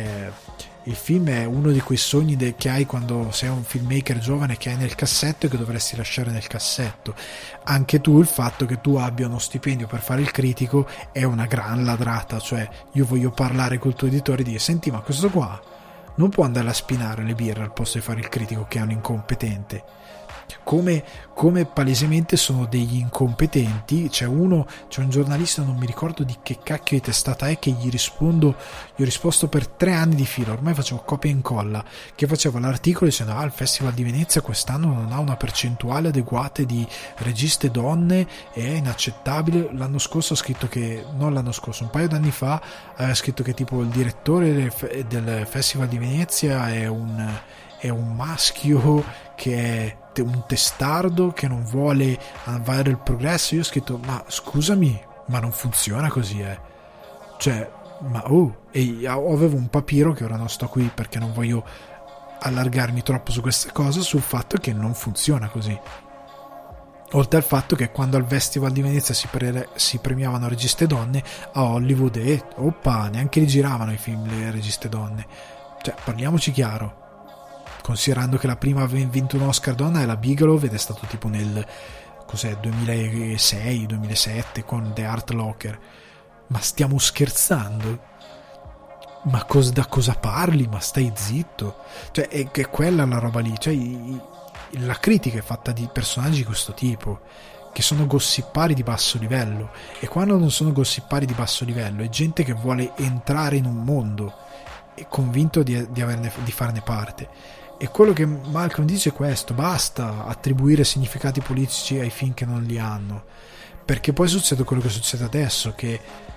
è uno di quei sogni che hai quando sei un filmmaker giovane, che hai nel cassetto e che dovresti lasciare nel cassetto. Anche tu, il fatto che tu abbia uno stipendio per fare il critico è una gran ladrata, cioè io voglio parlare col tuo editore e dire senti, ma questo qua non può andare a spinare le birre al posto di fare il critico, che è un incompetente. Come palesemente sono degli incompetenti. C'è un giornalista, non mi ricordo di che cacchio di testata è, che gli ho risposto per 3 anni di fila, ormai facevo copia e incolla, che faceva l'articolo dicendo il Festival di Venezia quest'anno non ha una percentuale adeguata di registe donne, è inaccettabile. L'anno scorso ha scritto che, non l'anno scorso, un paio d'anni fa aveva scritto che tipo il direttore del Festival di Venezia è un maschio, che è un testardo, che non vuole avere il progresso. Io ho scritto, ma scusami, ma non funziona così, cioè, ma e avevo un papiro, che ora non sto qui perché non voglio allargarmi troppo su questa cosa, sul fatto che non funziona così. Oltre al fatto che quando al Festival di Venezia si premiavano registe donne, a Hollywood neanche li giravano i film le registe donne. Cioè, parliamoci chiaro, considerando che la prima a vinto un Oscar donna è la Bigelow, ed è stato tipo nel 2006-2007 con The Hurt Locker. Ma stiamo scherzando? Ma da cosa parli? Ma stai zitto? Cioè è quella la roba lì, cioè la critica è fatta di personaggi di questo tipo, che sono gossipari di basso livello, e quando non sono gossipari di basso livello è gente che vuole entrare in un mondo, è convinto di farne parte. E quello che Malcolm dice è questo: basta attribuire significati politici ai film che non li hanno, perché poi succede quello che succede adesso, che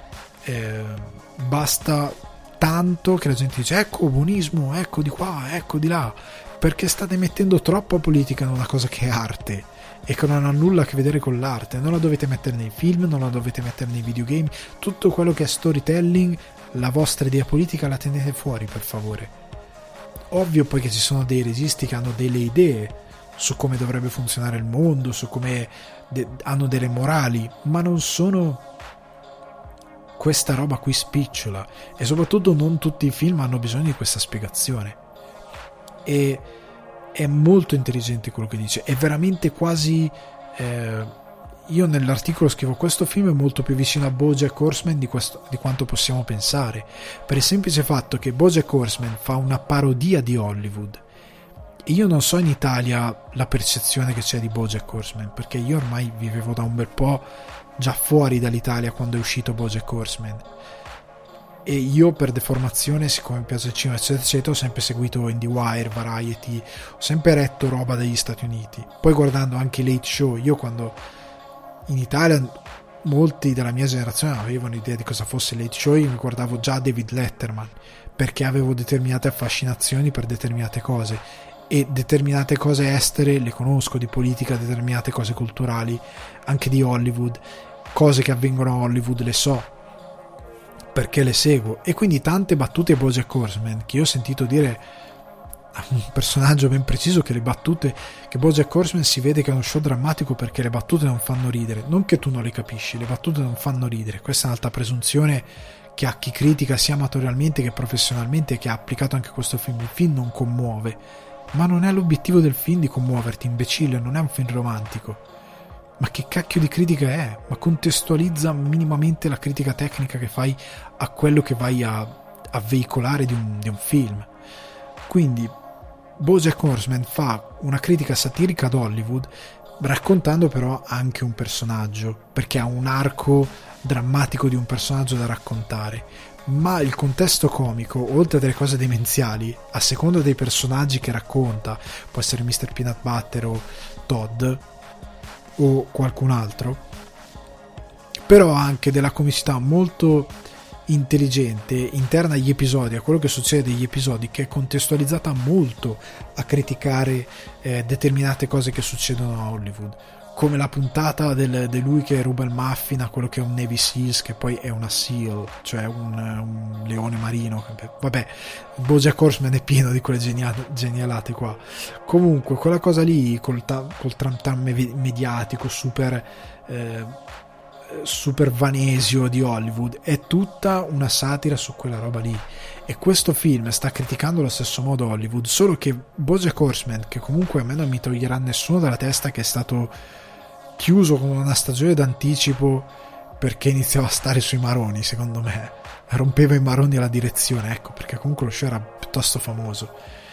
basta tanto che la gente dice ecco buonismo, ecco di qua, ecco di là, perché state mettendo troppa politica in una cosa che è arte e che non ha nulla a che vedere con l'arte. Non la dovete mettere nei film, non la dovete mettere nei videogame, tutto quello che è storytelling, la vostra idea politica la tenete fuori, per favore. Ovvio poi che ci sono dei registi che hanno delle idee su come dovrebbe funzionare il mondo, su come hanno delle morali, ma non sono questa roba qui spicciola, e soprattutto non tutti i film hanno bisogno di questa spiegazione. E è molto intelligente quello che dice, è veramente quasi io nell'articolo scrivo: questo film è molto più vicino a BoJack Horseman di quanto possiamo pensare, per il semplice fatto che BoJack Horseman fa una parodia di Hollywood. Io non so in Italia la percezione che c'è di BoJack Horseman, perché io ormai vivevo da un bel po' già fuori dall'Italia quando è uscito BoJack Horseman, e io per deformazione, siccome mi piace il cinema eccetera eccetera, ho sempre seguito IndieWire, Variety, ho sempre letto roba dagli Stati Uniti. Poi guardando anche i Late Show, io quando in Italia molti della mia generazione non avevano idea di cosa fosse Late Show, io mi guardavo già David Letterman perché avevo determinate affascinazioni per determinate cose, e determinate cose estere le conosco, di politica, determinate cose culturali anche di Hollywood, cose che avvengono a Hollywood le so perché le seguo. E quindi tante battute BoJack Horseman che io ho sentito dire a un personaggio ben preciso che le battute, che BoJack Horseman si vede che è uno show drammatico perché le battute non fanno ridere. Non che tu non le capisci, le battute non fanno ridere, questa è un'alta presunzione che ha chi critica sia amatorialmente che professionalmente, che ha applicato anche questo film. Il film non commuove, ma non è l'obiettivo del film di commuoverti, imbecille, non è un film romantico. Ma che cacchio di critica è? Ma contestualizza minimamente la critica tecnica che fai a quello che vai a veicolare di un film. Quindi BoJack Horseman fa una critica satirica ad Hollywood, raccontando però anche un personaggio, perché ha un arco drammatico di un personaggio da raccontare, ma il contesto comico, oltre a delle cose demenziali, a seconda dei personaggi che racconta, può essere Mr. Peanut Butter o Todd o qualcun altro, però ha anche della comicità molto intelligente interna agli episodi, a quello che succede negli episodi, che è contestualizzata molto a criticare determinate cose che succedono a Hollywood, come la puntata di lui che ruba il muffin a quello che è un Navy Seals, che poi è una SEAL, cioè un leone marino. Vabbè, BoJack Horseman è pieno di quelle genialate qua. Comunque quella cosa lì col tram tram mediatico super vanesio di Hollywood è tutta una satira su quella roba lì, e questo film sta criticando allo stesso modo Hollywood, solo che BoJack Horseman, che comunque a me non mi toglierà nessuno dalla testa che è stato chiuso con una stagione d'anticipo perché iniziava a stare sui maroni, secondo me rompeva i maroni alla direzione, ecco perché comunque lo show era piuttosto famoso,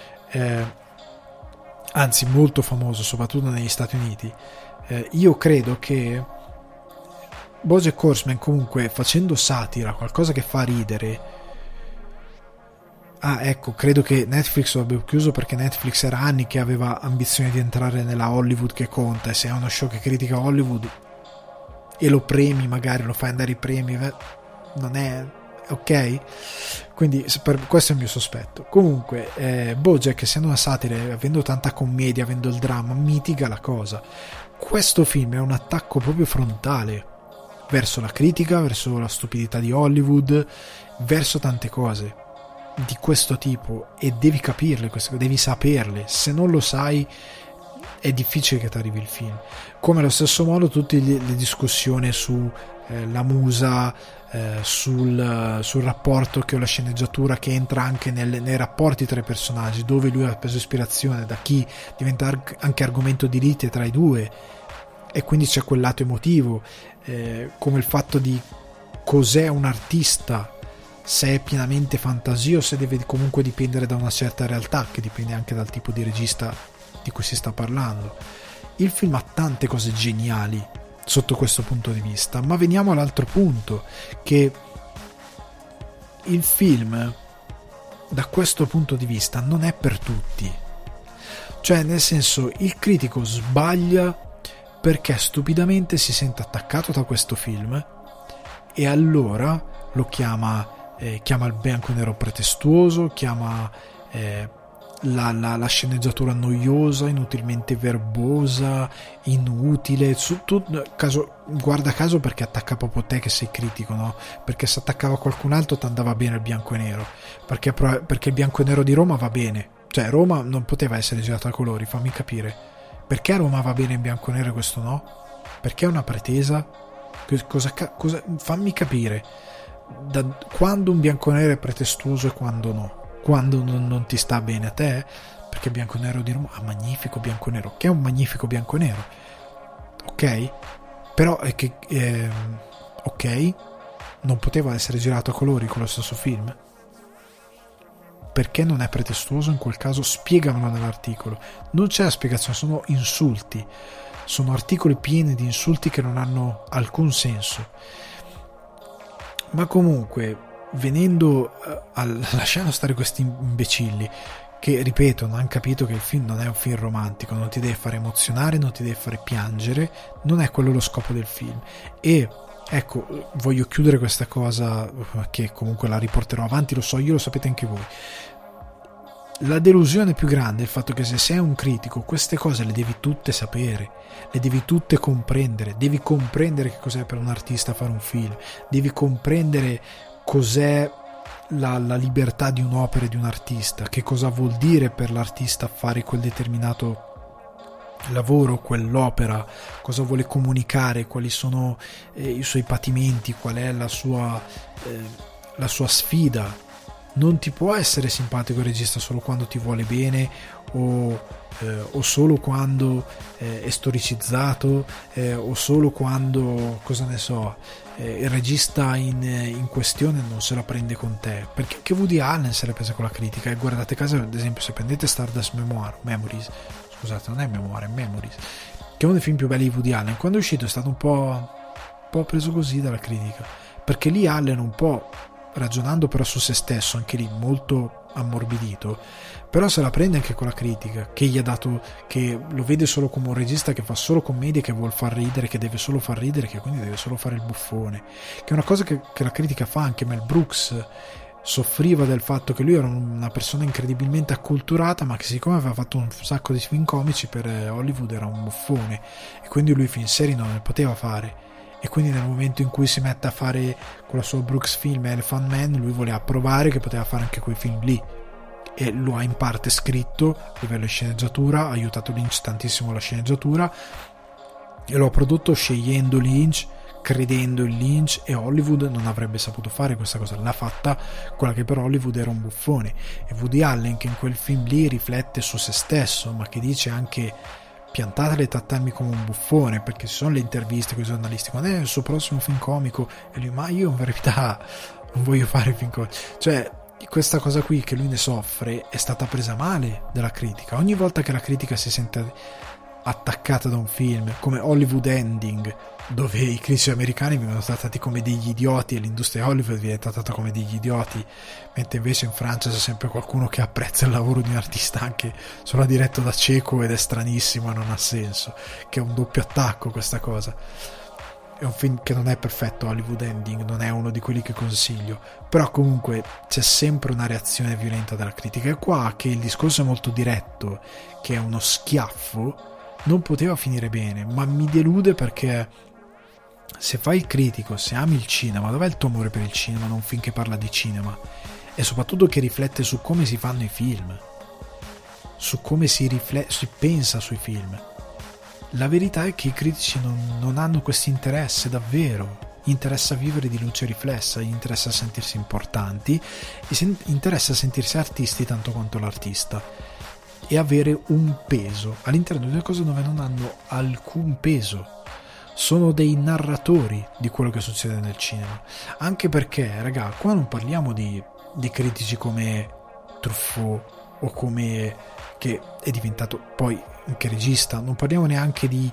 anzi molto famoso soprattutto negli Stati Uniti. Io credo che BoJack Horseman, comunque, facendo satira, qualcosa che fa ridere. Ecco, credo che Netflix lo abbia chiuso perché Netflix era anni che aveva ambizione di entrare nella Hollywood che conta, e se è uno show che critica Hollywood e lo premi, magari lo fai andare i premi, non è ok? Quindi questo è il mio sospetto. Comunque BoJack, essendo una satira, avendo tanta commedia, avendo il dramma, mitiga la cosa. Questo film è un attacco proprio frontale verso la critica, verso la stupidità di Hollywood, verso tante cose di questo tipo, e devi capirle queste cose, devi saperle. Se non lo sai è difficile che ti arrivi il film. Come allo stesso modo tutte le discussioni su la musa, sul rapporto che ho la sceneggiatura, che entra anche nei rapporti tra i personaggi, dove lui ha preso ispirazione, da chi diventa anche argomento di lite tra i due, e quindi c'è quel lato emotivo, come il fatto di cos'è un artista, se è pienamente fantasia o se deve comunque dipendere da una certa realtà, che dipende anche dal tipo di regista di cui si sta parlando. Il film ha tante cose geniali sotto questo punto di vista, ma veniamo all'altro punto, che il film da questo punto di vista non è per tutti, cioè nel senso, il critico sbaglia perché stupidamente si sente attaccato da questo film e allora lo chiama il bianco e nero pretestuoso, chiama la sceneggiatura noiosa, inutilmente verbosa, inutile, guarda caso perché attacca proprio te che sei critico, no? Perché se attaccava qualcun altro ti andava bene il bianco e nero, perché il bianco e nero di Roma va bene, cioè Roma non poteva essere girato a colori, fammi capire, perché a Roma va bene in bianco e nero e questo no? Perché è una pretesa? Cosa fammi capire, da quando un bianco e nero è pretestuoso e quando no, quando non ti sta bene a te, perché bianco e nero di Roma, magnifico bianco e nero, che è un magnifico bianco e nero, ok, però è che ok, non poteva essere girato a colori con lo stesso film, perché non è pretestuoso in quel caso? Spiegamelo nell'articolo. Non c'è la spiegazione, sono insulti, sono articoli pieni di insulti che non hanno alcun senso. Ma comunque venendo lasciando stare questi imbecilli che, ripeto, non hanno capito che il film non è un film romantico, non ti deve fare emozionare, non ti deve fare piangere, non è quello lo scopo del film. E ecco, voglio chiudere questa cosa, che comunque la riporterò avanti, lo so io, lo sapete anche voi. La delusione più grande è il fatto che se sei un critico queste cose le devi tutte sapere, le devi tutte comprendere, devi comprendere che cos'è per un artista fare un film, devi comprendere cos'è la libertà di un'opera e di un artista, che cosa vuol dire per l'artista fare quel determinato lavoro, quell'opera, cosa vuole comunicare, quali sono i suoi patimenti, qual è la sua sfida. Non ti può essere simpatico il regista solo quando ti vuole bene o solo quando è storicizzato o solo quando, cosa ne so, il regista in questione non se la prende con te, perché anche Woody Allen se l'è presa con la critica. E guardate caso, ad esempio, se prendete Stardust Memories, scusate, non è Memoria, è Memories, che è uno dei film più belli di Woody Allen, quando è uscito è stato un po' preso così dalla critica, perché lì Allen un po', ragionando però su se stesso, anche lì molto ammorbidito, però se la prende anche con la critica, che gli ha dato, che lo vede solo come un regista che fa solo commedie, che vuol far ridere, che deve solo far ridere, che quindi deve solo fare il buffone, che è una cosa che la critica fa. Anche Mel Brooks soffriva del fatto che lui era una persona incredibilmente acculturata, ma che siccome aveva fatto un sacco di film comici per Hollywood era un buffone, e quindi lui film seri non ne poteva fare. E quindi nel momento in cui si mette a fare con la sua Brooks film Elephant Man, lui voleva provare che poteva fare anche quei film lì, e lo ha in parte scritto a livello di sceneggiatura, ha aiutato Lynch tantissimo la sceneggiatura, e lo ha prodotto scegliendo Lynch, credendo in Lynch, e Hollywood non avrebbe saputo fare questa cosa, l'ha fatta quella che per Hollywood era un buffone. E Woody Allen, che in quel film lì riflette su se stesso, ma che dice anche: piantatele e trattarmi come un buffone, perché ci sono le interviste con i giornalisti, quando è il suo prossimo film comico, e lui: ma io in verità non voglio fare film comico. Cioè, questa cosa qui che lui ne soffre è stata presa male dalla critica. Ogni volta che la critica si sente attaccata da un film come Hollywood Ending, dove i critici americani vengono trattati come degli idioti e l'industria Hollywood viene trattata come degli idioti, mentre invece in Francia c'è sempre qualcuno che apprezza il lavoro di un artista anche solo diretto da cieco ed è stranissimo e non ha senso, che è un doppio attacco questa cosa. È un film che non è perfetto, Hollywood Ending, non è uno di quelli che consiglio, però comunque c'è sempre una reazione violenta dalla critica, e qua che il discorso è molto diretto, che è uno schiaffo, non poteva finire bene. Ma mi delude, perché se fai il critico, se ami il cinema, dov'è il tuo amore per il cinema? Non un film che parla di cinema, e soprattutto che riflette su come si fanno i film, su come si pensa sui film. La verità è che i critici non hanno questo interesse davvero. Gli interessa vivere di luce riflessa, gli interessa sentirsi importanti, e interessa sentirsi artisti tanto quanto l'artista, e avere un peso all'interno di due cose dove non hanno alcun peso. Sono dei narratori di quello che succede nel cinema. Anche perché, raga, qua non parliamo di critici come Truffaut, o come, che è diventato poi anche regista, non parliamo neanche di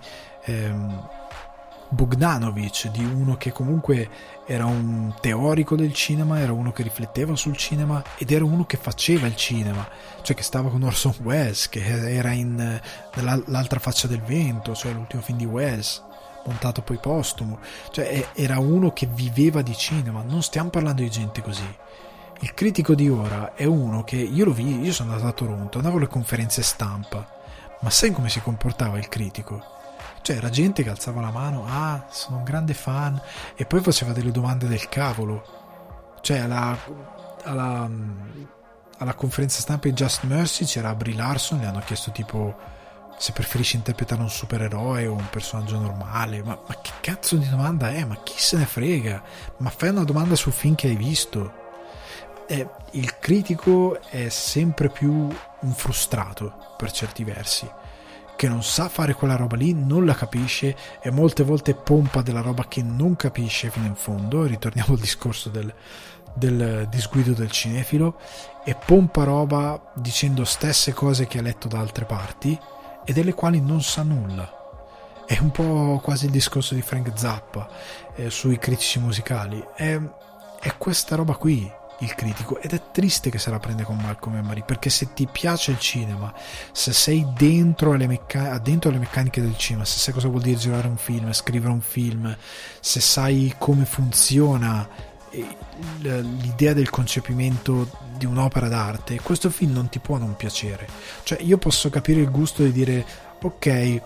Bogdanovich, di uno che comunque era un teorico del cinema, era uno che rifletteva sul cinema, ed era uno che faceva il cinema, cioè che stava con Orson Welles, che era in L'altra faccia del vento, cioè l'ultimo film di Welles, montato poi postumo. Cioè era uno che viveva di cinema. Non stiamo parlando di gente così. Il critico di ora è uno che, io lo vi, io sono andato a Toronto, andavo alle conferenze stampa, ma sai come si comportava il critico? Cioè era gente che alzava la mano: ah, sono un grande fan, e poi faceva delle domande del cavolo. Cioè alla conferenza stampa di Just Mercy c'era Brie Larson, le hanno chiesto tipo se preferisci interpretare un supereroe o un personaggio normale. Ma che cazzo di domanda è? Ma chi se ne frega? Ma fai una domanda sul film che hai visto. Il critico è sempre più un frustrato per certi versi, che non sa fare quella roba lì, non la capisce, e molte volte pompa della roba che non capisce fino in fondo. Ritorniamo al discorso del disguido del cinefilo, e pompa roba dicendo stesse cose che ha letto da altre parti e delle quali non sa nulla. È un po' quasi il discorso di Frank Zappa sui critici musicali. è questa roba qui il critico, ed è triste che se la prende con Malcolm e Marie, perché se ti piace il cinema, se sei dentro alle meccaniche del cinema, se sai cosa vuol dire girare un film, scrivere un film, se sai come funziona l'idea del concepimento di un'opera d'arte, questo film non ti può non piacere. Cioè, io posso capire il gusto di dire ok,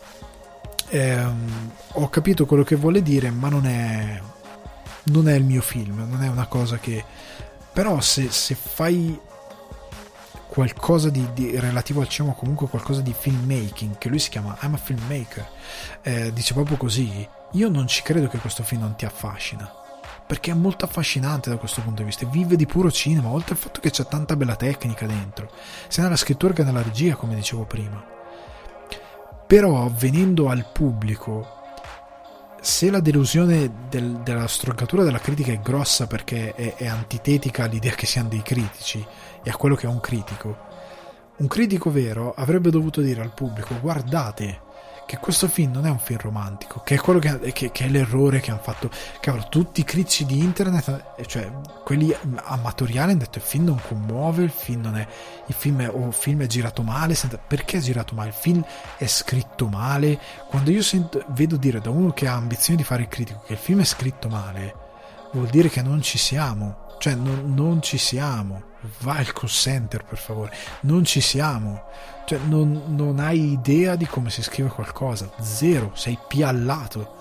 ho capito quello che vuole dire, ma non è il mio film, non è una cosa che... Però se fai qualcosa di relativo al cinema, comunque qualcosa di filmmaking, che lui si chiama I'm a filmmaker, dice proprio così, io non ci credo che questo film non ti affascina, perché è molto affascinante da questo punto di vista, vive di puro cinema, oltre al fatto che c'è tanta bella tecnica dentro, sia nella scrittura che nella regia, come dicevo prima. Però venendo al pubblico, se la delusione della stroncatura della critica è grossa perché è antitetica all'idea che siano dei critici e a quello che è un critico vero avrebbe dovuto dire al pubblico: guardate che questo film non è un film romantico, che è quello che è l'errore che hanno fatto. Cavolo, tutti i critici di internet, cioè quelli amatoriali, hanno detto il film non commuove, il film è girato male. Perché è girato male? Il film è scritto male. Quando io vedo dire da uno che ha ambizione di fare il critico che il film è scritto male, vuol dire che non ci siamo, cioè non ci siamo. Va al call center, per favore, non ci siamo, cioè non hai idea di come si scrive qualcosa, zero, sei piallato,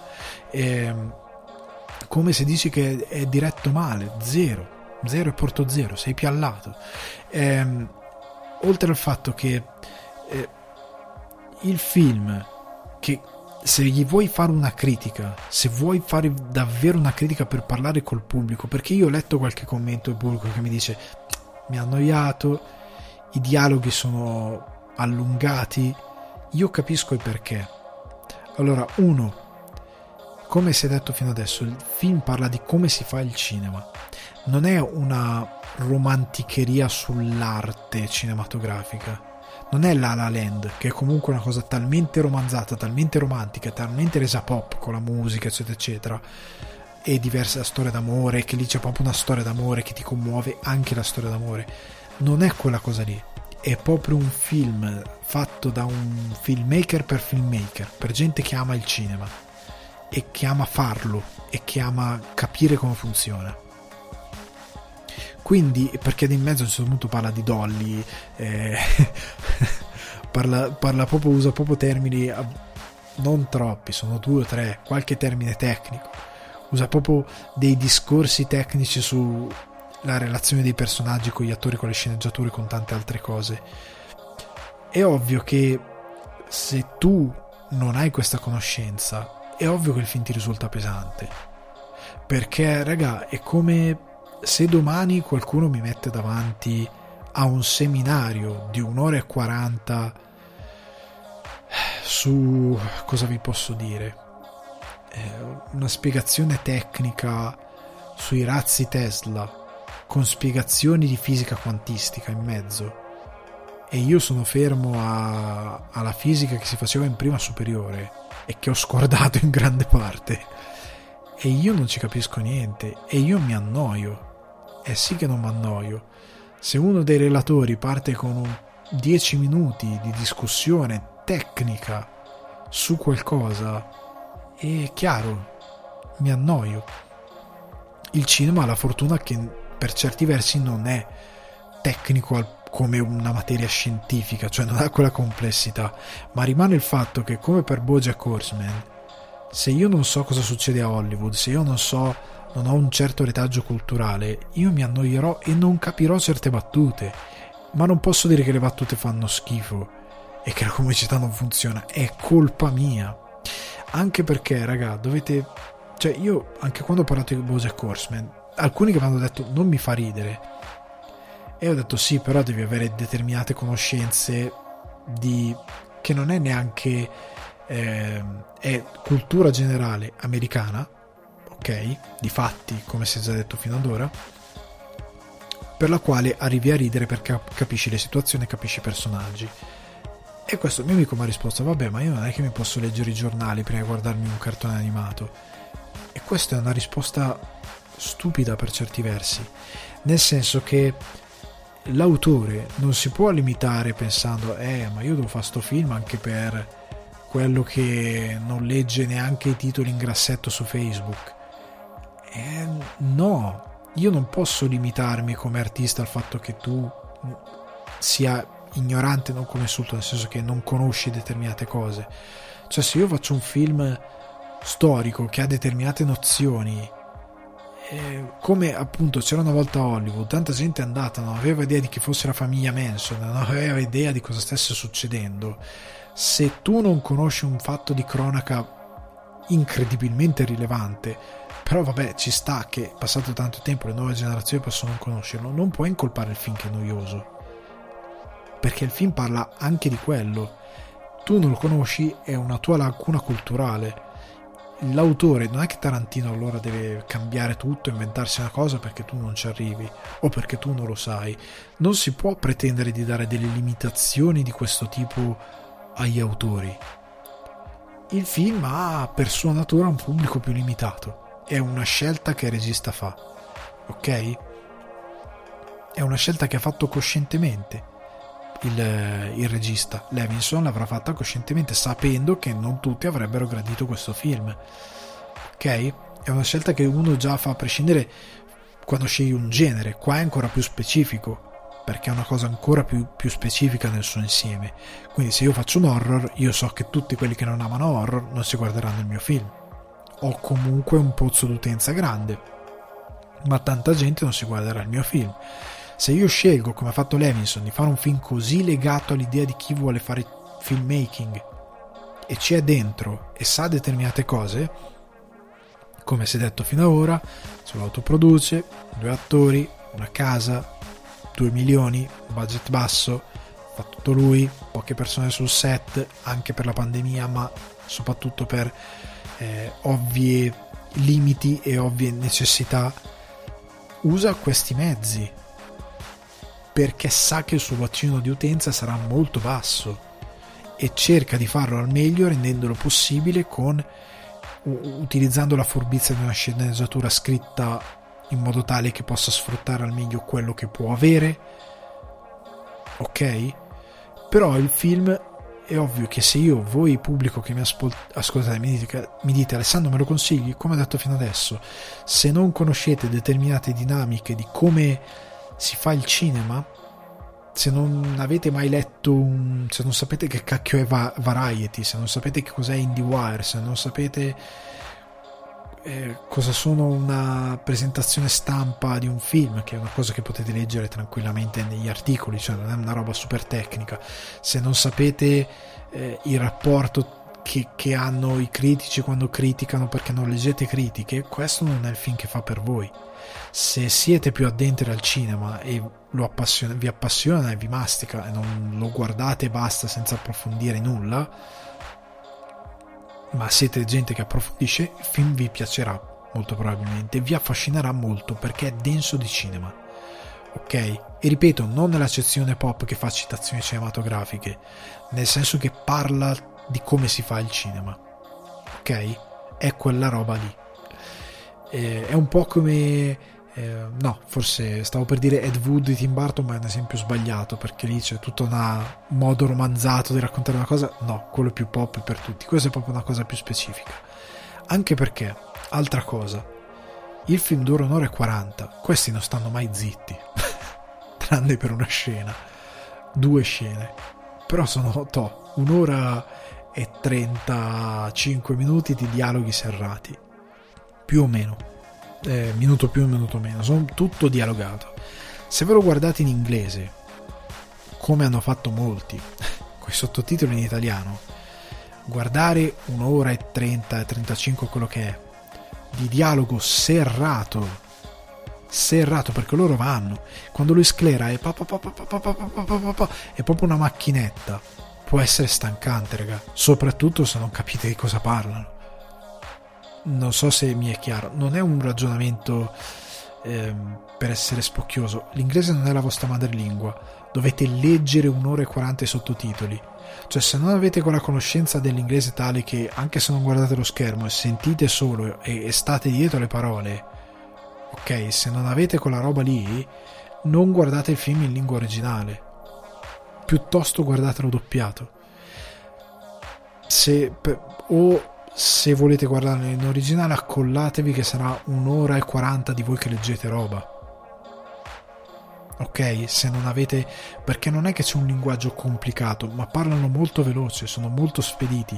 come se dici che è diretto male, zero e porto zero, sei piallato. Oltre al fatto che il film, che se gli vuoi fare una critica, se vuoi fare davvero una critica per parlare col pubblico, perché io ho letto qualche commento del pubblico che mi dice mi ha annoiato, i dialoghi sono allungati, io capisco il perché. Allora, uno, come si è detto fino adesso, il film parla di come si fa il cinema, non è una romanticheria sull'arte cinematografica, non è La La Land, che è comunque una cosa talmente romanzata, talmente romantica, talmente resa pop con la musica eccetera eccetera, e diversa storia d'amore, che lì c'è proprio una storia d'amore che ti commuove, anche la storia d'amore. Non è quella cosa lì, è proprio un film fatto da un filmmaker, per gente che ama il cinema e che ama farlo e che ama capire come funziona. Quindi, perché di in mezzo a un certo punto parla di Dolly, parla proprio, usa proprio termini non troppi, sono 2 o 3, qualche termine tecnico, usa proprio dei discorsi tecnici su la relazione dei personaggi con gli attori, con le sceneggiature, con tante altre cose. È ovvio che se tu non hai questa conoscenza, è ovvio che il film ti risulta pesante, perché raga, è come se domani qualcuno mi mette davanti a un seminario di 1 ora e 40 su, cosa vi posso dire, una spiegazione tecnica sui razzi Tesla con spiegazioni di fisica quantistica in mezzo, e io sono fermo alla fisica che si faceva in prima superiore e che ho scordato in grande parte, e io non ci capisco niente e io mi annoio. Sì che non mi annoio. Se uno dei relatori parte con 10 minuti di discussione tecnica su qualcosa, è chiaro, mi annoio. Il cinema ha la fortuna che per certi versi non è tecnico come una materia scientifica, cioè non ha quella complessità, ma rimane il fatto che, come per BoJack Horseman, se io non so cosa succede a Hollywood, se io non ho un certo retaggio culturale, io mi annoierò e non capirò certe battute. Ma non posso dire che le battute fanno schifo e che la comicità non funziona, è colpa mia. Anche perché, raga, cioè io, anche quando ho parlato di BoJack Horseman, alcuni che mi hanno detto non mi fa ridere, e ho detto sì, però devi avere determinate conoscenze che non è neanche è cultura generale americana, ok, di fatti, come si è già detto fino ad ora, per la quale arrivi a ridere perché capisci le situazioni, capisci i personaggi. E questo il mio amico mi ha risposto: vabbè, ma io non è che mi posso leggere i giornali prima di guardarmi un cartone animato. E questa è una risposta stupida per certi versi, nel senso che l'autore non si può limitare pensando ma io devo fare sto film anche per quello che non legge neanche i titoli in grassetto su Facebook. No, io non posso limitarmi come artista al fatto che tu sia ignorante, non come insulto, nel senso che non conosci determinate cose. Cioè, se io faccio un film storico che ha determinate nozioni, come appunto c'era una volta a Hollywood, tanta gente è andata, non aveva idea di chi fosse la famiglia Manson, non aveva idea di cosa stesse succedendo. Se tu non conosci un fatto di cronaca incredibilmente rilevante, però vabbè, ci sta che passato tanto tempo le nuove generazioni possono non conoscerlo, non puoi incolpare il film che è noioso, perché il film parla anche di quello. Tu non lo conosci, è una tua lacuna culturale. L'autore non è che Tarantino allora deve cambiare tutto, inventarsi una cosa perché tu non ci arrivi o perché tu non lo sai. Non si può pretendere di dare delle limitazioni di questo tipo agli autori. Il film ha per sua natura un pubblico più limitato, è una scelta che il regista fa, ok? È una scelta che ha fatto coscientemente il regista. Levinson l'avrà fatta coscientemente, sapendo che non tutti avrebbero gradito questo film, ok? È una scelta che uno già fa a prescindere quando scegli un genere. Qua è ancora più specifico, perché è una cosa ancora più specifica nel suo insieme. Quindi se io faccio un horror, io so che tutti quelli che non amano horror non si guarderanno il mio film. Ho comunque un pozzo d'utenza grande, ma tanta gente non si guarderà il mio film. Se io scelgo, come ha fatto Levinson, di fare un film così legato all'idea di chi vuole fare filmmaking e ci è dentro e sa determinate cose, come si è detto fino ad ora, se lo autoproduce, 2 attori, una casa, 2 milioni, budget basso, fa tutto lui, poche persone sul set, anche per la pandemia, ma soprattutto per ovvi limiti e ovvie necessità, usa questi mezzi perché sa che il suo bacino di utenza sarà molto basso e cerca di farlo al meglio, rendendolo possibile utilizzando la furbizia di una sceneggiatura scritta in modo tale che possa sfruttare al meglio quello che può avere, ok? Però il film, è ovvio che se voi pubblico che mi ascoltate mi dite Alessandro, me lo consigli? Come ho detto fino adesso, se non conoscete determinate dinamiche di come si fa il cinema, se non avete mai letto se non sapete che cacchio è Variety, se non sapete che cos'è IndieWire, se non sapete cosa sono una presentazione stampa di un film, che è una cosa che potete leggere tranquillamente negli articoli, cioè non è una roba super tecnica, se non sapete il rapporto che hanno i critici quando criticano perché non leggete critiche, questo non è il film che fa per voi. Se siete più addentri al cinema e vi appassiona e vi mastica e non lo guardate e basta senza approfondire nulla, ma siete gente che approfondisce, il film vi piacerà molto probabilmente, vi affascinerà molto perché è denso di cinema, ok? E ripeto, non nell'accezione pop che fa citazioni cinematografiche, nel senso che parla di come si fa il cinema, ok? È quella roba lì. È un po' come no, forse stavo per dire Ed Wood di Tim Burton, ma è un esempio sbagliato, perché lì c'è tutto un modo romanzato di raccontare una cosa. No, quello è più pop per tutti, questo è proprio una cosa più specifica, anche perché, altra cosa, il film dura 1 ora e 40, questi non stanno mai zitti tranne per una scena, 2 scene, però sono 1 ora e 35 minuti di dialoghi serrati, più o meno, minuto più minuto meno, sono tutto dialogato. Se ve lo guardate in inglese, come hanno fatto molti con i sottotitoli in italiano, guardare 1 ora e 30 e 35 quello che è di dialogo serrato, perché loro vanno, quando lui sclera è proprio una macchinetta, può essere stancante, raga, soprattutto se non capite di cosa parlano. Non so se mi è chiaro, non è un ragionamento per essere spocchioso, l'inglese non è la vostra madrelingua, dovete leggere 1 ora e 40 i sottotitoli, cioè se non avete quella conoscenza dell'inglese tale che anche se non guardate lo schermo e sentite solo e state dietro le parole, ok? Se non avete quella roba lì, non guardate il film in lingua originale, piuttosto guardatelo doppiato. Se volete guardarlo in originale, accollatevi che sarà 1 ora e 40 di voi che leggete roba, ok? Se non avete, perché non è che c'è un linguaggio complicato, ma parlano molto veloce, sono molto spediti,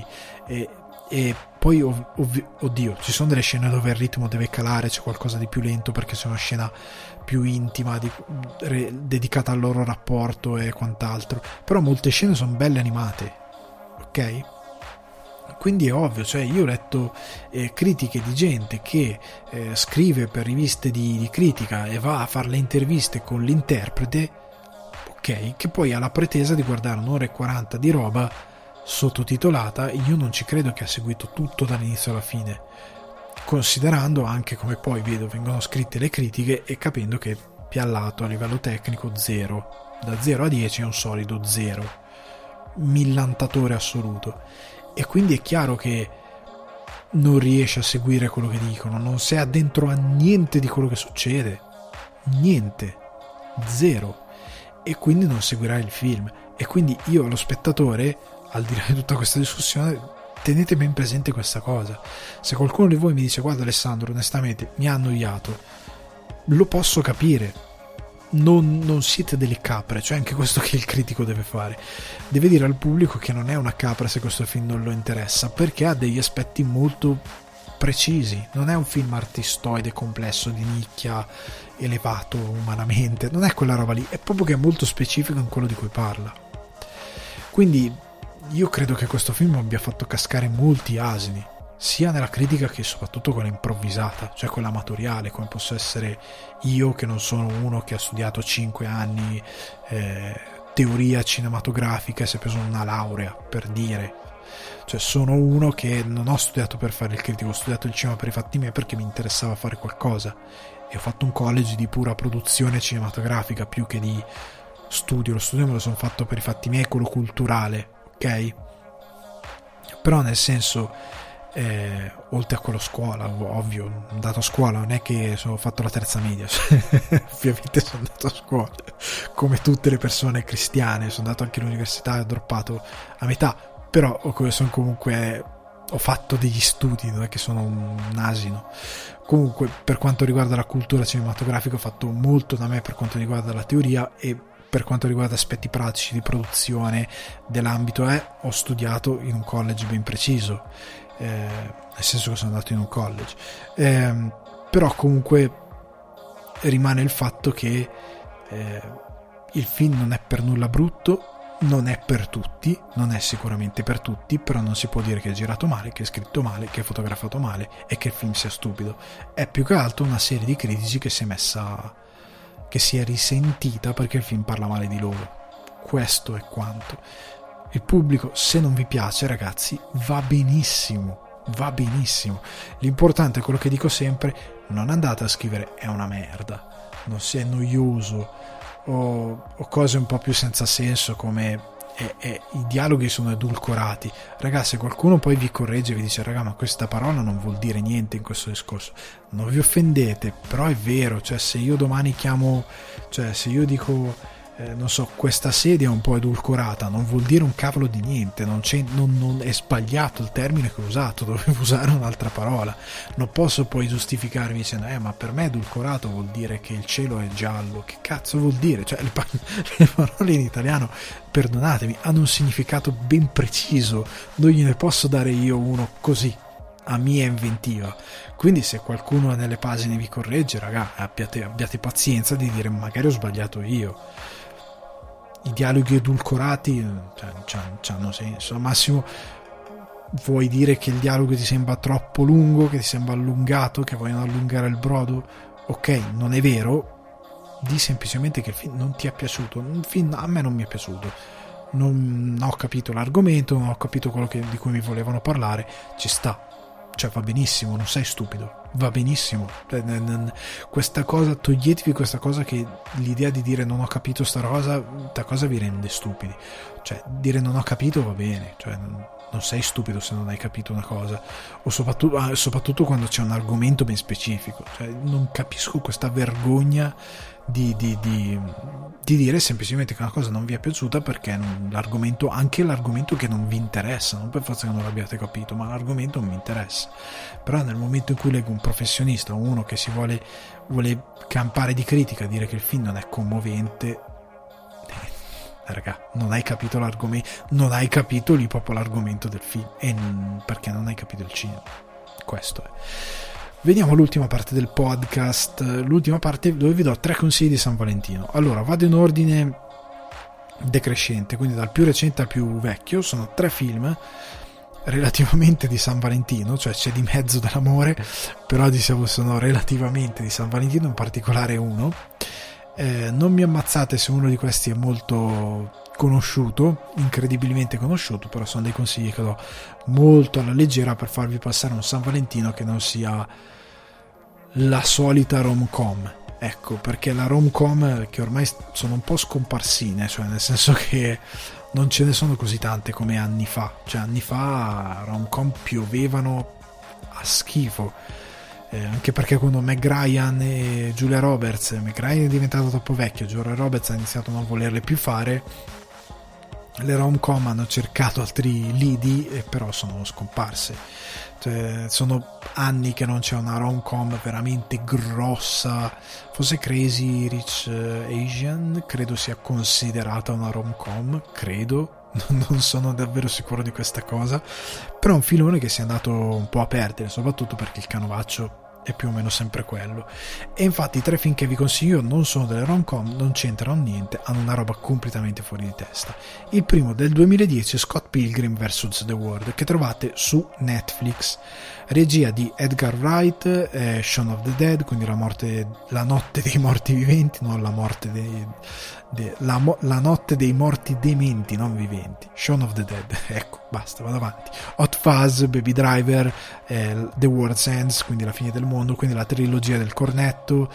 e poi oddio, ci sono delle scene dove il ritmo deve calare, c'è qualcosa di più lento perché c'è una scena più intima dedicata al loro rapporto e quant'altro, però molte scene sono belle animate, ok? Quindi è ovvio, cioè io ho letto critiche di gente che scrive per riviste di critica e va a fare le interviste con l'interprete, ok, che poi ha la pretesa di guardare 1 ora e 40 di roba sottotitolata. Io non ci credo che ha seguito tutto dall'inizio alla fine, considerando anche come poi vedo vengono scritte le critiche e capendo che piallato a livello tecnico 0, da 0 a 10 è un solido 0, millantatore assoluto. E quindi è chiaro che non riesce a seguire quello che dicono, non sei addentro a niente di quello che succede, niente, 0, e quindi non seguirai il film. E quindi io, lo spettatore, al di là di tutta questa discussione, tenete ben presente questa cosa. Se qualcuno di voi mi dice: guarda Alessandro, onestamente mi ha annoiato, lo posso capire, non siete delle capre, cioè anche questo che il critico deve fare, deve dire al pubblico che non è una capra se questo film non lo interessa, perché ha degli aspetti molto precisi, non è un film artistoide complesso di nicchia, elevato umanamente, non è quella roba lì, è proprio che è molto specifico in quello di cui parla. Quindi io credo che questo film abbia fatto cascare molti asini, sia nella critica che soprattutto quella improvvisata, cioè quella amatoriale, come posso essere io, che non sono uno che ha studiato 5 anni teoria cinematografica e si è preso una laurea, per dire. Cioè sono uno che non ho studiato per fare il critico, ho studiato il cinema per i fatti miei perché mi interessava fare qualcosa, e ho fatto un college di pura produzione cinematografica più che di studio. Lo studio me lo sono fatto per i fatti miei, quello culturale, ok? Però nel senso, oltre a quello scuola, ovvio, sono andato a scuola, non è che ho fatto la terza media ovviamente sono andato a scuola come tutte le persone cristiane, sono andato anche all'università e ho droppato a metà, però sono comunque, ho fatto degli studi, non è che sono un asino. Comunque, per quanto riguarda la cultura cinematografica, ho fatto molto da me per quanto riguarda la teoria, e per quanto riguarda aspetti pratici di produzione dell'ambito ho studiato in un college ben preciso, nel senso che sono andato in un college, però comunque rimane il fatto che il film non è per nulla brutto, non è per tutti, non è sicuramente per tutti, però non si può dire che è girato male, che è scritto male, che è fotografato male e che il film sia stupido. È più che altro una serie di critici che si è risentita perché il film parla male di loro. Questo è quanto. Il pubblico, se non vi piace, ragazzi, va benissimo, l'importante è quello che dico sempre: non andate a scrivere è una merda, non sia noioso o cose un po' più senza senso come i dialoghi sono edulcorati. Ragazzi, se qualcuno poi vi corregge e vi dice: raga, ma questa parola non vuol dire niente in questo discorso, non vi offendete, però è vero, cioè se io domani se io dico non so, questa sedia è un po' edulcorata, non vuol dire un cavolo di niente, non è sbagliato il termine che ho usato, dovevo usare un'altra parola. Non posso poi giustificarmi dicendo ma per me edulcorato vuol dire che il cielo è giallo. Che cazzo vuol dire? Cioè le parole in italiano, perdonatemi, hanno un significato ben preciso, non gliene posso dare io uno così a mia inventiva. Quindi se qualcuno nelle pagine vi corregge, raga, abbiate pazienza di dire magari ho sbagliato io. I dialoghi edulcorati c'hanno senso. Al massimo vuoi dire che il dialogo ti sembra troppo lungo, che ti sembra allungato, che vogliono allungare il brodo, ok, non è vero, di semplicemente che il film non ti è piaciuto. Il film a me non mi è piaciuto, non ho capito l'argomento, non ho capito quello di cui mi volevano parlare. Ci sta, cioè va benissimo, non sei stupido, va benissimo. Questa cosa, toglietevi questa cosa, che l'idea di dire non ho capito sta cosa vi rende stupidi. Cioè, dire non ho capito va bene, cioè non sei stupido se non hai capito una cosa, o soprattutto quando c'è un argomento ben specifico. Cioè, non capisco questa vergogna di dire semplicemente che una cosa non vi è piaciuta perché anche l'argomento che non vi interessa, non per forza che non l'abbiate capito, ma l'argomento non mi interessa. Però nel momento in cui leggo un professionista o uno che si vuole campare di critica, dire che il film non è commovente, raga, non hai capito l'argomento, non hai capito lì proprio l'argomento del film, perché non hai capito il cinema. Questo è. Vediamo l'ultima parte del podcast, l'ultima parte dove vi do 3 consigli di San Valentino. Allora, vado in ordine decrescente, quindi dal più recente al più vecchio. Sono 3 film relativamente di San Valentino, cioè c'è di mezzo dell'amore, però diciamo sono relativamente di San Valentino, in particolare uno. Non mi ammazzate se uno di questi è molto conosciuto, incredibilmente conosciuto, però sono dei consigli che do molto alla leggera per farvi passare un San Valentino che non sia la solita rom-com. Ecco, perché la rom-com, che ormai sono un po' scomparsine, cioè nel senso che non ce ne sono così tante come anni fa. Cioè anni fa rom-com piovevano a schifo, anche perché quando Meg Ryan e Julia Roberts, Meg Ryan è diventato troppo vecchio, Julia Roberts ha iniziato a non volerle più fare, le rom-com hanno cercato altri lidi e però sono scomparse. Cioè, sono anni che non c'è una rom-com veramente grossa. Forse Crazy Rich Asian credo sia considerata una rom-com, credo, non sono davvero sicuro di questa cosa, però è un filone che si è andato un po' a perdere, soprattutto perché il canovaccio è più o meno sempre quello. E infatti i 3 film che vi consiglio non sono delle rom-com, non c'entrano niente, hanno una roba completamente fuori di testa. Il primo del 2010 è Scott Pilgrim vs. The World, che trovate su Netflix, regia di Edgar Wright, Shaun of the Dead, quindi la notte dei morti viventi, non la morte la notte dei morti dementi, non viventi. Shaun of the Dead, ecco, basta, vado avanti. Hot Fuzz, Baby Driver, The World's Ends, quindi la fine del mondo, quindi la trilogia del cornetto,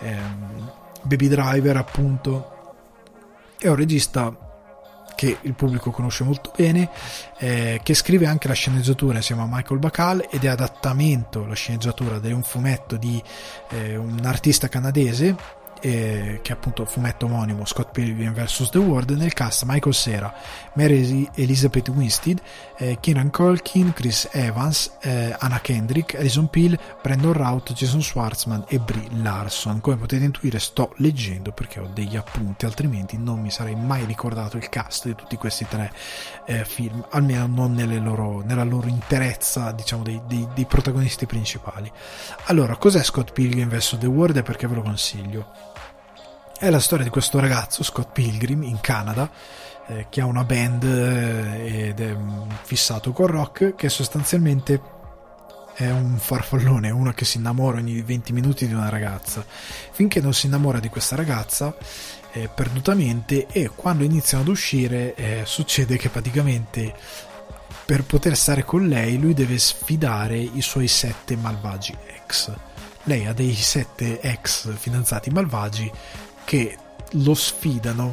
Baby Driver appunto. È un regista che il pubblico conosce molto bene, che scrive anche la sceneggiatura insieme a Michael Bacall, ed è adattamento, la sceneggiatura, di un fumetto di un artista canadese, che è appunto il fumetto omonimo Scott Pilgrim vs. The World. Nel cast Michael Cera, Mary Elizabeth Winstead, Kieran Culkin, Chris Evans, Anna Kendrick, Alison Pill, Brandon Routh, Jason Schwartzman e Brie Larson. Come potete intuire sto leggendo perché ho degli appunti, altrimenti non mi sarei mai ricordato il cast di tutti questi 3 film, almeno non nella loro interezza, diciamo dei protagonisti principali. Allora, cos'è Scott Pilgrim vs. The World e perché ve lo consiglio? È la storia di questo ragazzo, Scott Pilgrim, in Canada, che ha una band ed è fissato col rock, che sostanzialmente è un farfallone, uno che si innamora ogni 20 minuti di una ragazza, finché non si innamora di questa ragazza perdutamente, e quando iniziano ad uscire succede che praticamente per poter stare con lei lui deve sfidare i suoi 7 malvagi ex. Lei ha dei 7 ex fidanzati malvagi che lo sfidano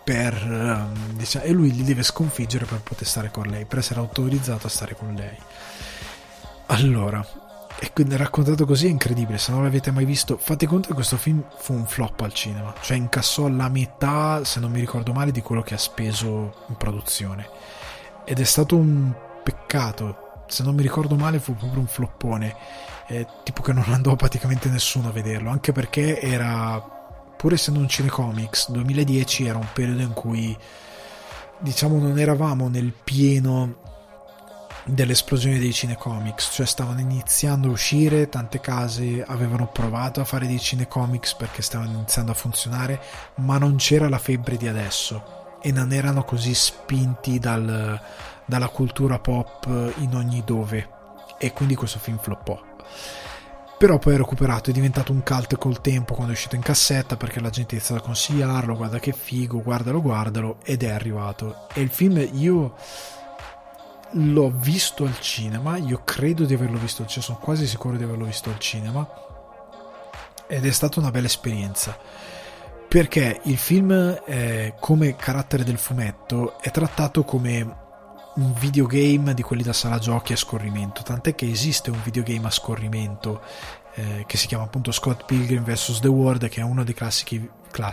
e lui li deve sconfiggere per poter stare con lei, per essere autorizzato a stare con lei. Allora, e quindi raccontato così è incredibile. Se non l'avete mai visto, fate conto che questo film fu un flop al cinema, cioè incassò la metà, se non mi ricordo male, di quello che ha speso in produzione, ed è stato un peccato. Se non mi ricordo male fu proprio un floppone, tipo che non andò praticamente nessuno a vederlo, anche perché era, pur essendo un cinecomics, 2010 era un periodo in cui, diciamo, non eravamo nel pieno dell'esplosione dei cinecomics, cioè stavano iniziando a uscire, tante case avevano provato a fare dei cinecomics perché stavano iniziando a funzionare, ma non c'era la febbre di adesso e non erano così spinti dalla cultura pop in ogni dove, e quindi questo film floppò. Però poi è recuperato, è diventato un cult col tempo quando è uscito in cassetta, perché la gente ha iniziato a consigliarlo, guarda che figo, guardalo, ed è arrivato. E il film, io l'ho visto al cinema, io credo di averlo visto, cioè sono quasi sicuro di averlo visto al cinema, ed è stata una bella esperienza, perché il film, come carattere del fumetto, è trattato come un videogame di quelli da sala giochi a scorrimento, tant'è che esiste un videogame a scorrimento che si chiama appunto Scott Pilgrim vs. The World, che è uno dei classici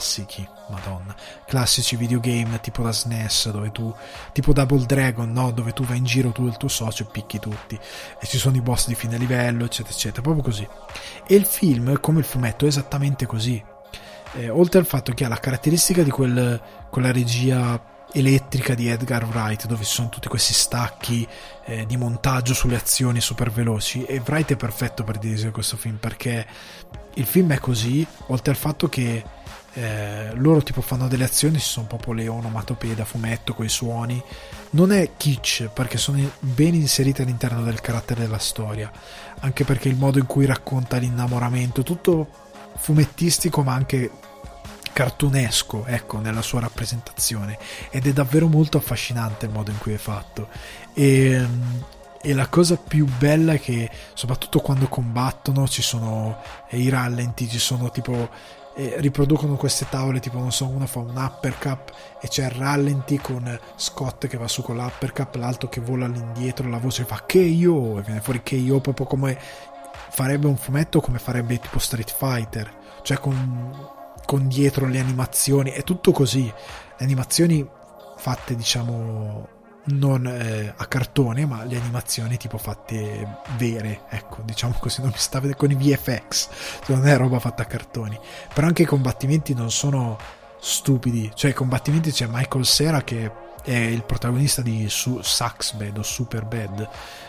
videogame tipo da SNES, dove tu, tipo Double Dragon, no? Dove tu vai in giro, tu e il tuo socio, e picchi tutti, e ci sono i boss di fine livello, eccetera eccetera, proprio così. E il film, come il fumetto, è esattamente così, oltre al fatto che ha la caratteristica di quella regia elettrica di Edgar Wright, dove ci sono tutti questi stacchi di montaggio sulle azioni super veloci, e Wright è perfetto per dirigere questo film, perché il film è così, oltre al fatto che loro tipo fanno delle azioni, ci sono proprio le onomatopee da fumetto con i suoni, non è kitsch perché sono ben inserite all'interno del carattere della storia, anche perché il modo in cui racconta l'innamoramento, tutto fumettistico ma anche cartunesco, ecco, nella sua rappresentazione, ed è davvero molto affascinante il modo in cui è fatto. E la cosa più bella è che soprattutto quando combattono ci sono i rallenti, ci sono tipo riproducono queste tavole, tipo non so, uno fa un uppercut e c'è il rallenti con Scott che va su con l'uppercut, l'altro che vola all'indietro, la voce fa KO e viene fuori KO, proprio come farebbe un fumetto, come farebbe tipo Street Fighter, cioè con dietro le animazioni, è tutto così, le animazioni fatte diciamo non a cartone, ma le animazioni tipo fatte vere, ecco, diciamo così, non mi sta vedendo con i VFX, non è roba fatta a cartoni. Però anche i combattimenti non sono stupidi, cioè i combattimenti, c'è Michael Cera che è il protagonista di Sucks Bad o Super Bad,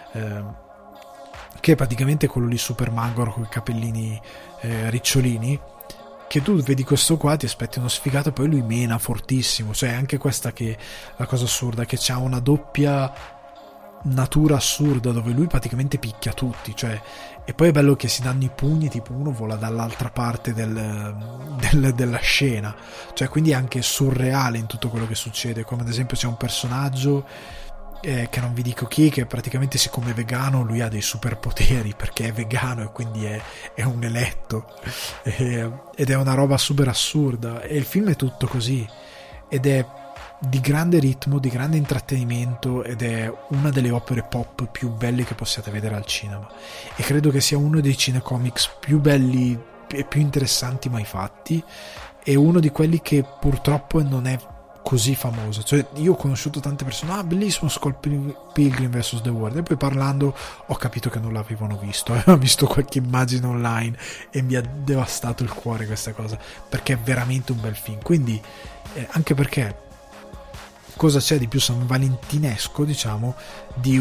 che è praticamente quello lì super magro con i capellini ricciolini, che tu vedi questo qua, ti aspetti uno sfigato e poi lui mena fortissimo, cioè anche questa che la cosa assurda, che c'ha una doppia natura assurda dove lui praticamente picchia tutti, cioè, e poi è bello che si danno i pugni, tipo uno vola dall'altra parte della scena, cioè quindi è anche surreale in tutto quello che succede, come ad esempio c'è un personaggio che non vi dico chi, che praticamente siccome è vegano lui ha dei superpoteri perché è vegano e quindi è un eletto, ed è una roba super assurda, e il film è tutto così ed è di grande ritmo, di grande intrattenimento, ed è una delle opere pop più belle che possiate vedere al cinema, e credo che sia uno dei cinecomics più belli e più interessanti mai fatti, e uno di quelli che purtroppo non è così famoso. Cioè, io ho conosciuto tante persone, bellissimo Scott Pilgrim vs. The World, e poi parlando ho capito che non l'avevano visto, ho visto qualche immagine online e mi ha devastato il cuore questa cosa, perché è veramente un bel film. Quindi anche perché cosa c'è di più san valentinesco, diciamo, di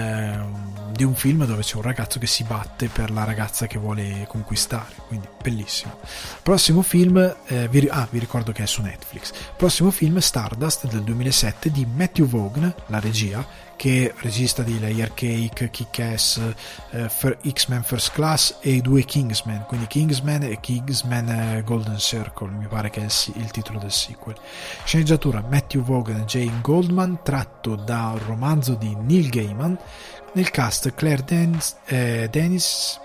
un film dove c'è un ragazzo che si batte per la ragazza che vuole conquistare, quindi bellissimo. Prossimo film, vi ricordo che è su Netflix. Prossimo film, Stardust del 2007 di Matthew Vaughn, la regia, che è regista di Layer Cake, Kick-Ass, X-Men First Class e i due Kingsman, quindi Kingsman e Kingsman Golden Circle, mi pare che è il titolo del sequel. Sceneggiatura Matthew Vaughn e Jane Goldman, tratto da un romanzo di Neil Gaiman. Nel cast Claire Danes,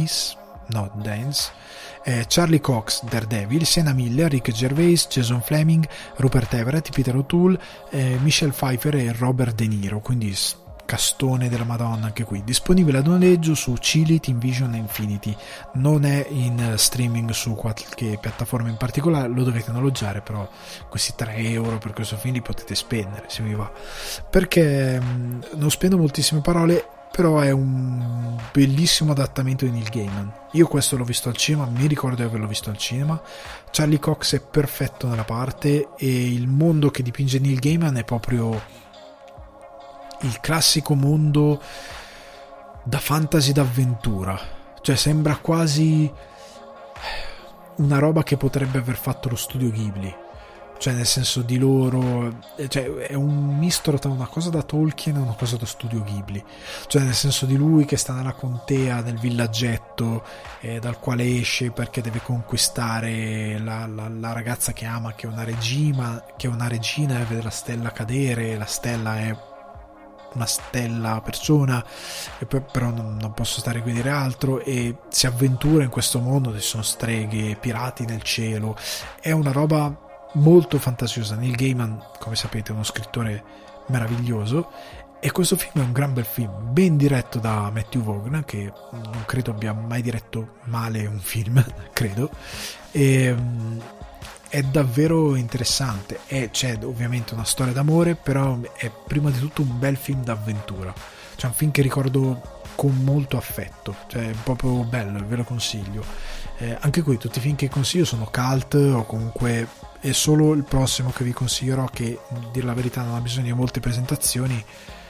Charlie Cox, Daredevil, Sienna Miller, Rick Gervais, Jason Fleming, Rupert Everett, Peter O'Toole, Michelle Pfeiffer e Robert De Niro, quindi castone della Madonna anche qui. Disponibile ad noleggio su Chili, Team Vision e Infinity, non è in streaming su qualche piattaforma in particolare, lo dovete noleggiare, però questi 3 euro per questo film li potete spendere se vi va, perché non spendo moltissime parole, però è un bellissimo adattamento di Neil Gaiman. Io questo l'ho visto al cinema, mi ricordo di averlo visto al cinema. Charlie Cox è perfetto nella parte, e il mondo che dipinge Neil Gaiman è proprio il classico mondo da fantasy d'avventura, cioè sembra quasi una roba che potrebbe aver fatto lo studio Ghibli, cioè nel senso di loro, cioè è un misto tra una cosa da Tolkien e una cosa da studio Ghibli, cioè nel senso di lui che sta nella contea, nel villaggetto dal quale esce perché deve conquistare la ragazza che ama, che è una regina, e vede la stella cadere, la stella è una stella persona, e però non posso stare qui a dire altro, e si avventura in questo mondo, ci sono streghe, pirati nel cielo, è una roba molto fantasiosa. Neil Gaiman, come sapete, è uno scrittore meraviglioso, e questo film è un gran bel film, ben diretto da Matthew Vaughn, che non credo abbia mai diretto male un film credo, e è davvero interessante. C'è ovviamente una storia d'amore, però è prima di tutto un bel film d'avventura, cioè un film che ricordo con molto affetto, cioè è proprio bello, ve lo consiglio. Anche qui tutti i film che consiglio sono cult, o comunque è solo il prossimo che vi consiglierò, che a dire la verità non ha bisogno di molte presentazioni,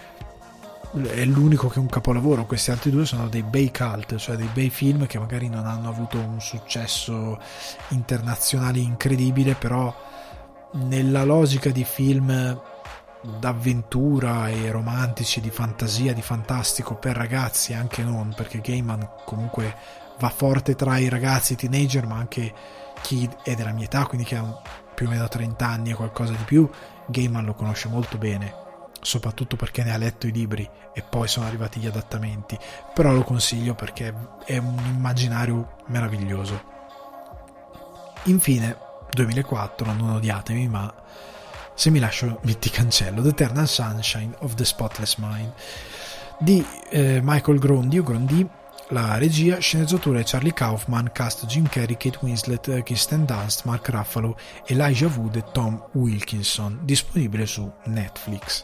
è l'unico che è un capolavoro. Questi altri due sono dei bei cult, cioè dei bei film che magari non hanno avuto un successo internazionale incredibile, però nella logica di film d'avventura e romantici, di fantasia, di fantastico per ragazzi, anche non, perché Gaiman comunque va forte tra i ragazzi, i teenager, ma anche chi è della mia età, quindi che ha più o meno 30 anni e qualcosa di più. Gaiman lo conosce molto bene, soprattutto perché ne ha letto i libri e poi sono arrivati gli adattamenti, però lo consiglio perché è un immaginario meraviglioso. Infine 2004, non odiatemi, ma se mi lascio ti cancello, The Eternal Sunshine of the Spotless Mind di Michael Grondie o Grondie, la regia, sceneggiatura di Charlie Kaufman, cast Jim Carrey, Kate Winslet, Kirsten Dunst, Mark Ruffalo, Elijah Wood e Tom Wilkinson, disponibile su Netflix.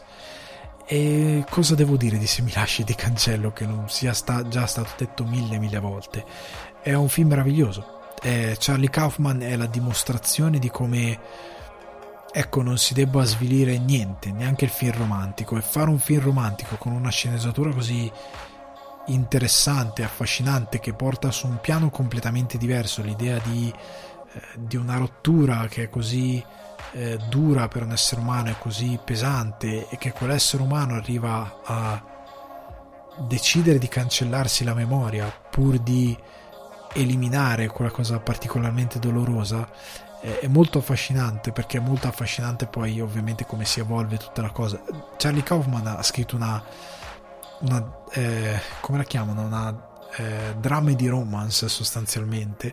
E cosa devo dire di Se mi lasci ti cancello, che non sia già stato detto mille volte? È un film meraviglioso. Charlie Kaufman è la dimostrazione di come, ecco, non si debba svilire niente, neanche il film romantico, e fare un film romantico con una sceneggiatura così interessante, affascinante, che porta su un piano completamente diverso l'idea di una rottura che è così dura per un essere umano, è così pesante, e che quell'essere umano arriva a decidere di cancellarsi la memoria pur di eliminare quella cosa particolarmente dolorosa. È molto affascinante, perché è molto affascinante poi ovviamente come si evolve tutta la cosa. Charlie Kaufman ha scritto una come la chiamano, una dramedy romance sostanzialmente,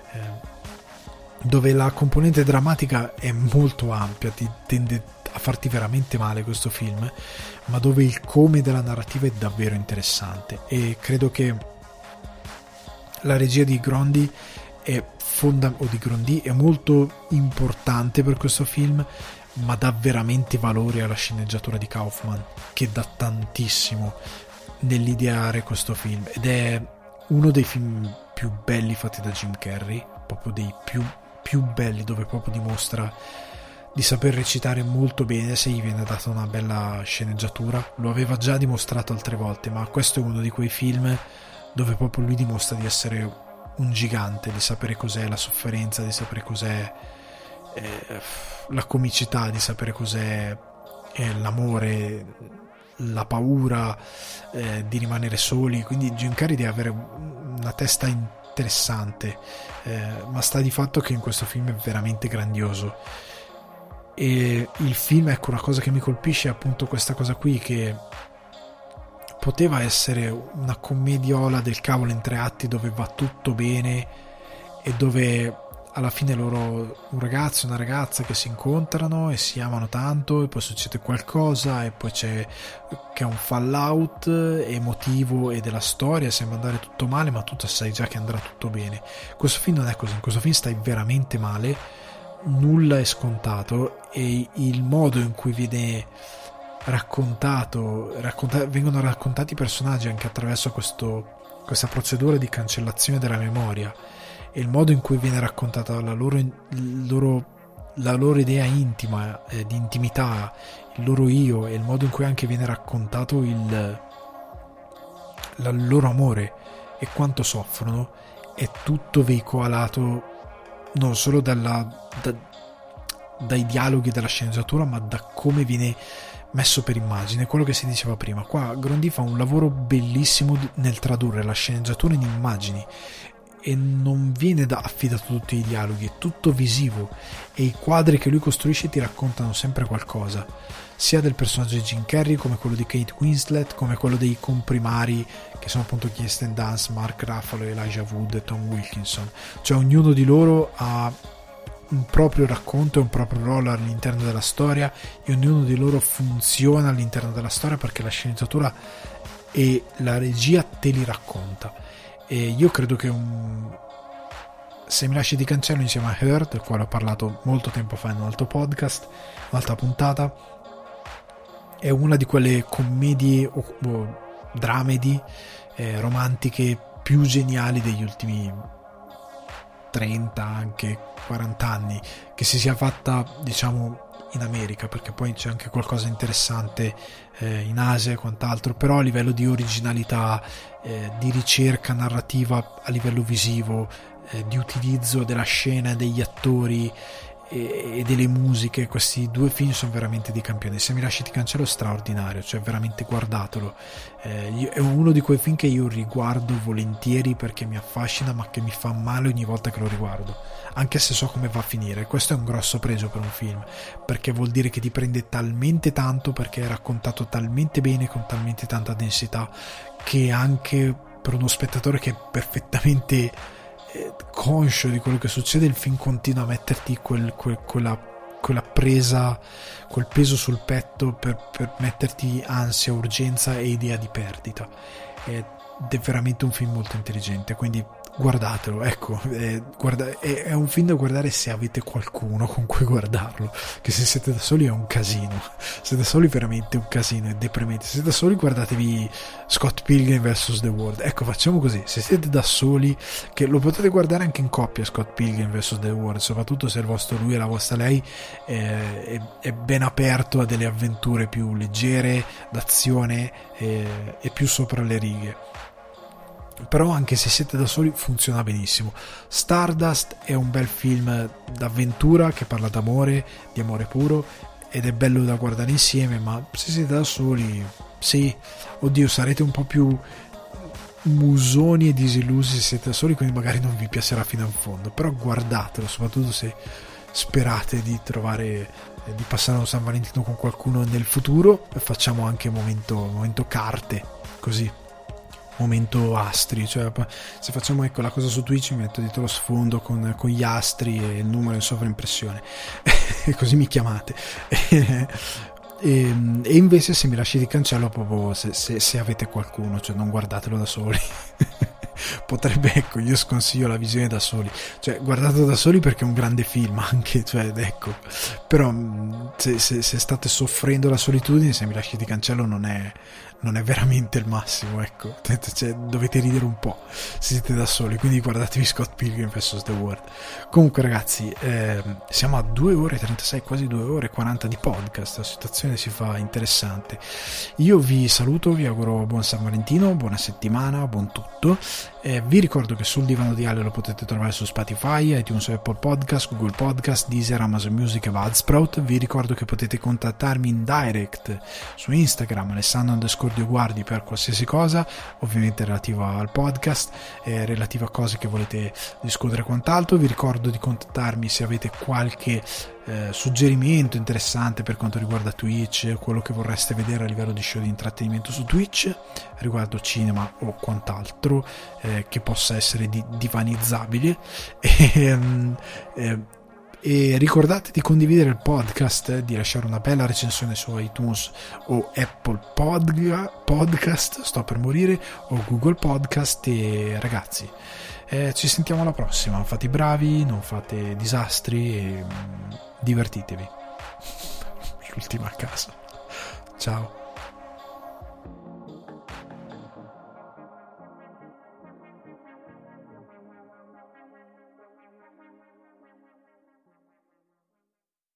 dove la componente drammatica è molto ampia, ti tende a farti veramente male questo film, ma dove il come della narrativa è davvero interessante. E credo che la regia di Grondie di Grondie è molto importante per questo film, ma dà veramente valore alla sceneggiatura di Kaufman, che dà tantissimo nell'ideare questo film, ed è uno dei film più belli fatti da Jim Carrey, proprio dei più belli, dove proprio dimostra di saper recitare molto bene se gli viene data una bella sceneggiatura. Lo aveva già dimostrato altre volte, ma questo è uno di quei film dove proprio lui dimostra di essere un gigante, di sapere cos'è la sofferenza, di sapere cos'è la comicità, di sapere cos'è l'amore, la paura di rimanere soli. Quindi Jim Carrey deve avere una testa interessante, ma sta di fatto che in questo film è veramente grandioso. E il film, ecco, una cosa che mi colpisce è appunto questa cosa qui, che poteva essere una commediola del cavolo in 3 atti dove va tutto bene e dove alla fine loro, un ragazzo e una ragazza che si incontrano e si amano tanto, e poi succede qualcosa e poi c'è che è un fallout emotivo e della storia, sembra andare tutto male, ma tu sai già che andrà tutto bene. Questo film non è così, in questo film stai veramente male, nulla è scontato, e il modo in cui viene vengono raccontati i personaggi anche attraverso questa procedura di cancellazione della memoria, e il modo in cui viene raccontata la loro idea intima, di intimità, il loro io, e il modo in cui anche viene raccontato il loro amore e quanto soffrono, è tutto veicolato non solo dai dialoghi della sceneggiatura, ma da come viene messo per immagine, quello che si diceva prima. Qua Grondie fa un lavoro bellissimo nel tradurre la sceneggiatura in immagini, e non viene affidato tutti i dialoghi, è tutto visivo e i quadri che lui costruisce ti raccontano sempre qualcosa, sia del personaggio di Jim Carrey come quello di Kate Winslet, come quello dei comprimari che sono appunto Kirsten Dunst, Mark Ruffalo, Elijah Wood e Tom Wilkinson. Cioè ognuno di loro ha un proprio racconto e un proprio ruolo all'interno della storia e ognuno di loro funziona all'interno della storia perché la sceneggiatura e la regia te li racconta. E io credo che Se mi lasci ti cancello insieme a Her, del quale ho parlato molto tempo fa in un altro podcast, un'altra puntata, è una di quelle commedie o dramedy romantiche più geniali degli ultimi 30, anche 40 anni, che si sia fatta, diciamo, in America, perché poi c'è anche qualcosa di interessante in Asia e quant'altro, però a livello di originalità, di ricerca narrativa a livello visivo, di utilizzo della scena, degli attori e delle musiche, questi due film sono veramente di campioni. Se mi lasci ti cancello è straordinario, cioè veramente guardatelo, è uno di quei film che io riguardo volentieri perché mi affascina ma che mi fa male ogni volta che lo riguardo, anche se so come va a finire. Questo è un grosso pregio per un film, perché vuol dire che ti prende talmente tanto, perché è raccontato talmente bene, con talmente tanta densità, che anche per uno spettatore che è perfettamente conscio di quello che succede, il film continua a metterti quella presa, quel peso sul petto per metterti ansia, urgenza e idea di perdita. Ed è veramente un film molto intelligente, quindi guardatelo, ecco, è un film da guardare se avete qualcuno con cui guardarlo, che se siete da soli è un casino, siete soli veramente un casino, è deprimente. Se siete da soli guardatevi Scott Pilgrim vs. The World, ecco, facciamo così, se siete da soli, che lo potete guardare anche in coppia Scott Pilgrim vs. The World, soprattutto se il vostro lui e la vostra lei è ben aperto a delle avventure più leggere, d'azione e più sopra le righe. Però anche se siete da soli funziona benissimo. Stardust è un bel film d'avventura che parla d'amore, di amore puro, ed è bello da guardare insieme, ma se siete da soli, sì, oddio, sarete un po' più musoni e disillusi se siete da soli, quindi magari non vi piacerà fino in fondo, però guardatelo, soprattutto se sperate di trovare, di passare un San Valentino con qualcuno nel futuro. Facciamo anche momento carte, così, momento astri, cioè se facciamo, ecco, la cosa su Twitch, mi metto dietro lo sfondo con gli astri e il numero in sovraimpressione e così mi chiamate. E invece se mi lasci di cancello, proprio se avete qualcuno, cioè non guardatelo da soli. Potrebbe, ecco, io sconsiglio la visione da soli, cioè guardatelo da soli perché è un grande film anche, cioè, ecco, però se state soffrendo la solitudine, se mi lasci di cancello non è veramente il massimo, ecco, cioè, dovete ridere un po' se siete da soli, quindi guardatevi Scott Pilgrim vs. The World. Comunque ragazzi, siamo a 2 ore e 36, quasi 2 ore e 40 di podcast, la situazione si fa interessante. Io vi saluto, vi auguro buon San Valentino, buona settimana, buon tutto. Vi ricordo che sul divano di Ale lo potete trovare su Spotify, iTunes, Apple Podcast, Google Podcast, Deezer, Amazon Music e Buzzsprout. Vi ricordo che potete contattarmi in direct su Instagram, Alessandro_Dioguardi, per qualsiasi cosa, ovviamente relativa al podcast, relativa a cose che volete discutere e quant'altro. Vi ricordo di contattarmi se avete qualche suggerimento interessante per quanto riguarda Twitch, quello che vorreste vedere a livello di show di intrattenimento su Twitch riguardo cinema o quant'altro che possa essere divanizzabile. E ricordate di condividere il podcast, di lasciare una bella recensione su iTunes o Apple Podcast, sto per morire, o Google Podcast. E ragazzi, ci sentiamo alla prossima, fate i bravi, non fate disastri e divertitevi. L'ultima a caso. Ciao.